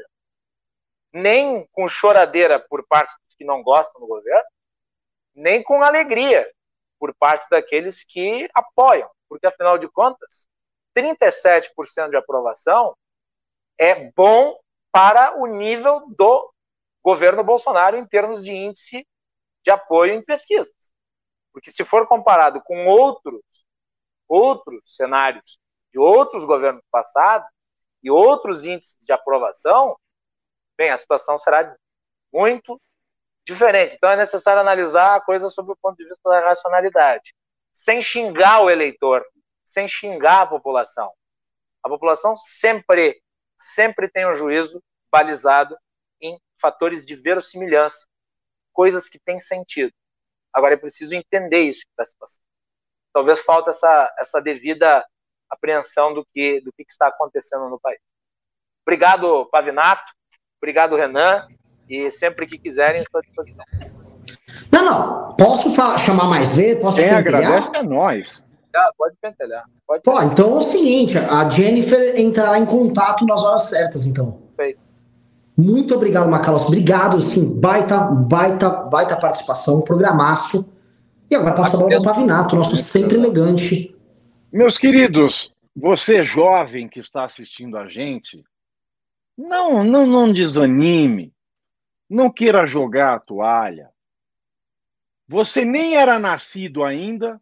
S4: Nem com choradeira por parte dos que não gostam do governo, nem com alegria por parte daqueles que apoiam. Porque, afinal de contas, trinta e sete por cento de aprovação é bom para o nível do governo Bolsonaro em termos de índice de apoio em pesquisas. Porque se for comparado com outros, outros cenários de outros governos passados e outros índices de aprovação, bem, a situação será muito diferente. Então é necessário analisar a coisa sob o ponto de vista da racionalidade, sem xingar o eleitor, sem xingar a população. A população sempre, sempre tem um juízo balizado em fatores de verossimilhança, coisas que têm sentido. Agora é preciso entender isso que está se passando. Talvez falte essa, essa devida apreensão do que, do que está acontecendo no país. Obrigado, Pavinato. Obrigado, Renan. E sempre que quiserem, estou à disposição.
S1: Não, não. Posso chamar mais vezes? Posso
S3: Quem
S1: pentelhar?
S3: agradece é nós.
S4: Ah, pode pentelhar. Pode
S1: Pô,
S4: pentelhar.
S1: então é o seguinte, a Jennifer entrará em contato nas horas certas, então.
S4: Perfeito.
S1: Muito obrigado, Macalossi. Obrigado, sim. Baita, baita, baita participação, programaço. E agora passa a bola para o Pavinato, nosso sempre elegante.
S3: Meus queridos, você jovem que está assistindo a gente, não, não, não desanime. Não queira jogar a toalha. Você nem era nascido ainda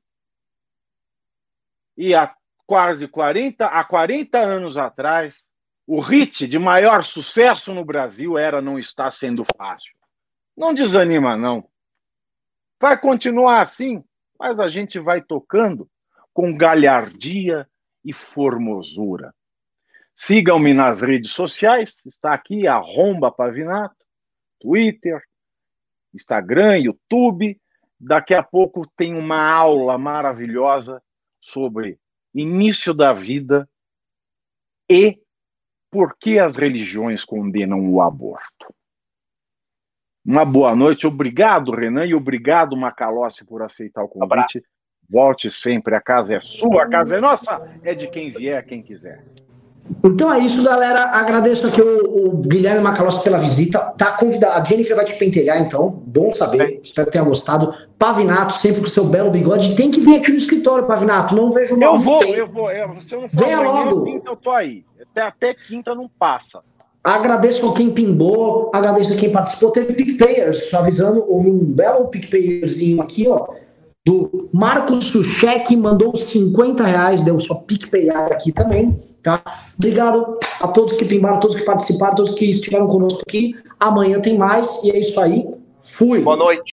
S3: e há quase quarenta, há quarenta anos atrás, o hit de maior sucesso no Brasil era Não Está Sendo Fácil. Não desanima, não. Vai continuar assim, mas a gente vai tocando com galhardia e formosura. Sigam-me nas redes sociais, está aqui, arromba Pavinato, Twitter, Instagram, YouTube. Daqui a pouco tem uma aula maravilhosa sobre início da vida e por que as religiões condenam o aborto. Uma boa noite. Obrigado, Renan, e obrigado, Macalossi, por aceitar o convite. Volte sempre, a casa é sua, a casa é nossa, é de quem vier, quem quiser.
S1: Então é isso, galera. Agradeço aqui o, o Guilherme Macalossi pela visita. Tá convidado. A Jennifer vai te pentelhar, então. Bom saber. Espero que tenha gostado. Pavinato, sempre com seu belo bigode. Tem que vir aqui no escritório, Pavinato. Não vejo mal.
S3: Eu vou, tempo. eu vou. Eu, se eu não for
S1: Venha logo.
S3: Quinta, eu tô aí. Até, até quinta não passa.
S1: Agradeço a quem pimbou, agradeço a quem participou. Teve PicPayers, só avisando, houve um belo PicPayerzinho aqui, ó, do Marcos Suchek, mandou cinquenta reais, deu só PicPayar aqui também, tá? Obrigado a todos que pimbaram, todos que participaram, todos que estiveram conosco aqui. Amanhã tem mais, e é isso aí. Fui!
S4: Boa noite.